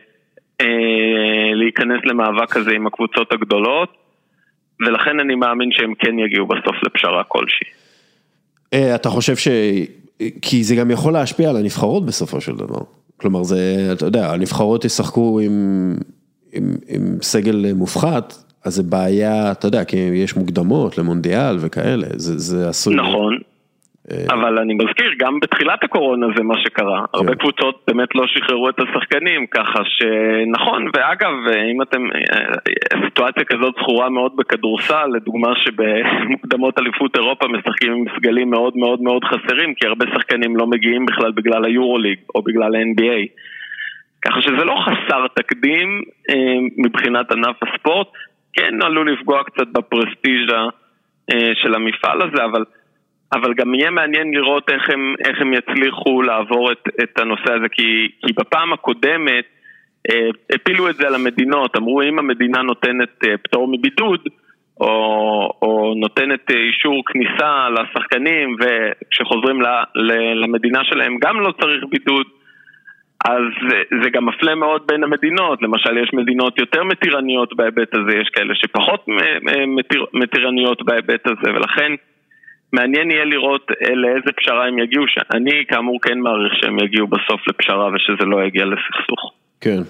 אה, להיכנס למאבק הזה עם הקבוצות הגדולות, ולכן אני מאמין שהם כן יגיעו בסוף לפשרה כלשהי. אה, אתה חושב ש... כי זה גם יכול להשפיע על הנבחרות בסופו של דבר. כלומר, זה, אתה יודע, הנבחרות ישחקו עם, עם, עם סגל מופחת, אז זה בעיה, אתה יודע, כי יש מוקדמות למונדיאל וכאלה, זה, זה עשוי... נכון. אבל אני מזכיר, גם בתחילת הקורונה זה מה שקרה. הרבה קבוצות באמת לא שחררו את השחקנים, ככה שנכון, ואגב, אם אתם, סיטואציה כזאת זכורה מאוד בכדורסל, לדוגמה שבמוקדמות אליפות אירופה משחקים עם סגלים מאוד מאוד מאוד חסרים, כי הרבה שחקנים לא מגיעים בכלל בגלל היורוליג או בגלל ה-אן בי איי. ככה שזה לא חסר תקדים מבחינת ענף הספורט, כן עלול לפגוע קצת בפרסטיג'ה של המפעל הזה, אבל אבל גם יהיה מעניין לראות איך הם, איך הם יצליחו לעבור את, את הנושא הזה, כי, כי בפעם הקודמת אה, הפילו את זה על המדינות, אמרו אם המדינה נותנת אה, פטור מבידוד, או, או נותנת אה, אישור כניסה לשחקנים, וכשחוזרים ל, ל, למדינה שלהם גם לא צריך בידוד, אז זה, זה גם מפלה מאוד בין המדינות, למשל יש מדינות יותר מתירניות בהיבט הזה, יש כאלה שפחות מתיר, מתירניות בהיבט הזה, ולכן מעניין יהיה לראות לאיזה פשרה הם יגיעו, שאני כאמור כן מעריך שהם יגיעו בסוף לפשרה ושזה לא יגיע לסכסוך. כן.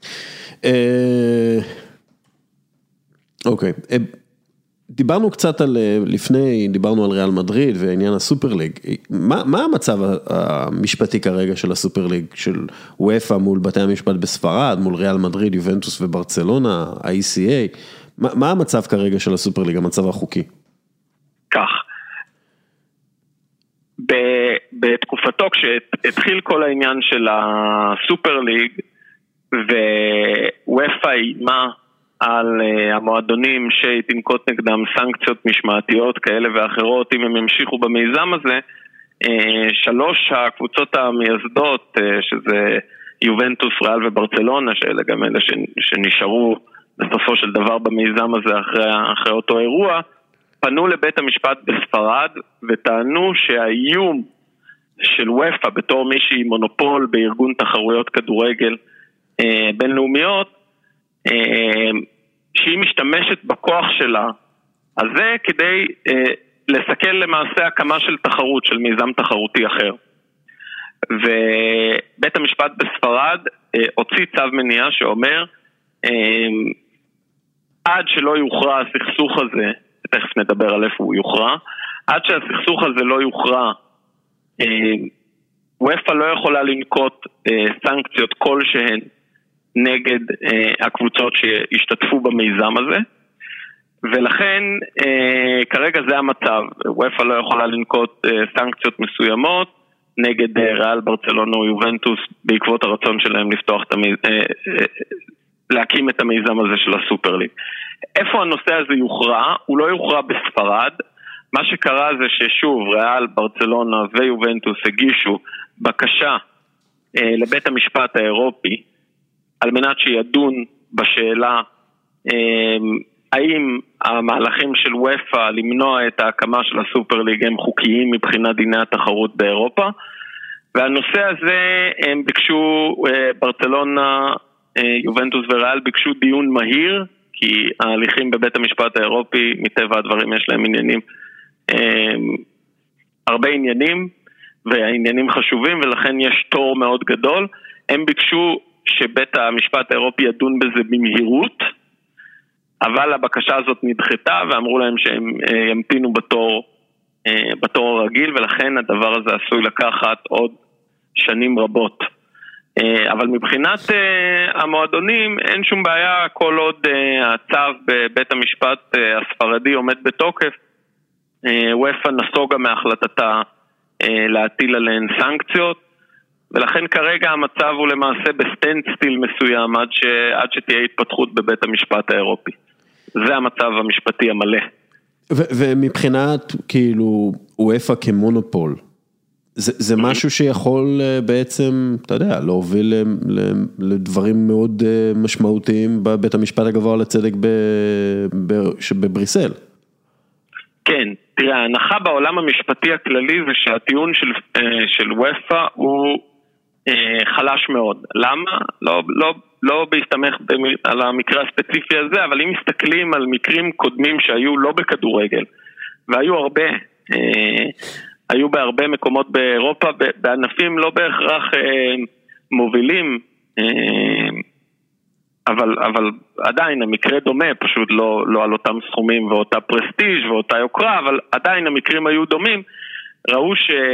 אוקיי. דיברנו קצת על, לפני, דיברנו על ריאל מדריד ועניין הסופר ליג. מה, מה המצב המשפטי כרגע של הסופר ליג, של וופא מול בתי המשפט בספרד, מול ריאל מדריד, יובנטוס וברצלונה, ה-אי סי איי? מה, מה המצב כרגע של הסופר ליג, המצב החוקי? כך. בתקופתו כשהתחיל כל העניין של הסופר ליג ווופא אימה על המועדונים שתנקוט נגדם סנקציות משמעתיות כאלה ואחרות אם הם ימשיכו במיזם הזה, שלוש הקבוצות המייסדות שזה יובנטוס, ריאל וברצלונה, שאלה גם אלה שנשארו בסופו של דבר במיזם הזה אחרי, אחרי אותו אירוע, פנו לבית המשפט בספרד וטענו שהאיום של וופה בתור מישהי מונופול בארגון תחרויות כדורגל אה, בינלאומיות, אה, שהיא משתמשת בכוח שלה, אז זה כדי אה, לסכל למעשה הקמה של תחרות, של מיזם תחרותי אחר. ובית המשפט בספרד אה, הוציא צו מניעה שאומר, אה, עד שלא יוכרע הסכסוך הזה, תכף נדבר על איפה הוא יוכרע, עד שהסכסוך הזה לא יוכרע, וופה לא יכולה לנקוט סנקציות כלשהן נגד הקבוצות שהשתתפו במיזם הזה, ולכן כרגע זה המצב. וופה לא יכולה לנקוט סנקציות מסוימות נגד ריאל ברצלונה או יובנטוס בעקבות הרצון שלהם לפתוח את המיזם, להקים את המיזם הזה של הסופר ליג. איפה הנושא הזה יוכרע? הוא לא יוכרע בספרד. מה שקרה זה ששוב ריאל, ברצלונה ויובנטוס הגישו בקשה אה, לבית המשפט האירופי על מנת שידון בשאלה אה, האם המהלכים של וופה למנוע את ההקמה של הסופר ליג הם חוקיים מבחינת דיני התחרות באירופה, והנושא הזה הם ביקשו, אה, ברצלונה, אה, יובנטוס וריאל ביקשו דיון מהיר, כי ההליכים בבית המשפט האירופי מטבע הדברים יש להם עניינים, הרבה עניינים והעניינים חשובים, ולכן יש תור מאוד גדול. הם ביקשו שבית המשפט האירופי ידון בזה במהירות, אבל הבקשה הזאת נדחתה ואמרו להם שהם ימתינו בתור, בתור הרגיל, ולכן הדבר הזה עשוי לקחת עוד שנים רבות. אבל מבחינת המועדונים אין שום בעיה, כל עוד הצו בבית המשפט הספרדי עומד בתוקף. וופה נסוגה מהחלטתה להטיל עליהן סנקציות, ולכן כרגע המצב הוא למעשה בסטנד סטיל מסוים עד, ש... עד שתהיה התפתחות בבית המשפט האירופי. זה המצב המשפטי המלא. ו- ומבחינת כאילו וופה כמונופול, זה, זה משהו שיכול בעצם, אתה יודע, להוביל לדברים מאוד משמעותיים בבית המשפט הגבוה לצדק בבריסל. כן, תראה, ההנחה בעולם המשפטי הכללי זה שהטיעון של, של וופה הוא חלש מאוד. למה? לא, לא, לא בהסתמך על המקרה הספציפי הזה, אבל אם מסתכלים על מקרים קודמים שהיו לא בכדורגל, והיו הרבה, היו בהרבה מקומות באירופה, בענפים לא בהכרח מובילים, אבל, אבל עדיין המקרה דומה, פשוט לא, לא על אותם סכומים ואותה פרסטיג' ואותה יוקרה, אבל עדיין המקרים היו דומים. ראו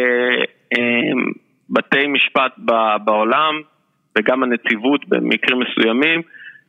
שבתי משפט בעולם וגם הנציבות במקרים מסוימים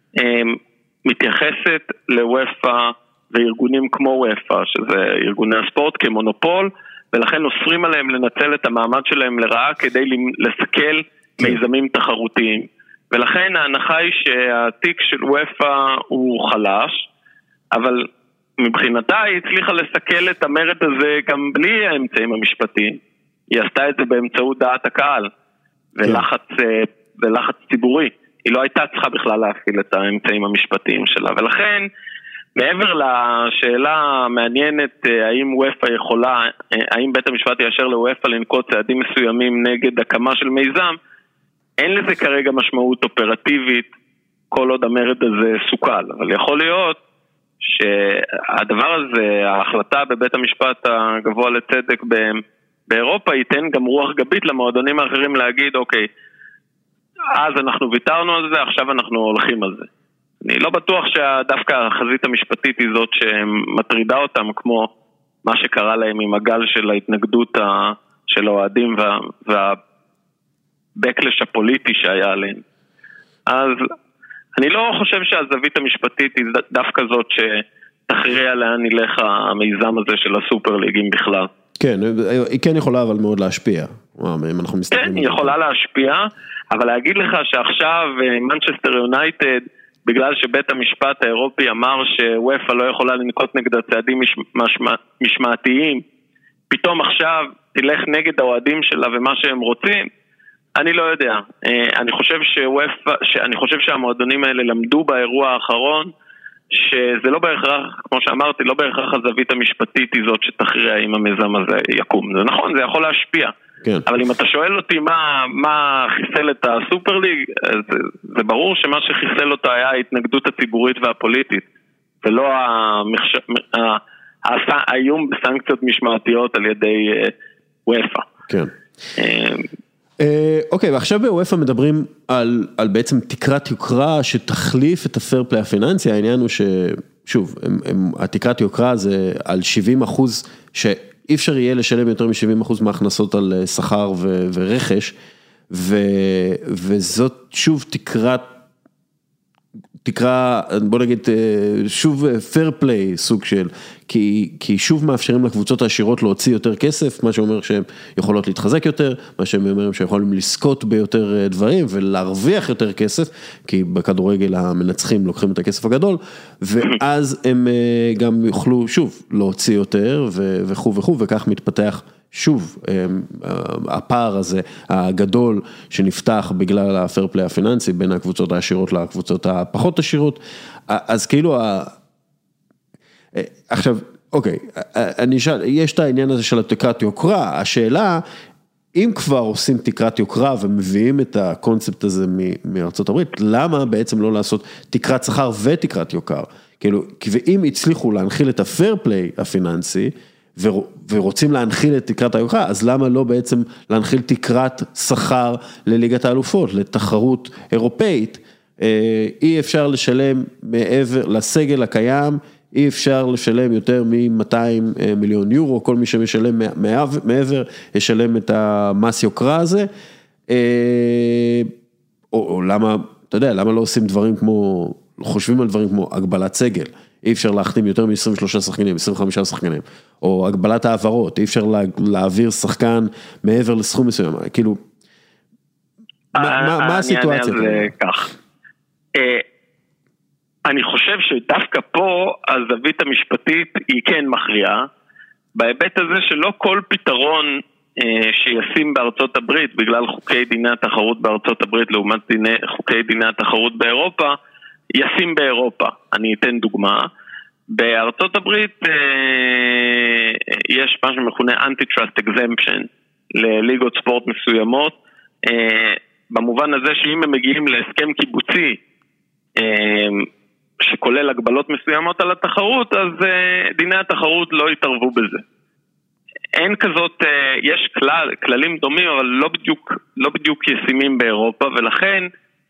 מתייחסת לוופה וארגונים כמו וופה, שזה ארגוני הספורט כמונופול, ולכן אוסרים עליהם לנצל את המעמד שלהם לרעה כדי לסכל מיזמים תחרותיים. ולכן ההנחה היא שהתיק של וופה הוא חלש, אבל מבחינתה היא הצליחה לסכל את המרד הזה גם בלי האמצעים המשפטיים. היא עשתה את זה באמצעות דעת הקהל ולחץ, ולחץ ציבורי. היא לא הייתה צריכה בכלל להפעיל את האמצעים המשפטיים שלה, ולכן מעבר לשאלה המעניינת האם וופה יכולה, האם בית המשפט יאשר לוופה לנקוט צעדים מסוימים נגד הקמה של מיזם, אין לזה כרגע משמעות אופרטיבית כל עוד המרד הזה סוכל, אבל יכול להיות שהדבר הזה, ההחלטה בבית המשפט הגבוה לצדק באירופה ייתן גם רוח גבית למועדונים האחרים להגיד, אוקיי, אז אנחנו ויתרנו על זה, עכשיו אנחנו הולכים על זה. אני לא בטוח שדווקא החזית המשפטית היא זאת שמטרידה אותם, כמו מה שקרה להם עם הגל של ההתנגדות של האוהדים וה... וה בקלש הפוליטי שהיה עליהם. אז אני לא חושב שהזווית המשפטית היא דווקא זאת שתכריע לאן ילך המיזם הזה של הסופר ליגים בכלל. כן, היא כן יכולה אבל מאוד להשפיע. אם אנחנו מסתכלים. כן, היא יכולה להשפיע, אבל להגיד לך שעכשיו מנצ'סטר יונייטד, בגלל שבית המשפט האירופי אמר שוופא לא יכולה לנקוט נגד הצעדים משמעתיים, פתאום עכשיו תלך נגד האוהדים שלה ומה שהם רוצים, אני לא יודע. אני חושב שוופא, שאני חושב שהמועדונים האלה למדו באירוע האחרון, שזה לא בהכרח, כמו שאמרתי, לא בהכרח הזווית המשפטית היא זאת שתכריע אם המיזם הזה יקום. זה נכון, זה יכול להשפיע. כן. אבל אם אתה שואל אותי מה, מה חיסל את הסופר ליג, זה, זה ברור שמה שחיסל אותה היה ההתנגדות הציבורית והפוליטית, ולא המחש... האיום בסנקציות משמעתיות על ידי וופא. כן. אוקיי, ועכשיו בוופא מדברים על, על בעצם תקרת יוקרה שתחליף את הפייר פליי הפיננסי, העניין הוא ששוב, הם, הם, התקרת יוקרה זה על שבעים אחוז, שאי אפשר יהיה לשלם יותר מ-שבעים אחוז מההכנסות על שכר ו, ורכש, ו, וזאת שוב תקרת, תקרא, בוא נגיד, שוב פייר פליי סוג של, כי, כי שוב מאפשרים לקבוצות העשירות להוציא יותר כסף, מה שאומר שהן יכולות להתחזק יותר, מה שהם אומרים שיכולים לזכות ביותר דברים ולהרוויח יותר כסף, כי בכדורגל המנצחים לוקחים את הכסף הגדול, ואז הם גם יוכלו שוב להוציא יותר וכו' וכו', וכך מתפתח שוב, הפער הזה הגדול שנפתח בגלל הפייר פליי הפיננסי בין הקבוצות העשירות לקבוצות הפחות עשירות, אז כאילו, עכשיו, אוקיי, אני אשאל, יש את העניין הזה של התקרת יוקרה, השאלה, אם כבר עושים תקרת יוקרה ומביאים את הקונספט הזה מארצות הברית, למה בעצם לא לעשות תקרת שכר ותקרת יוקר? כאילו, ואם הצליחו להנחיל את הפייר פליי הפיננסי, ורוצים להנחיל את תקרת היוקרה, אז למה לא בעצם להנחיל תקרת שכר לליגת האלופות, לתחרות אירופאית? אי אפשר לשלם מעבר לסגל הקיים, אי אפשר לשלם יותר מ-מאתיים מיליון יורו, כל מי שמשלם מעבר ישלם את המס יוקרה הזה, או, או למה, אתה יודע, למה לא עושים דברים כמו, חושבים על דברים כמו הגבלת סגל, אי אפשר להחתים יותר מ-עשרים ושלושה שחקנים, עשרים וחמישה שחקנים, או הגבלת העברות, אי אפשר לה, להעביר שחקן מעבר לסכום מסוים, כאילו, מה, מה הסיטואציה? אני אענה על זה כך. אני חושב שדווקא פה הזווית המשפטית היא כן מכריעה, בהיבט הזה שלא כל פתרון שישים בארצות הברית, בגלל חוקי דיני התחרות בארצות הברית, לעומת דיני, חוקי דיני התחרות באירופה, ישים באירופה. אני אתן דוגמה. בארצות הברית יש מה שמכונה Antitrust Exemption לליגות ספורט מסוימות, במובן הזה שאם הם מגיעים להסכם קיבוצי שכולל הגבלות מסוימות על התחרות, אז דיני התחרות לא יתערבו בזה. אין כזאת, יש כלל, כללים דומים, אבל לא בדיוק, לא בדיוק ישימים באירופה, ולכן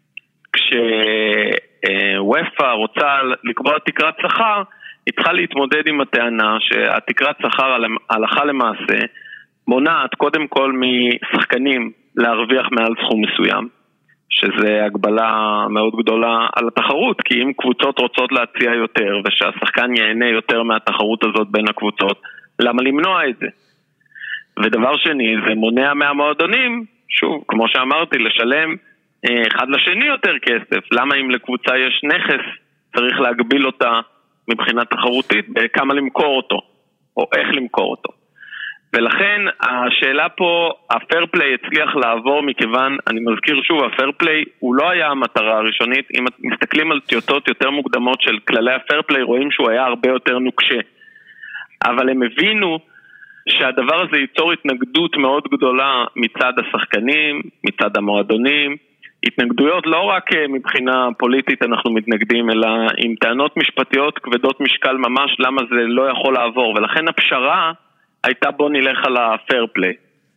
כשוופא רוצה לקבוע תקרת שכר, היא צריכה להתמודד עם הטענה שהתקרת שכר הלכה למעשה מונעת קודם כל משחקנים להרוויח מעל סכום מסוים, שזה הגבלה מאוד גדולה על התחרות, כי אם קבוצות רוצות להציע יותר ושהשחקן ייהנה יותר מהתחרות הזאת בין הקבוצות, למה למנוע את זה? ודבר שני, זה מונע מהמועדונים, שוב, כמו שאמרתי, לשלם אחד לשני יותר כסף. למה אם לקבוצה יש נכס, צריך להגביל אותה מבחינה תחרותית בכמה למכור אותו, או איך למכור אותו. ולכן השאלה פה, הפייר פליי הצליח לעבור מכיוון, אני מזכיר שוב, הפייר פליי הוא לא היה המטרה הראשונית. אם מסתכלים על טיוטות יותר מוקדמות של כללי הפייר פליי, רואים שהוא היה הרבה יותר נוקשה. אבל הם הבינו שהדבר הזה ייצור התנגדות מאוד גדולה מצד השחקנים, מצד המועדונים, התנגדויות לא רק מבחינה פוליטית אנחנו מתנגדים, אלא עם טענות משפטיות כבדות משקל ממש, למה זה לא יכול לעבור. ולכן הפשרה הייתה בוא נלך על הפייר פליי,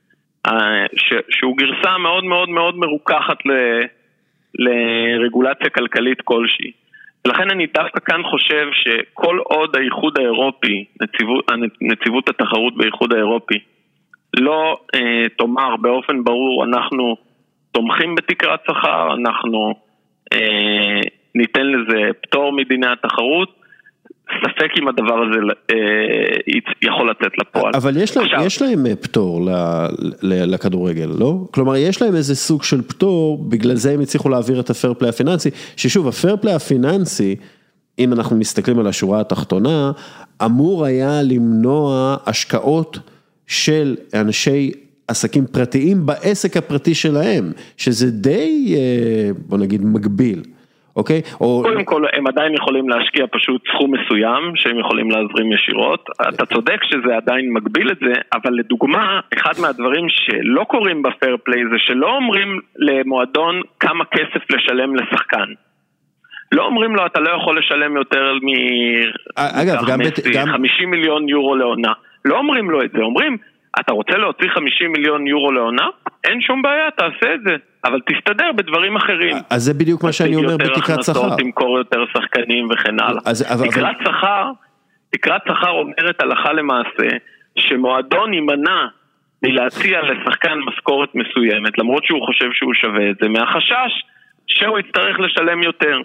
שהוא גרסה מאוד מאוד מאוד מרוכחת לרגולציה כלכלית כלשהי. ולכן אני דווקא כאן חושב שכל עוד האיחוד האירופי, נציבות, נציבות התחרות באיחוד האירופי, לא אה, תאמר באופן ברור, אנחנו תומכים בתקרת שכר, אנחנו אה, ניתן לזה פטור מדיני התחרות, ספק אם הדבר הזה אה, יכול לצאת לפועל. אבל יש להם, עכשיו, יש להם פטור ל, ל, לכדורגל, לא? כלומר, יש להם איזה סוג של פטור, בגלל זה הם הצליחו להעביר את הפייר פליי הפיננסי, ששוב, הפייר פליי הפיננסי, אם אנחנו מסתכלים על השורה התחתונה, אמור היה למנוע השקעות של אנשי עסקים פרטיים בעסק הפרטי שלהם, שזה די, בוא נגיד, מגביל. אוקיי? או... קודם כל, הם עדיין יכולים להשקיע פשוט סכום מסוים, שהם יכולים להזרים ישירות. אתה צודק שזה עדיין מגביל את זה, אבל לדוגמה, אחד מהדברים שלא קורים בפייר פליי, זה שלא אומרים למועדון כמה כסף לשלם לשחקן. לא אומרים לו, אתה לא יכול לשלם יותר מ... אגב, גם... חמישים מיליון יורו לעונה. לא אומרים לו את זה, אומרים, אתה רוצה להוציא חמישים מיליון יורו לעונה? אין שום בעיה, תעשה את זה. אבל תסתדר בדברים אחרים. אז זה בדיוק מה שאני אומר בתקרת שכר. תמכור יותר שחקנים וכן הלאה. תקרת שכר, תקרת שכר אומרת הלכה למעשה, שמועדון יימנע מלהציע לשחקן משכורת מסוימת, למרות שהוא חושב שהוא שווה את זה, מהחשש שהוא יצטרך לשלם יותר.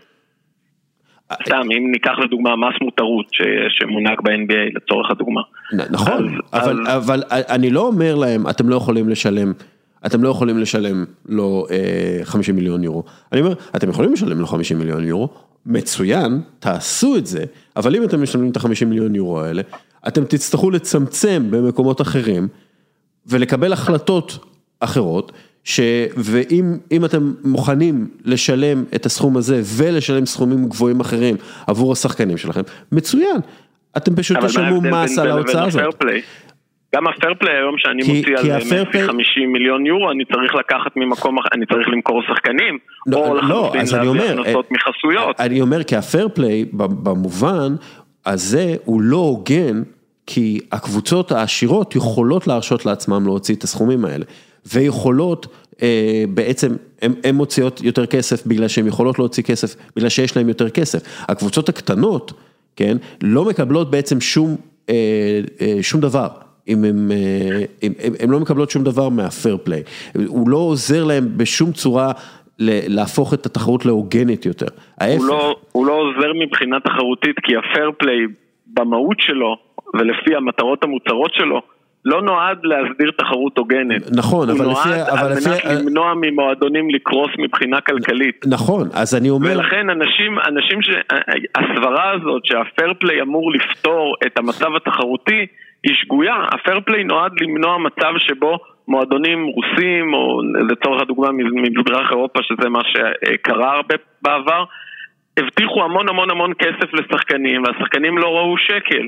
סתם, אם ניקח לדוגמה מס מותרות שמונהג ב-אן בי איי לצורך הדוגמה. נכון, אבל אני לא אומר להם, אתם לא יכולים לשלם, אתם לא יכולים לשלם לו חמישים מיליון יורו. אני אומר, אתם יכולים לשלם לו חמישים מיליון יורו, מצוין, תעשו את זה, אבל אם אתם משלמים את ה-חמישים מיליון יורו האלה, אתם תצטרכו לצמצם במקומות אחרים, ולקבל החלטות אחרות, ש... ואם אם אתם מוכנים לשלם את הסכום הזה, ולשלם סכומים גבוהים אחרים, עבור השחקנים שלכם, מצוין, אתם פשוט תשלמו מס על ההוצאה הזאת. גם הפרפליי היום שאני מוציא על חמישים מיליון יורו, אני צריך לקחת ממקום, אני צריך למכור שחקנים, או לחלוטין להביא הכנסות מחסויות. אני אומר, כי הפרפליי, במובן הזה, הוא לא הוגן, כי הקבוצות העשירות יכולות להרשות לעצמם להוציא את הסכומים האלה, ויכולות אה, בעצם, הן מוציאות יותר כסף, בגלל שהן יכולות להוציא כסף, בגלל שיש להן יותר כסף. הקבוצות הקטנות, כן, לא מקבלות בעצם שום, אה, אה, שום דבר. אם הם, הם, הם, הם לא מקבלות שום דבר מהפייר פליי. הוא לא עוזר להם בשום צורה להפוך את התחרות להוגנית יותר. הוא לא, הוא לא עוזר מבחינה תחרותית, כי הפייר פליי במהות שלו, ולפי המטרות המוצרות שלו, לא נועד להסדיר תחרות הוגנת. נכון, אבל לפי... הוא נועד על מנת למנוע ממועדונים לקרוס מבחינה כלכלית. נכון, אז אני אומר... ולכן אנשים, אנשים שהסברה הזאת שהפייר פליי אמור לפתור את המצב התחרותי, היא שגויה. הפייר פליי נועד למנוע מצב שבו מועדונים רוסים, או לצורך הדוגמה ממזרח אירופה, שזה מה שקרה הרבה בעבר, הבטיחו המון המון המון כסף לשחקנים, והשחקנים לא ראו שקל.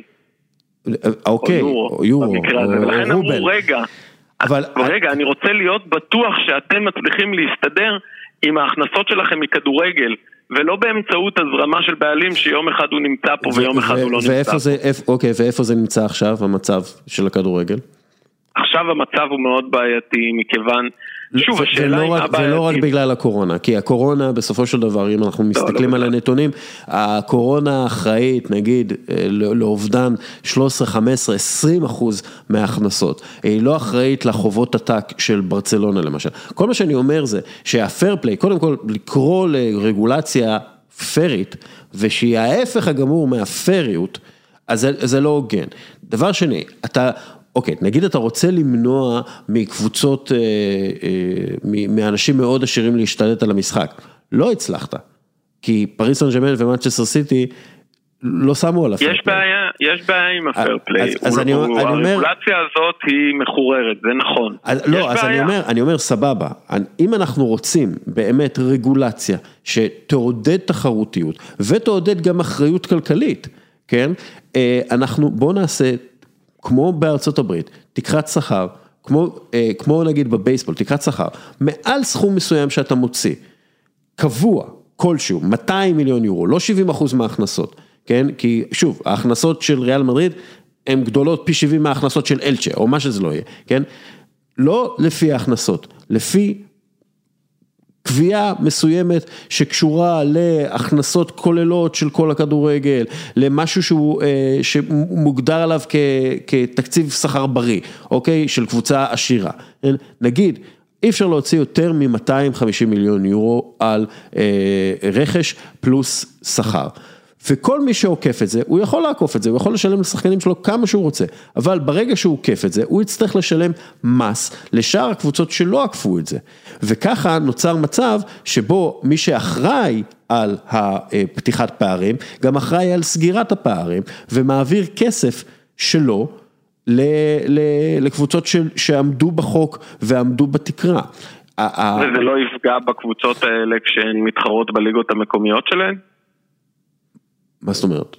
אוקיי, או יורו, ולכן אמרו רגע, אבל רגע, אני רוצה להיות בטוח שאתם מצליחים להסתדר עם ההכנסות שלכם מכדורגל, ולא באמצעות הזרמה של בעלים שיום אחד הוא נמצא פה ויום אחד הוא לא נמצא פה. אוקיי, ואיפה זה נמצא עכשיו, המצב של הכדורגל? עכשיו המצב הוא מאוד בעייתי, מכיוון, שוב, השאלה היא מה בעייתי. ולא רק בגלל הקורונה, כי הקורונה בסופו של דבר, אם אנחנו מסתכלים על הנתונים, הקורונה אחראית, נגיד, לאובדן שלוש עשרה, חמש עשרה, עשרים אחוז מההכנסות. היא לא אחראית לחובות עתק של ברצלונה למשל. כל מה שאני אומר זה, שהפייר פליי, קודם כל, לקרוא לרגולציה פיירית, ושהיא ההפך הגמור מהפייריות, אז זה לא הוגן. דבר שני, אתה... אוקיי, נגיד אתה רוצה למנוע מקבוצות, מאנשים מאוד עשירים להשתלט על המשחק. לא הצלחת, כי פריס סן ז'רמן ומנצ'סטר סיטי לא שמו על הפייר פליי. יש בעיה, יש בעיה עם הפייר פליי. הרגולציה הזאת היא מחוררת, זה נכון. לא, אז אני אומר, אני אומר סבבה, אם אנחנו רוצים באמת רגולציה שתעודד תחרותיות, ותעודד גם אחריות כלכלית, כן? אנחנו, בואו נעשה... כמו בארצות הברית, תקרת שכר, כמו, אה, כמו נגיד בבייסבול, תקרת שכר, מעל סכום מסוים שאתה מוציא, קבוע, כלשהו, מאתיים מיליון יורו, לא שבעים אחוז מההכנסות, כן? כי שוב, ההכנסות של ריאל מדריד, הן גדולות פי שבעים מההכנסות של אלצ'ה, או מה שזה לא יהיה, כן? לא לפי ההכנסות, לפי קביעה מסוימת שקשורה להכנסות כוללות של כל הכדורגל, למשהו שהוא, שמוגדר עליו כ, כתקציב שכר בריא, אוקיי? של קבוצה עשירה. נגיד, אי אפשר להוציא יותר מ-מאתיים וחמישים מיליון יורו על אה, רכש פלוס שכר. וכל מי שעוקף את זה, הוא יכול לעקוף את זה, הוא יכול לשלם לשחקנים שלו כמה שהוא רוצה, אבל ברגע שהוא עוקף את זה, הוא יצטרך לשלם מס לשאר הקבוצות שלא עקפו את זה. וככה נוצר מצב שבו מי שאחראי על הפתיחת פערים, גם אחראי על סגירת הפערים, ומעביר כסף שלו לקבוצות שעמדו בחוק ועמדו בתקרה. וזה לא יפגע בקבוצות האלה כשהן מתחרות בליגות המקומיות שלהן? מה זאת אומרת?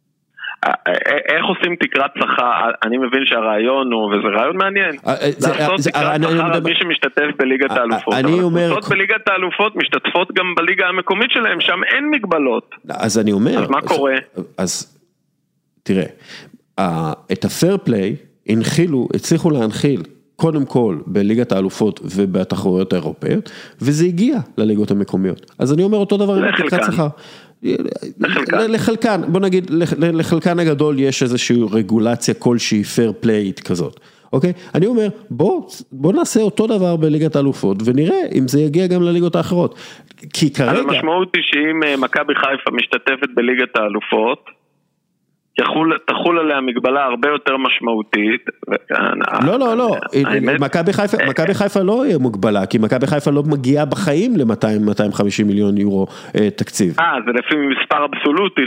איך עושים תקרת שכר? אני מבין שהרעיון הוא, וזה רעיון מעניין, לעשות תקרת שכר למי שמשתתף בליגת האלופות. אבל קבוצות בליגת האלופות משתתפות גם בליגה המקומית שלהם, שם אין מגבלות. אז אני אומר... אז מה קורה? אז תראה, את הפייר פליי הנחילו, הצליחו להנחיל, קודם כל בליגת האלופות ובתחרויות האירופאיות, וזה הגיע לליגות המקומיות. אז אני אומר אותו דבר עם תקרת שכר. לחלקן, בוא נגיד, לחלקן הגדול יש איזושהי רגולציה כלשהי פייר פלייט כזאת, אוקיי? אני אומר, בוא, בוא נעשה אותו דבר בליגת האלופות, ונראה אם זה יגיע גם לליגות האחרות. כי כרגע... המשמעות היא שאם מכבי חיפה משתתפת בליגת האלופות, תחול עליה מגבלה הרבה יותר משמעותית. לא, לא, לא. מכבי חיפה לא יהיה מגבלה, כי מכבי חיפה לא מגיעה בחיים ל-מאתיים עד מאתיים וחמישים מיליון יורו תקציב. אה, זה לפי מספר אבסולוטי,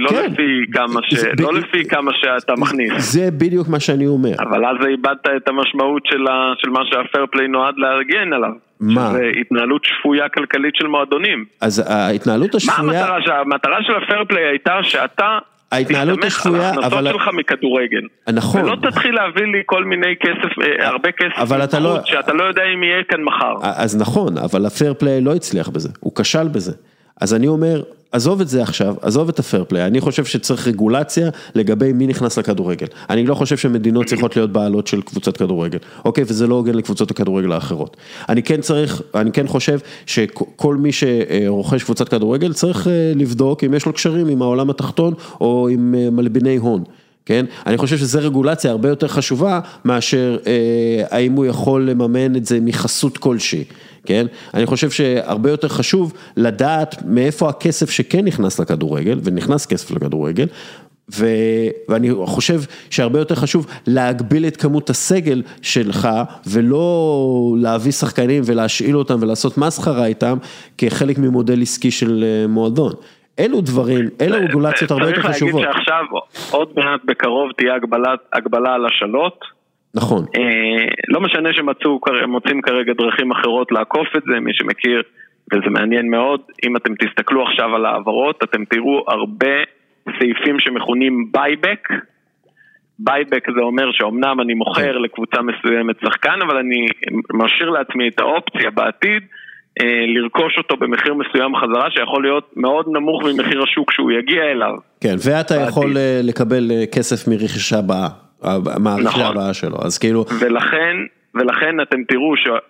לא לפי כמה שאתה מכניס. זה בדיוק מה שאני אומר. אבל אז איבדת את המשמעות של מה שהפייר פליי נועד להגן עליו. מה? זה התנהלות שפויה כלכלית של מועדונים. אז ההתנהלות השפויה... מה המטרה של הפייר פליי הייתה שאתה ההתנהלות השפויה, אבל... ההכנסות שלך מכדורגל. נכון. ולא תתחיל להביא לי כל מיני כסף, הרבה כסף, אבל אתה לא... שאתה לא יודע אם יהיה כאן מחר. אז נכון, אבל הפייר פליי לא הצליח בזה, הוא כשל בזה. אז אני אומר, עזוב את זה עכשיו, עזוב את הפייר פליי, אני חושב שצריך רגולציה לגבי מי נכנס לכדורגל. אני לא חושב שמדינות צריכות להיות בעלות של קבוצת כדורגל, אוקיי, וזה לא הוגן לקבוצות הכדורגל האחרות. אני כן צריך, אני כן חושב שכל מי שרוכש קבוצת כדורגל צריך לבדוק אם יש לו קשרים עם העולם התחתון או עם מלביני הון. כן? אני חושב שזה רגולציה הרבה יותר חשובה מאשר אה, האם הוא יכול לממן את זה מחסות כלשהי, כן? אני חושב שהרבה יותר חשוב לדעת מאיפה הכסף שכן נכנס לכדורגל, ונכנס כסף לכדורגל, ו... ואני חושב שהרבה יותר חשוב להגביל את כמות הסגל שלך, ולא להביא שחקנים ולהשאיל אותם ולעשות מסחרה איתם, כחלק ממודל עסקי של מועדון. אלו דברים, אלו רגולציות הרבה יותר חשובות. צריך להגיד שעכשיו, עוד מעט בקרוב תהיה הגבלה על השאלות. נכון. לא משנה שמוצאים כרגע דרכים אחרות לעקוף את זה, מי שמכיר, וזה מעניין מאוד. אם אתם תסתכלו עכשיו על העברות, אתם תראו הרבה סעיפים שמכונים בייבק. בייבק זה אומר שאומנם אני מוכר לקבוצה מסוימת שחקן, אבל אני משאיר לעצמי את האופציה בעתיד, לרכוש אותו במחיר מסוים חזרה, שיכול להיות מאוד נמוך ממחיר השוק שהוא יגיע אליו. כן, ואתה יכול לקבל כסף מרכישה הבאה, מהרכישה הבאה שלו, אז כאילו... ולכן, ולכן אתם תראו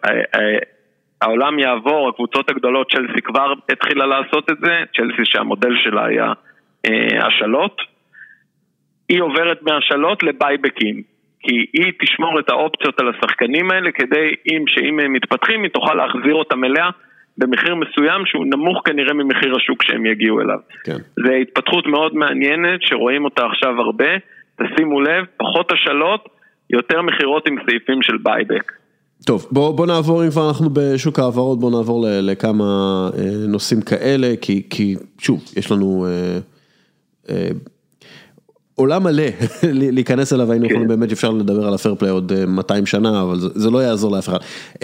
שהעולם יעבור, הקבוצות הגדולות, צ'לסי כבר התחילה לעשות את זה, צ'לסי שהמודל שלה היה השאלות, היא עוברת מהשאלות לבייבקים. כי היא תשמור את האופציות על השחקנים האלה, כדי אם שאם הם מתפתחים, היא תוכל להחזיר אותם אליה, במחיר מסוים שהוא נמוך כנראה ממחיר השוק שהם יגיעו אליו. כן. זו התפתחות מאוד מעניינת, שרואים אותה עכשיו הרבה, תשימו לב, פחות השאלות, יותר מחירות עם סעיפים של בייבק. טוב, בוא, בוא נעבור, אם כבר אנחנו בשוק העברות, בוא נעבור לכמה אה, נושאים כאלה, כי, כי שוב, יש לנו... אה, אה, עולם מלא להיכנס אליו, היינו יכולים באמת אפשר לדבר על הפייר פליי עוד מאתיים שנה, אבל זה לא יעזור לאף אחד.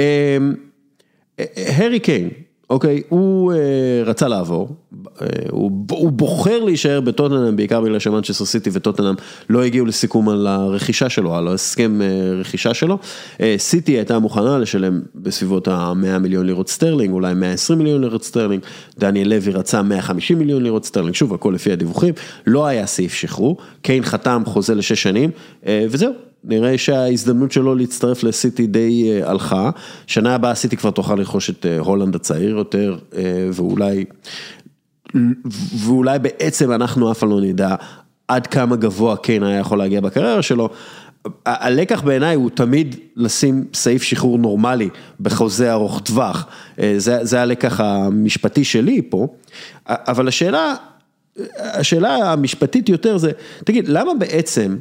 הרי קיין, אוקיי, הוא רצה לעבור, הוא בוחר להישאר בטוטנהאם, בעיקר בגלל שמנצ'סטר סיטי וטוטנהאם לא הגיעו לסיכום על הרכישה שלו, על הסכם רכישה שלו. סיטי הייתה מוכנה לשלם בסביבות ה-מאה מיליון לירות סטרלינג, אולי מאה ועשרים מיליון לירות סטרלינג, דניאל לוי רצה מאה וחמישים מיליון לירות סטרלינג, שוב, הכל לפי הדיווחים, לא היה סעיף שחרור, קיין חתם חוזה לשש שנים, וזהו. נראה שההזדמנות שלו להצטרף לסיטי די הלכה, שנה הבאה סיטי כבר תוכל לרכוש את הולנד הצעיר יותר, ואולי, ואולי בעצם אנחנו אף לא נדע עד כמה גבוה קיין היה יכול להגיע בקריירה שלו. הלקח בעיניי הוא תמיד לשים סעיף שחרור נורמלי בחוזה ארוך טווח, זה, זה הלקח המשפטי שלי פה, אבל השאלה, השאלה המשפטית יותר זה, תגיד, למה בעצם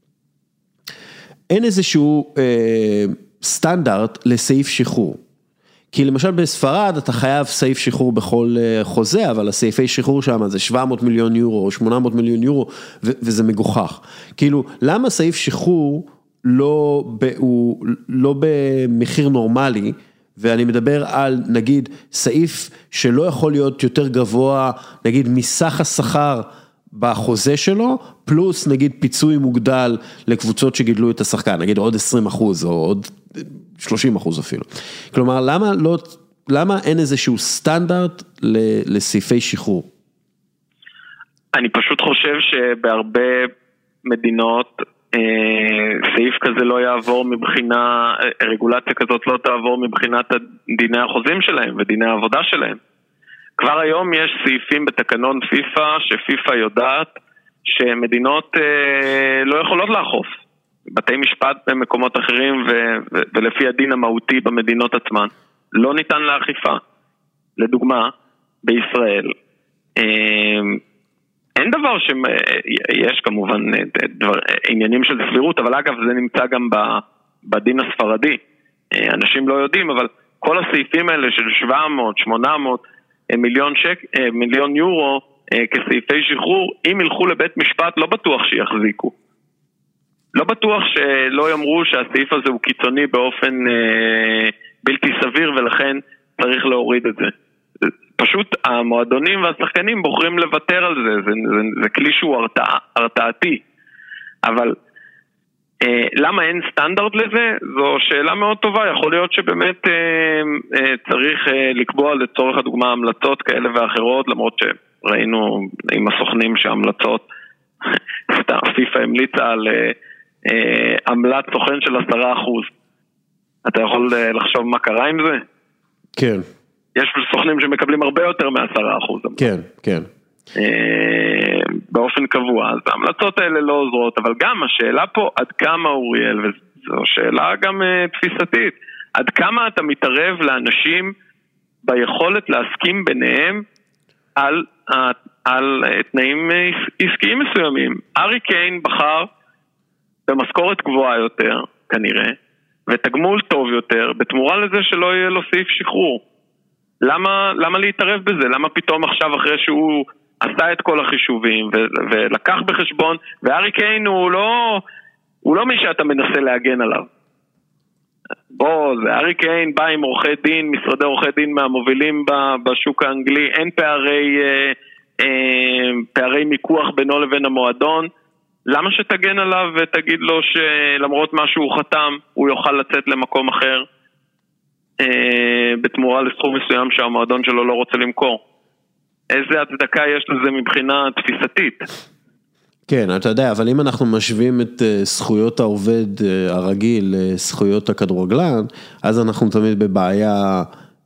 אין איזשהו אה, סטנדרט לסעיף שחרור? כי למשל בספרד אתה חייב סעיף שחרור בכל אה, חוזה, אבל הסעיפי שחרור שם זה שבע מאות מיליון יורו או שמונה מאות מיליון יורו, ו- וזה מגוחך. כאילו, למה סעיף שחרור לא, ב- הוא, לא במחיר נורמלי, ואני מדבר על נגיד סעיף שלא יכול להיות יותר גבוה, נגיד מסך השכר בחוזה שלו, פלוס נגיד פיצוי מוגדל לקבוצות שגידלו את השחקן, נגיד עוד עשרים אחוז או עוד שלושים אחוז אפילו. כלומר, למה לא, למה אין איזשהו סטנדרט לסעיפי שחרור? אני פשוט חושב שבהרבה מדינות סעיף כזה לא יעבור מבחינה, רגולציה כזאת לא תעבור מבחינת דיני החוזים שלהם ודיני העבודה שלהם. כבר היום יש סעיפים בתקנון פיפה שפיפה יודעת שמדינות לא יכולות לאכוף. בתי משפט במקומות אחרים ו- ו- ולפי הדין המהותי במדינות עצמן לא ניתן לאכיפה. לדוגמה, בישראל אין דבר שיש כמובן דבר, עניינים של סבירות, אבל אגב זה נמצא גם בדין הספרדי. אנשים לא יודעים, אבל כל הסעיפים האלה של שבע מאות, שמונה מאות מיליון, שק, מיליון יורו כסעיפי שחרור, אם ילכו לבית משפט לא בטוח שיחזיקו. לא בטוח שלא יאמרו שהסעיף הזה הוא קיצוני באופן בלתי סביר ולכן צריך להוריד את זה. פשוט המועדונים והשחקנים בוחרים לוותר על זה, זה, זה, זה כלי שהוא הרתע, הרתעתי. אבל אה, למה אין סטנדרט לזה? זו שאלה מאוד טובה, יכול להיות שבאמת אה, אה, צריך אה, לקבוע לצורך הדוגמה המלצות כאלה ואחרות, למרות שראינו עם הסוכנים שההמלצות, פיפה המליצה על אה, אה, עמלת סוכן של עשרה אחוז. אתה יכול אה, לחשוב מה קרה עם זה? כן. יש סוכנים שמקבלים הרבה יותר מעשרה אחוז. כן, כן. באופן קבוע, אז ההמלצות האלה לא עוזרות, אבל גם השאלה פה עד כמה אוריאל, וזו שאלה גם תפיסתית, עד כמה אתה מתערב לאנשים ביכולת להסכים ביניהם על, על תנאים עסקיים מסוימים. ארי קיין בחר במשכורת גבוהה יותר, כנראה, ותגמול טוב יותר, בתמורה לזה שלא יהיה לו סעיף שחרור. למה, למה להתערב בזה? למה פתאום עכשיו אחרי שהוא עשה את כל החישובים ו- ולקח בחשבון, וארי קיין הוא לא, הוא לא מי שאתה מנסה להגן עליו. בוא, זה ארי קיין בא עם עורכי דין, משרדי עורכי דין מהמובילים בשוק האנגלי, אין פערי, אה, אה, פערי מיקוח בינו לבין המועדון. למה שתגן עליו ותגיד לו שלמרות מה שהוא חתם, הוא יוכל לצאת למקום אחר? בתמורה לסכום מסוים שהמועדון שלו לא רוצה למכור. איזה הצדקה יש לזה מבחינה תפיסתית? כן, אתה יודע, אבל אם אנחנו משווים את זכויות העובד הרגיל לזכויות הכדורגלן, אז אנחנו תמיד בבעיה,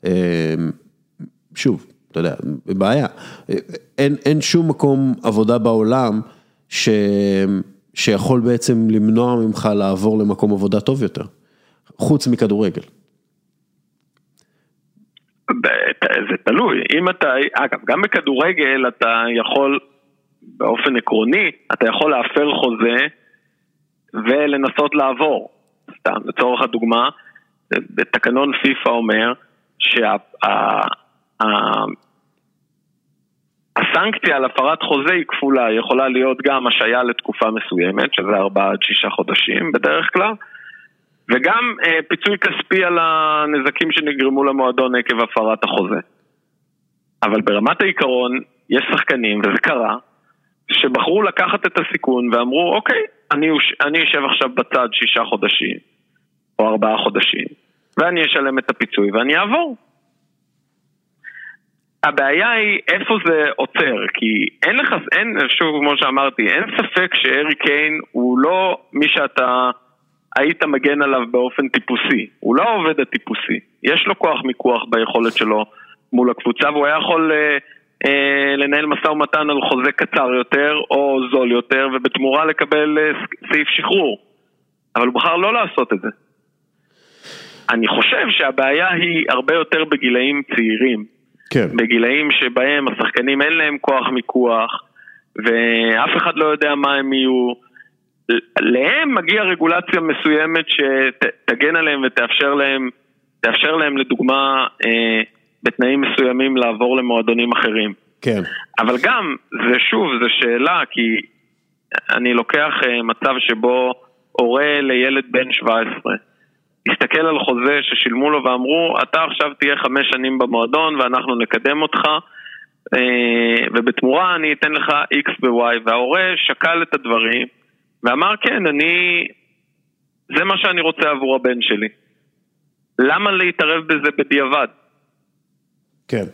שוב, אתה יודע, בבעיה. אין, אין שום מקום עבודה בעולם ש, שיכול בעצם למנוע ממך לעבור למקום עבודה טוב יותר, חוץ מכדורגל. זה תלוי, אם אתה, אגב, גם בכדורגל אתה יכול, באופן עקרוני, אתה יכול להפר חוזה ולנסות לעבור. סתם, לצורך הדוגמה, בתקנון פיפה אומר שהסנקציה על הפרת חוזה היא כפולה, היא יכולה להיות גם השעיה לתקופה מסוימת, שזה ארבעה עד שישה חודשים בדרך כלל, וגם אה, פיצוי כספי על הנזקים שנגרמו למועדון עקב הפרת החוזה. אבל ברמת העיקרון, יש שחקנים, וזה קרה, שבחרו לקחת את הסיכון ואמרו, אוקיי, אני, אני אשב עכשיו בצד שישה חודשים, או ארבעה חודשים, ואני אשלם את הפיצוי ואני אעבור. הבעיה היא איפה זה עוצר, כי אין לך, אין, שוב כמו שאמרתי, אין ספק שארי קיין הוא לא מי שאתה היית מגן עליו באופן טיפוסי, הוא לא עובד הטיפוסי, יש לו כוח מיקוח ביכולת שלו מול הקבוצה, והוא היה יכול אה, אה, לנהל משא ומתן על חוזה קצר יותר או זול יותר, ובתמורה לקבל אה, סעיף שחרור, אבל הוא בחר לא לעשות את זה. אני חושב שהבעיה היא הרבה יותר בגילאים צעירים, כן. בגילאים שבהם השחקנים אין להם כוח מיקוח, ואף אחד לא יודע מה הם יהיו, להם מגיע רגולציה מסוימת שתגן עליהם ותאפשר להם, תאפשר להם לדוגמה אה, בתנאים מסוימים לעבור למועדונים אחרים. כן. אבל גם, זה שוב, זה שאלה, כי אני לוקח אה, מצב שבו הורה לילד בן שבע עשרה, הסתכל על חוזה ששילמו לו ואמרו, אתה עכשיו תהיה חמש שנים במועדון ואנחנו נקדם אותך, ובתמורה אני אתן לך X ו-Y, וההורה שקל את הדברים, ואמר כן, אני, זה מה שאני רוצה עבור הבן שלי. למה להתערב בזה בדיעבד? כן.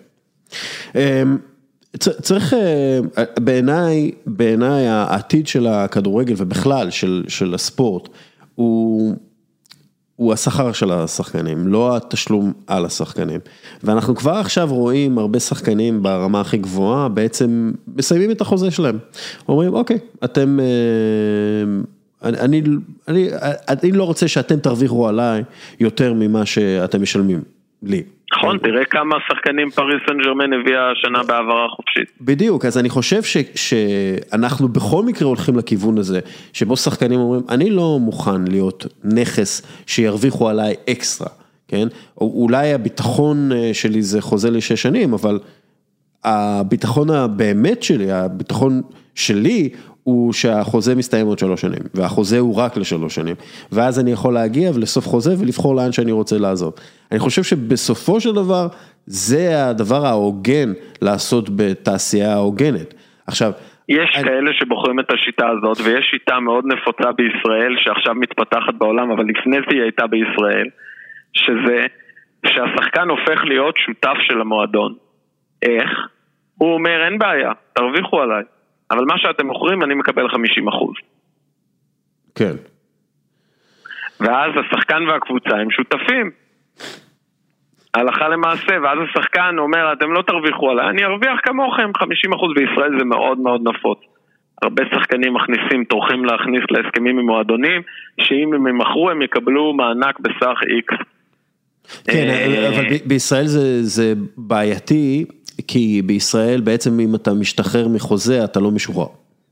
צריך, בעיניי, בעיניי העתיד של הכדורגל ובכלל של, של הספורט, הוא, הוא השכר של השחקנים, לא התשלום על השחקנים. ואנחנו כבר עכשיו רואים הרבה שחקנים ברמה הכי גבוהה, בעצם מסיימים את החוזה שלהם. אומרים, אוקיי, אתם, אני, אני, אני, אני לא רוצה שאתם תרוויחו עליי יותר ממה שאתם משלמים לי. נכון, תראה כמה שחקנים פריס סן ז'רמן הביאה השנה בעברה חופשית. בדיוק, אז אני חושב ש, שאנחנו בכל מקרה הולכים לכיוון הזה, שבו שחקנים אומרים, אני לא מוכן להיות נכס שירוויחו עליי אקסטרה, כן? אולי הביטחון שלי זה חוזה לשש שנים, אבל הביטחון הבאמת שלי, הביטחון שלי, הוא שהחוזה מסתיים עוד שלוש שנים, והחוזה הוא רק לשלוש שנים, ואז אני יכול להגיע ולסוף חוזה ולבחור לאן שאני רוצה לעזוב. אני חושב שבסופו של דבר, זה הדבר ההוגן לעשות בתעשייה ההוגנת. עכשיו, יש אני... כאלה שבוחרים את השיטה הזאת, ויש שיטה מאוד נפוצה בישראל, שעכשיו מתפתחת בעולם, אבל לפני זה היא הייתה בישראל, שזה שהשחקן הופך להיות שותף של המועדון. איך? הוא אומר, אין בעיה, תרוויחו עליי. אבל מה שאתם מוכרים, אני מקבל חמישים אחוז. כן. ואז השחקן והקבוצה הם שותפים. הלכה למעשה, ואז השחקן אומר, אתם לא תרוויחו עליי, אני ארוויח כמוכם, חמישים אחוז בישראל זה מאוד מאוד נפוץ. הרבה שחקנים מכניסים, תורכים להכניס להסכמים עם מועדונים, שאם הם ימכרו, הם יקבלו מענק בסך X. כן, אבל בישראל זה, זה בעייתי, כי בישראל בעצם אם אתה משתחרר מחוזה, אתה לא משוחרר.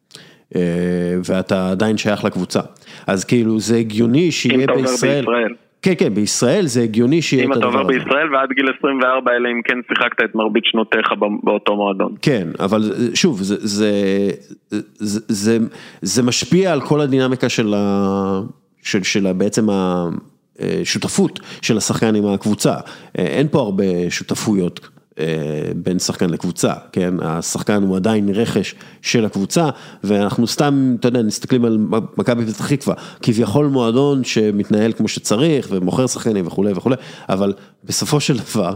ואתה עדיין שייך לקבוצה. אז כאילו זה הגיוני שיהיה בישראל. כן, כן, בישראל זה הגיוני שיהיה את הדבר הזה. אם אתה עובר בישראל ועד גיל עשרים וארבע, אלא אם כן שיחקת את מרבית שנותיך באותו מועדון. כן, אבל שוב, זה, זה, זה, זה, זה משפיע על כל הדינמיקה של, ה, של, של בעצם השותפות של השחקן עם הקבוצה. אין פה הרבה שותפויות בין שחקן לקבוצה, כן? השחקן הוא עדיין רכש של הקבוצה, ואנחנו סתם, אתה יודע, נסתכלים על מכבי פתח תקווה, כביכול מועדון שמתנהל כמו שצריך, ומוכר שחקנים וכו' וכו', אבל בסופו של דבר,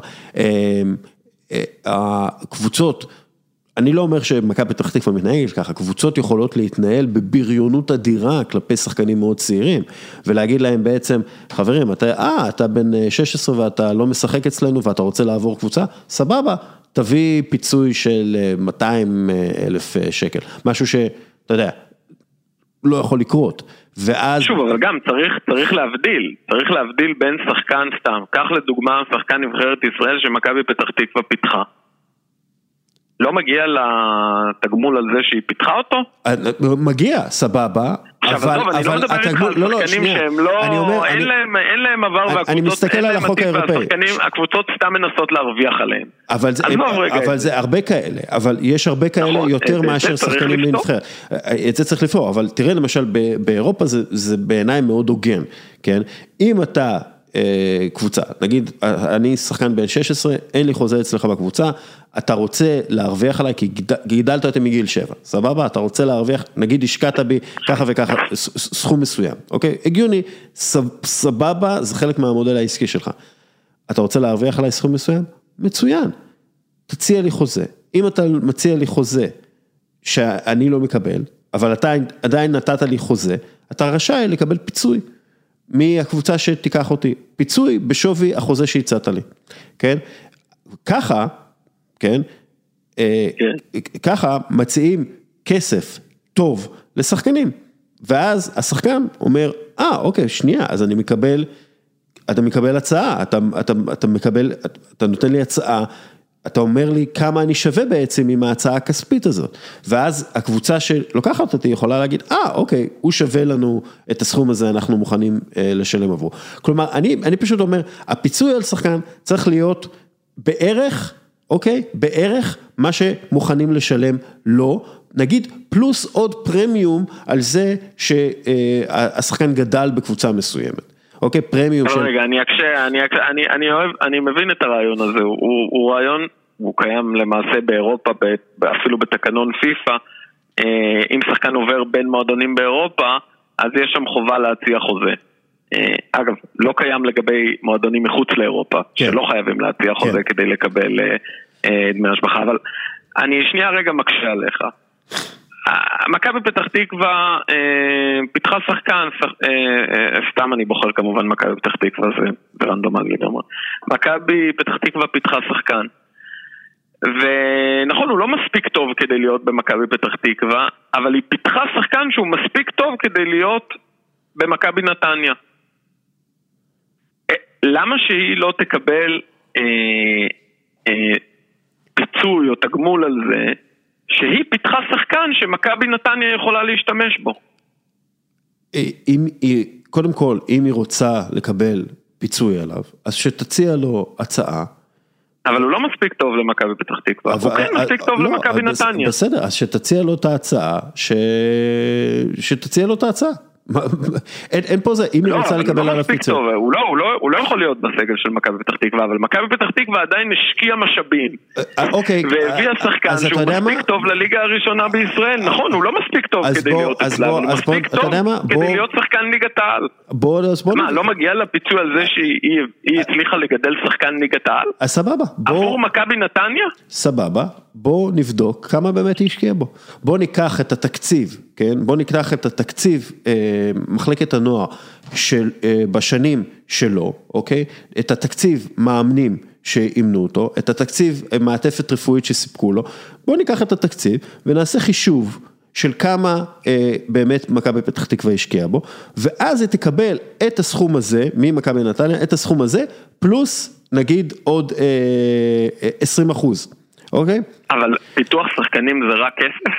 הקבוצות, אני לא אומר שמכבי פתח תקווה מתנהל ככה, קבוצות יכולות להתנהל בבריונות אדירה כלפי שחקנים מאוד צעירים, ולהגיד להם בעצם, חברים, אתה, אה, אתה בן שש עשרה ואתה לא משחק אצלנו ואתה רוצה לעבור קבוצה, סבבה, תביא פיצוי של מאתיים אלף שקל, משהו שאתה יודע, לא יכול לקרות, ואז... שוב, אבל גם צריך, צריך להבדיל, צריך להבדיל בין שחקן סתם, כך לדוגמה, שחקן נבחרת ישראל שמכבי פתח תקווה פיתחה, לא מגיע לתגמול על זה שהיא פיתחה אותו? מגיע, סבבה. עכשיו, טוב, אני לא מדבר איתך על שחקנים שהם לא, אין להם עבר והקבוצות, אין להם עתיד והשחקנים, הקבוצות סתם מנסות להרוויח עליהם. אבל זה הרבה כאלה, אבל יש הרבה כאלה יותר מאשר שחקנים לנבחרת. את זה צריך לפתור, אבל תראה למשל באירופה זה בעיניי מאוד הוגן, כן? אם אתה... קבוצה, נגיד, אני שחקן בן שש עשרה, אין לי חוזה אצלך בקבוצה, אתה רוצה להרוויח עליי, כי גידלת אותי מגיל שבע, סבבה? אתה רוצה להרוויח, נגיד, השקעת בי ככה וככה, סכום מסוים, אוקיי? הגיוני, סבבה, זה חלק מהמודל העסקי שלך. אתה רוצה להרוויח עליי סכום מסוים? מצוין. תציע לי חוזה. אם אתה מציע לי חוזה שאני לא מקבל, אבל אתה עדיין נתת לי חוזה, אתה רשאי לקבל פיצוי. מהקבוצה שתיקח אותי, פיצוי בשווי החוזה שהצעת לי, כן? ככה, כן? ככה מציעים כסף טוב לשחקנים, ואז השחקן אומר, אה, אוקיי, שנייה, אז אני מקבל, אתה מקבל הצעה, אתה, אתה, אתה מקבל, אתה נותן לי הצעה, אתה אומר לי כמה אני שווה בעצם עם ההצעה הכספית הזאת, ואז הקבוצה שלוקחת אותי יכולה להגיד, אה, אוקיי, הוא שווה לנו את הסכום הזה, אנחנו מוכנים אה, לשלם עבור. כלומר, אני, אני פשוט אומר, הפיצוי על שחקן צריך להיות בערך, אוקיי, בערך מה שמוכנים לשלם לו, נגיד פלוס עוד פרמיום על זה שהשחקן גדל בקבוצה מסוימת. אוקיי, פרמיום של... רגע, אני אקשה, אני אקשה, אני, אני אוהב, אני מבין את הרעיון הזה, הוא, הוא רעיון, הוא קיים למעשה באירופה, אפילו בתקנון פיפה, אם שחקן עובר בין מועדונים באירופה, אז יש שם חובה להציע חוזה. אגב, לא קיים לגבי מועדונים מחוץ לאירופה, כן. שלא חייבים להציע חוזה כן. כדי לקבל דמי השבחה, אבל אני שנייה רגע מקשה עליך. מכבי פתח תקווה פיתחה שחקן, סתם אני בוחר כמובן מכבי פתח תקווה, זה רנדומלי לגמרי. מכבי פתח תקווה פיתחה שחקן, ונכון, הוא לא מספיק טוב כדי להיות במכבי פתח תקווה, אבל היא פיתחה שחקן שהוא מספיק טוב כדי להיות במכבי נתניה. למה שהיא לא תקבל אה, אה, פיצוי או תגמול על זה, שהיא פיתחה שחקן שמכבי נתניה יכולה להשתמש בו? אם, קודם כל, אם היא רוצה לקבל פיצוי עליו, אז שתציע לו הצעה, אבל הוא לא מספיק טוב למכבי פתח תקווה, הוא כן מספיק טוב למכבי נתניה. בסדר, אז שתציע לו את ההצעה, שתציע לו את ההצעה. אין פה זה, אם היא רוצה לקבל עליו פיצוי. הוא לא יכול להיות בסגל של מכבי פתח תקווה, אבל מכבי פתח תקווה עדיין השקיע משאבים. והביאה שחקן שהוא מספיק טוב לליגה הראשונה בישראל. נכון, הוא לא מספיק טוב כדי להיות אצלה, אבל הוא מספיק טוב כדי להיות שחקן ליגת העל. מה, לא מגיע לפיצוי על זה שהיא הצליחה לגדל שחקן ליגת העל? אז סבבה. עבור מכבי נתניה? סבבה. בואו נבדוק כמה באמת היא השקיעה בו. בואו ניקח את התקציב, כן? בואו ניקח את התקציב, אה, מחלקת הנוער, של, אה, בשנים שלו, אוקיי? את התקציב מאמנים שאימנו אותו, את התקציב מעטפת רפואית שסיפקו לו, בואו ניקח את התקציב ונעשה חישוב של כמה אה, באמת מכבי פתח תקווה השקיעה בו, ואז היא תקבל את הסכום הזה, ממכבי נתניה, את הסכום הזה, פלוס נגיד עוד אה, עשרים אחוז. אוקיי? אבל פיתוח שחקנים זה רק כסף?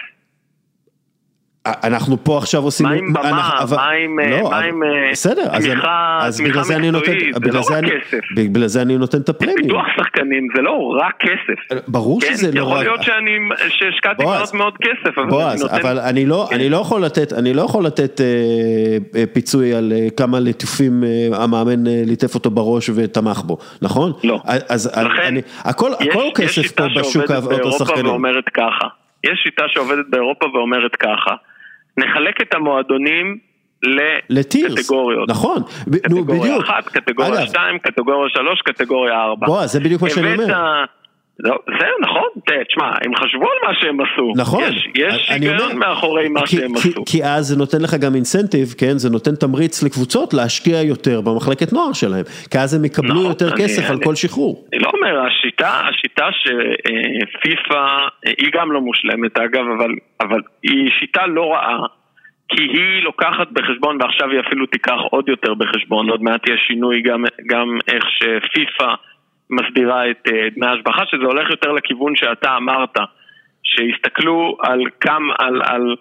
אנחנו פה עכשיו עושים... מה עם במה? מה עם תמיכה מקצועית? זה לא רק כסף. בגלל זה אני נותן את הפרמיה. פיתוח שחקנים זה לא רק כסף. ברור שזה לא רק... יכול להיות שהשקעתי מאוד מאוד כסף. בועז, אבל אני לא יכול לתת, אני לא יכול לתת פיצוי על כמה ליטופים המאמן ליטף אותו בראש ותמך בו, נכון? לא. אז הכל כסף פה בשוק השחקנים. יש שיטה שעובדת באירופה ואומרת ככה, נחלק את המועדונים לקטגוריות. נכון. קטגוריה אחת, קטגוריה שתיים, קטגוריה שלוש, קטגוריה ארבע. בוא, זה בדיוק מה שאני אומר. זה נכון, תשמע, הם חשבו על מה שהם עשו. נכון. יש היגיון מאחורי מה שהם עשו. כי אז זה נותן לך גם אינסנטיב, כן? זה נותן תמריץ לקבוצות להשקיע יותר במחלקת נוער שלהם. כי אז הם יקבלו יותר כסף על כל שחרור. אני לא אומר, השיטה, השיטה שפיפה, היא גם לא מושלמת, אגב, אבל היא שיטה לא רעה, כי היא לוקחת בחשבון, ועכשיו היא אפילו תיקח עוד יותר בחשבון, עוד מעט יש שינוי גם איך שפיפה מסדירה את דמי ההשבחה, שזה הולך יותר לכיוון שאתה אמרת, שהסתכלו על כמה, על, על,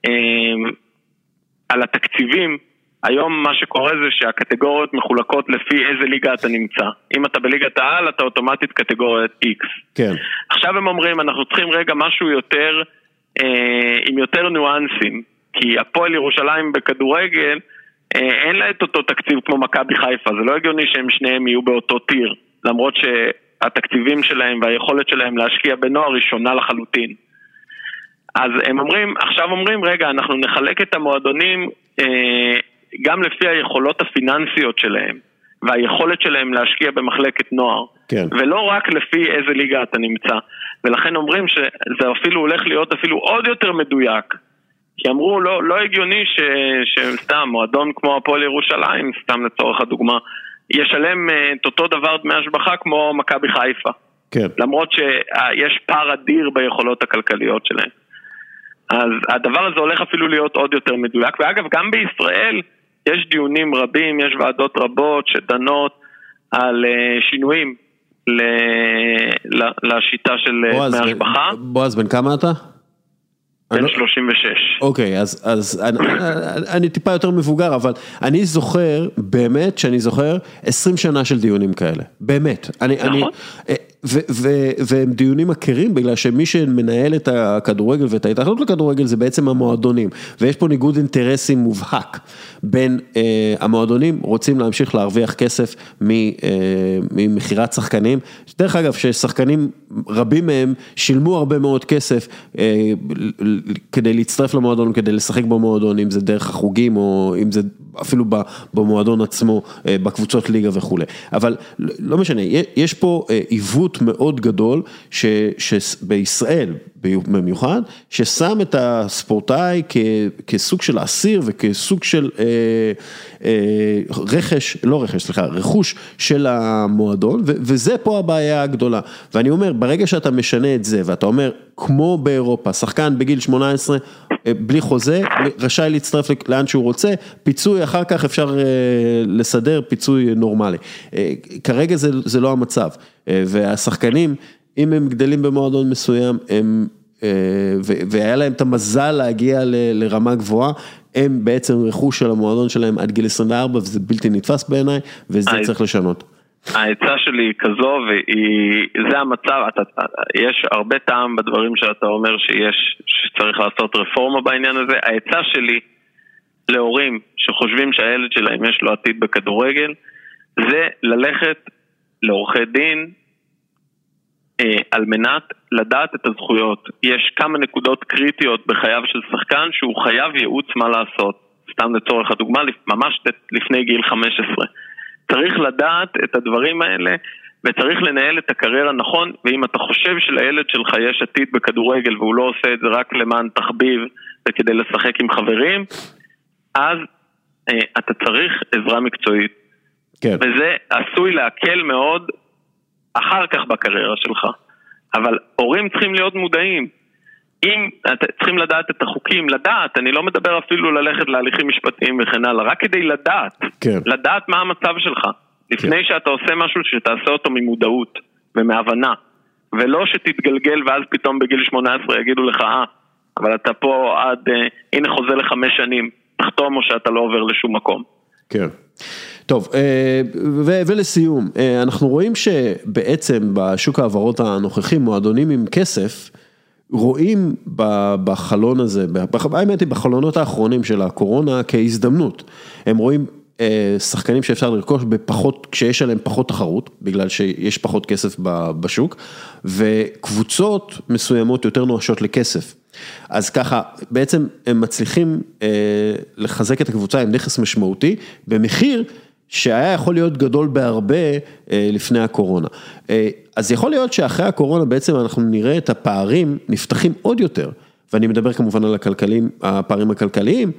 על התקציבים. היום מה שקורה זה שהקטגוריות מחולקות לפי איזה ליגה אתה נמצא. אם אתה בליגת העל, אתה אוטומטית קטגוריית X. כן. עכשיו הם אומרים, אנחנו צריכים רגע משהו יותר, עם יותר ניואנסים, כי הפועל ירושלים בכדורגל, אין לה את אותו תקציב כמו מכבי חיפה, זה לא הגיוני שהם שניהם יהיו באותו טיר. למרות שהתקציבים שלהם והיכולת שלהם להשקיע בנוער היא שונה לחלוטין. אז הם אומרים, עכשיו אומרים, רגע, אנחנו נחלק את המועדונים אה, גם לפי היכולות הפיננסיות שלהם, והיכולת שלהם להשקיע במחלקת נוער, כן. ולא רק לפי איזה ליגה אתה נמצא. ולכן אומרים שזה אפילו הולך להיות אפילו עוד יותר מדויק, כי אמרו, לא, לא הגיוני ש, שסתם, מועדון כמו הפועל ירושלים, סתם לצורך הדוגמה, ישלם את אותו דבר דמי השבחה כמו מכבי חיפה. כן. למרות שיש פער אדיר ביכולות הכלכליות שלהם. אז הדבר הזה הולך אפילו להיות עוד יותר מדויק. ואגב, גם בישראל יש דיונים רבים, יש ועדות רבות שדנות על שינויים לשיטה של דמי השבחה. בועז, בן כמה אתה? בן שלושים ושש. אוקיי, אז, אז אני, אני טיפה יותר מבוגר, אבל אני זוכר, באמת שאני זוכר עשרים שנה של דיונים כאלה. באמת. אני, נכון. אני, והם דיונים מכירים, בגלל שמי שמנהל את הכדורגל ואת ההתאחדות לכדורגל זה בעצם המועדונים, ויש פה ניגוד אינטרסים מובהק, בין המועדונים רוצים להמשיך להרוויח כסף ממחירת שחקנים, דרך אגב ששחקנים רבים מהם שילמו הרבה מאוד כסף כדי להצטרף למועדון, כדי לשחק במועדון, אם זה דרך החוגים או אם זה אפילו במועדון עצמו, בקבוצות ליגה וכו'. אבל לא משנה, יש פה עיוות מאוד גדול שבישראל במיוחד, ששם את הספורטאי כסוג של אסיר וכסוג של רכש, לא רכש, סליחה, רכוש של המועדון, וזה פה הבעיה הגדולה. ואני אומר, ברגע שאתה משנה את זה, ואתה אומר, כמו באירופה, שחקן בגיל שמונה עשרה, בלי חוזה, רשאי להצטרף לאן שהוא רוצה, פיצוי אחר כך אפשר לסדר פיצוי נורמלי. כרגע זה, זה לא המצב, והשחקנים, אם הם גדלים במועדון מסוים, הם, והיה להם את המזל להגיע ל, לרמה גבוהה, הם בעצם רכוש של המועדון שלהם עד גיל עשרים וארבע, וזה בלתי נתפס בעיניי, וזה צריך לשנות. העצה שלי היא כזו, וזה המצב, אתה, יש הרבה טעם בדברים שאתה אומר שיש, שצריך לעשות רפורמה בעניין הזה. העצה שלי להורים שחושבים שהילד שלהם יש לו עתיד בכדורגל, זה ללכת לעורכי דין, על מנת לדעת את הזכויות. יש כמה נקודות קריטיות בחייו של שחקן שהוא חייב ייעוץ מה לעשות. סתם לצורך הדוגמה, ממש לפני גיל חמש עשרה. צריך לדעת את הדברים האלה, וצריך לנהל את הקריירה נכון, ואם אתה חושב שלילד שלך יש עתיד בכדורגל, והוא לא עושה את זה רק למען תחביב, וכדי לשחק עם חברים, אז אה, אתה צריך עזרה מקצועית. כן. וזה עשוי להקל מאוד, אחר כך בקריירה שלך. אבל הורים צריכים להיות מודעים. אם צריכים לדעת את החוקים, לדעת, אני לא מדבר אפילו ללכת להליכים משפטיים וכן הלאה, רק כדי לדעת, כן. לדעת מה המצב שלך. לפני כן. שאתה עושה משהו שתעשה אותו ממודעות ומהבנה, ולא שתתגלגל ואז פתאום בגיל שמונה עשרה יגידו לך, אה, אבל אתה פה עד, אה, הנה חוזה לחמש שנים, תחתום או שאתה לא עובר לשום מקום. כן. טוב, ולסיום, אנחנו רואים שבעצם בשוק העברות הנוכחי, מועדונים עם כסף, רואים בחלון הזה, האמת היא בחלונות האחרונים של הקורונה כהזדמנות, הם רואים שחקנים שאפשר לרכוש בפחות, כשיש עליהם פחות תחרות, בגלל שיש פחות כסף בשוק, וקבוצות מסוימות יותר נואשות לכסף. אז ככה, בעצם הם מצליחים לחזק את הקבוצה עם נכס משמעותי, במחיר שהיה יכול להיות גדול בהרבה לפני הקורונה. אז יכול להיות שאחרי הקורונה בעצם אנחנו נראה את הפערים נפתחים עוד יותר, ואני מדבר כמובן על הכלכליים, הפערים הכלכליים,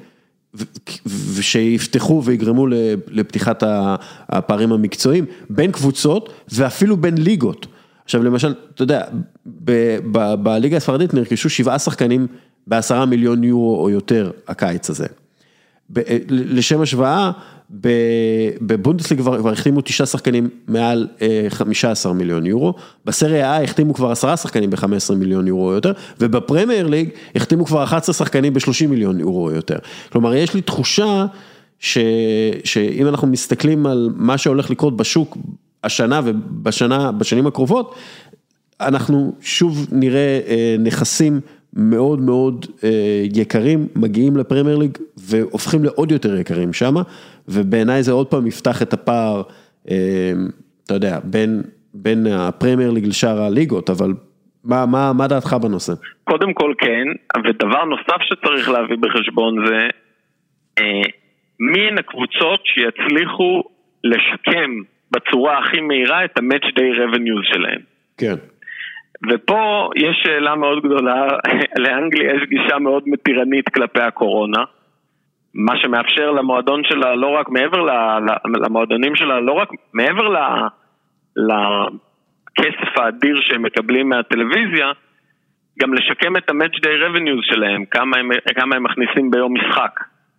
ושיפתחו ויגרמו לפתיחת הפערים המקצועיים, בין קבוצות ואפילו בין ליגות. עכשיו למשל, אתה יודע, בליגה הספרדית נרכשו שבעה שחקנים בעשרה מיליון יורו או יותר הקיץ הזה. לשם השוואה, בבונדסליגה כבר החתימו תשעה שחקנים מעל חמישה עשר מיליון יורו, בסריה A החתימו כבר עשרה שחקנים ב-חמישה עשר מיליון יורו או יותר, ובפרמייר ליג החתימו כבר אחד עשר שחקנים ב-שלושים מיליון יורו או יותר. כלומר, יש לי תחושה ש, שאם אנחנו מסתכלים על מה שהולך לקרות בשוק השנה ובשנה, בשנים הקרובות, אנחנו שוב נראה נכסים מאוד מאוד יקרים, מגיעים לפרמייר ליג והופכים לעוד יותר יקרים שם, ובעיניי זה עוד פעם יפתח את הפער, אתה יודע, בין, בין הפרמייר ליג לשאר הליגות, אבל מה, מה, מה דעתך בנושא? קודם כל כן, ודבר נוסף שצריך להביא בחשבון זה, מי הן הקבוצות שיצליחו לשקם בצורה הכי מהירה את ה-match day revenues שלהם. כן. ופה יש שאלה מאוד גדולה, לאנגליה יש גישה מאוד מתירנית כלפי הקורונה, מה שמאפשר למועדון שלה, לא רק מעבר למועדונים שלה, לא רק מעבר לכסף האדיר שהם מקבלים מהטלוויזיה, גם לשקם את ה-match day revenues שלהם, כמה הם, כמה הם מכניסים ביום משחק.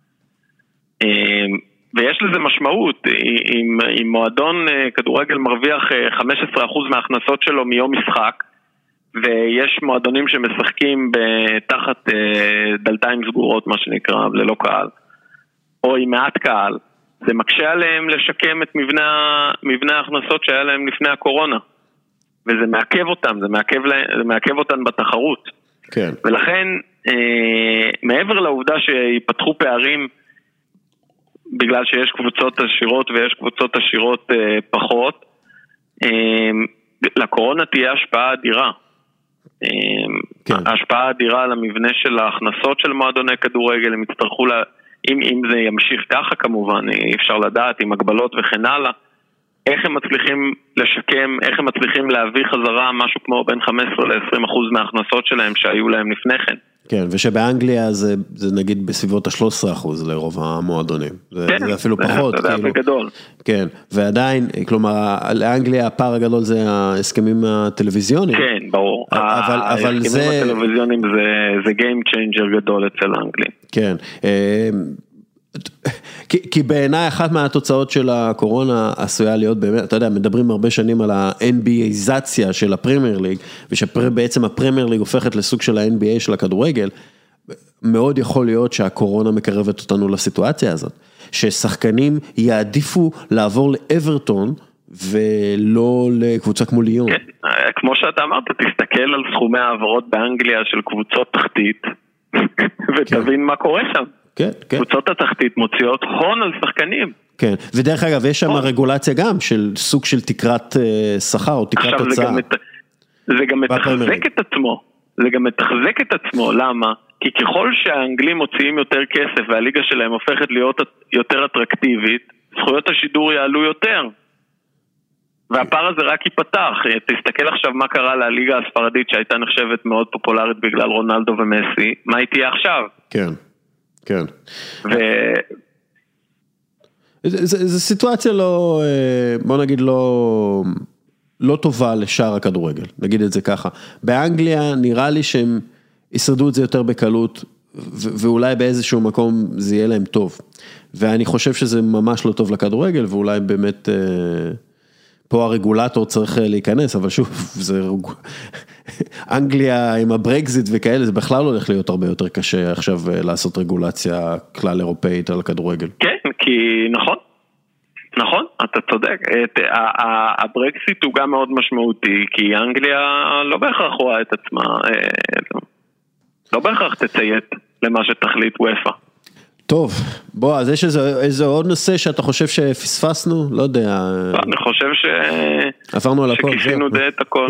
ויש לזה משמעות, אם, אם מועדון כדורגל מרוויח חמישה עשר אחוז מההכנסות שלו מיום משחק, ויש מועדונים שמשחקים תחת דלתיים סגורות, מה שנקרא, ללא קהל, או עם מעט קהל, זה מקשה עליהם לשקם את מבנה, מבנה ההכנסות שהיה להם לפני הקורונה. וזה מעכב אותם, זה מעכב, זה מעכב אותם בתחרות. כן. ולכן, אה, מעבר לעובדה שיפתחו פערים, בגלל שיש קבוצות עשירות ויש קבוצות עשירות אה, פחות, אה, לקורונה תהיה השפעה אדירה. אה, כן. ההשפעה אדירה על המבנה של ההכנסות של מועדוני כדורגל, הם יצטרכו, לה, אם, אם זה ימשיך ככה כמובן, אי אפשר לדעת, עם הגבלות וכן הלאה, איך הם מצליחים לשקם, איך הם מצליחים להביא חזרה משהו כמו בין חמש עשרה ל-עשרים אחוז מההכנסות שלהם שהיו להם לפני כן. כן, ושבאנגליה זה, זה נגיד בסביבות ה-שלושה עשר אחוז לרוב המועדונים. זה, כן, זה אפילו פחות. זה כאילו, בגדול. כן, ועדיין, כלומר, לאנגליה הפער הגדול זה ההסכמים הטלוויזיוניים. כן, ברור. אבל, אבל זה... ההסכמים הטלוויזיוניים זה, זה game changer גדול אצל האנגלים. כן. כי, כי בעיניי אחת מהתוצאות של הקורונה עשויה להיות באמת, אתה יודע, מדברים הרבה שנים על ה-אן בי איי-זציה של הפרמייר ליג, ושבעצם הפרמייר ליג הופכת לסוג של ה-אן בי איי של הכדורגל, מאוד יכול להיות שהקורונה מקרבת אותנו לסיטואציה הזאת, ששחקנים יעדיפו לעבור לאברטון, ולא לקבוצה כמו ליון. כן, כמו שאתה אמרת, תסתכל על סכומי העברות באנגליה של קבוצות תחתית, ותבין מה קורה שם. כן, כן. קבוצות התחתית מוציאות הון על שחקנים. כן, ודרך אגב, יש שם רגולציה גם של סוג של תקרת שכר או תקרת הצעה. עכשיו זה גם מתחזק את עצמו, זה גם מתחזק את עצמו, למה? כי ככל שהאנגלים מוציאים יותר כסף והליגה שלהם הופכת להיות יותר אטרקטיבית, זכויות השידור יעלו יותר. והפער הזה רק ייפתח. תסתכל עכשיו מה קרה לליגה הספרדית שהייתה נחשבת מאוד פופולרית בגלל רונלדו ומסי, מה היא תהיה עכשיו? כן. כן. ו... זה, זה, זה סיטואציה לא, בוא נגיד לא, לא טובה לשאר הכדורגל, נגיד את זה ככה. באנגליה נראה לי שהם ישרדו את זה יותר בקלות, ו- ואולי באיזשהו מקום זה יהיה להם טוב. ואני חושב שזה ממש לא טוב לכדורגל, ואולי באמת פה הרגולטור צריך להיכנס, אבל שוב, זה... אנגליה עם הברקזיט וכאלה, זה בכלל הולך להיות הרבה יותר קשה עכשיו לעשות רגולציה כלל אירופאית על הכדורגל. כן, כי נכון, נכון, אתה צודק. הברקזיט הוא גם מאוד משמעותי, כי אנגליה לא בהכרח רואה את עצמה, לא בהכרח תציית למה שתחליט וופא. טוב, בוא, אז יש איזה, איזה עוד נושא שאתה חושב שפספסנו? לא יודע. אני חושב ש... עברנו על הכל. שכיסינו די את הכל.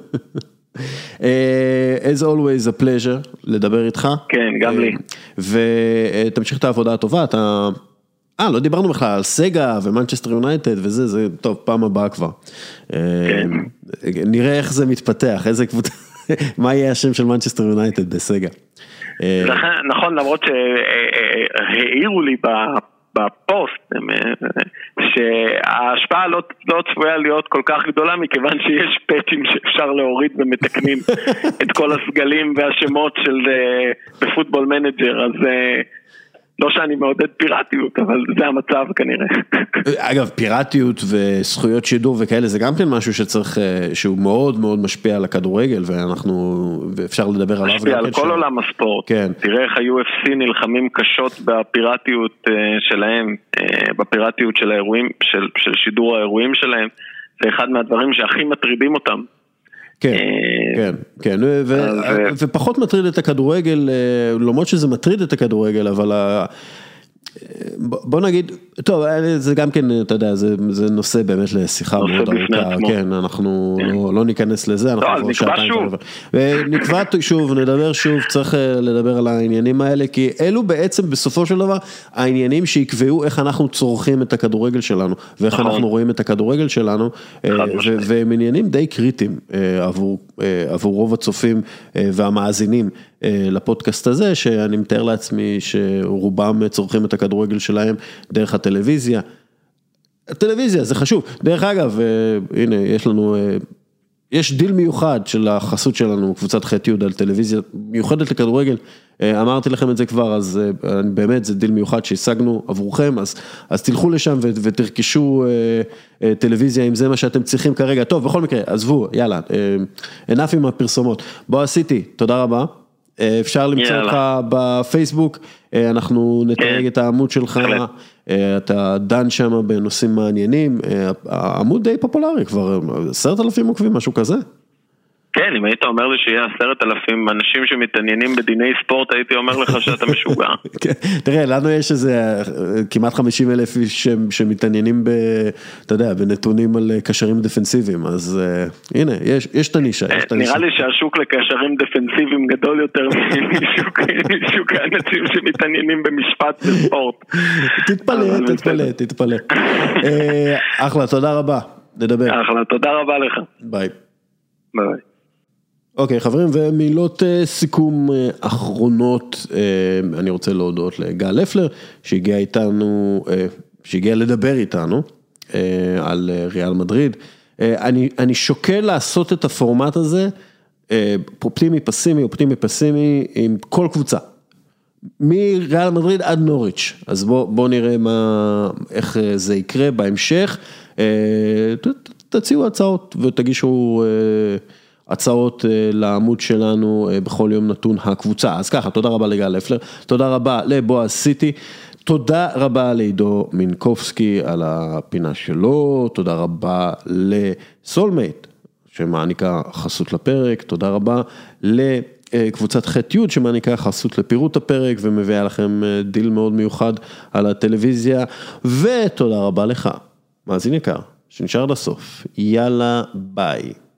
As always a pleasure לדבר איתך. כן, גם לי. ותמשיך את העבודה הטובה, אתה... אה, לא דיברנו בכלל על סגה ומנצ'סטר יונייטד וזה, זה טוב, פעם הבאה כבר. כן. נראה איך זה מתפתח, איזה קבוצה, מה יהיה השם של מנצ'סטר יונייטד בסגה. נכון, למרות שהעירו לי בפוסט, שההשפעה לא צפויה להיות כל כך גדולה, מכיוון שיש פאצ'ים שאפשר להוריד ומתקנים את כל הסגלים והשמות של בפוטבול מנג'ר, אז לא שאני מעודד פיראטיות, אבל זה המצב כנראה. אגב, פיראטיות וזכויות שידור וכאלה, זה גם כן משהו שצריך, שהוא מאוד מאוד משפיע על הכדורגל, ואנחנו, ואפשר לדבר עליו. משפיע על כל עולם הספורט. כן. תראה איך ה-יו אף סי נלחמים קשות בפיראטיות שלהם, בפיראטיות של האירועים, של, של שידור האירועים שלהם, זה אחד מהדברים שהכי מטרידים אותם. כן, כן, כן, ופחות מטריד את הכדורגל, למרות שזה מטריד את הכדורגל, אבל בוא נגיד, טוב, זה גם כן, אתה יודע, זה נושא באמת לשיחה מאוד ארוכה, כן, אנחנו לא ניכנס לזה, לא, אז נקבע שוב. נקבע שוב, נדבר שוב, צריך לדבר על העניינים האלה, כי אלו בעצם בסופו של דבר, העניינים שיקבעו איך אנחנו צורכים את הכדורגל שלנו, ואיך אנחנו רואים את הכדורגל שלנו, והם עניינים די קריטיים עבור רוב הצופים והמאזינים לפודקאסט הזה, שאני מתאר לעצמי שרובם צורכים את הכדורגל שלהם דרך הטלוויזיה. הטלוויזיה זה חשוב. דרך אגב, הנה, יש לנו, יש דיל מיוחד של החסות שלנו, קבוצת ח' י' על טלוויזיה מיוחדת לכדורגל. אמרתי לכם את זה כבר, אז באמת זה דיל מיוחד שהשגנו עבורכם, אז, אז תלכו לשם ותרכשו טלוויזיה אם זה מה שאתם צריכים כרגע. טוב, בכל מקרה, עזבו, יאללה, ענף עם הפרסומות. בוא עשיתי, תודה רבה. אפשר למצוא אותך בפייסבוק, אנחנו נתייג את העמוד שלך, אתה דן שם בנושאים מעניינים, העמוד די פופולרי, כבר עשרת אלפים עוקבים, משהו כזה. כן, אם היית אומר לי שיהיה עשרת אלפים אנשים שמתעניינים בדיני ספורט, הייתי אומר לך שאתה משוגע. תראה, לנו יש איזה כמעט חמישים אלף איש שמתעניינים ב, אתה יודע, בנתונים על קשרים דפנסיביים, אז הנה, יש את הנישה. נראה לי שהשוק לקשרים דפנסיביים גדול יותר משוק האנשים שמתעניינים במשפט בספורט. תתפלא, תתפלא, תתפלא. אחלה, תודה רבה, נדבר. אחלה, תודה רבה לך. ביי. ביי. אוקיי, חברים, ומילות סיכום אחרונות, אני רוצה להודות לגל לפלר, שהגיע איתנו, שהגיע לדבר איתנו על ריאל מדריד. אני, אני שוקל לעשות את הפורמט הזה, אופטימי פסימי, אופטימי פסימי, עם כל קבוצה. מריאל מדריד עד נוריץ'. אז בוא, בוא נראה מה, איך זה יקרה בהמשך. ת, תציעו הצעות ותגישו הצעות לעמוד שלנו בכל יום נתון הקבוצה. אז ככה, תודה רבה לגל לפלר, תודה רבה לבועז סיטי, תודה רבה לעידו מינקובסקי על הפינה שלו, תודה רבה לסולמייט שמעניקה חסות לפרק, תודה רבה לקבוצת ח'-י' שמעניקה חסות לפירוט הפרק ומביאה לכם דיל מאוד מיוחד על הטלוויזיה, ותודה רבה לך, מאזין יקר, שנשאר לסוף, יאללה ביי.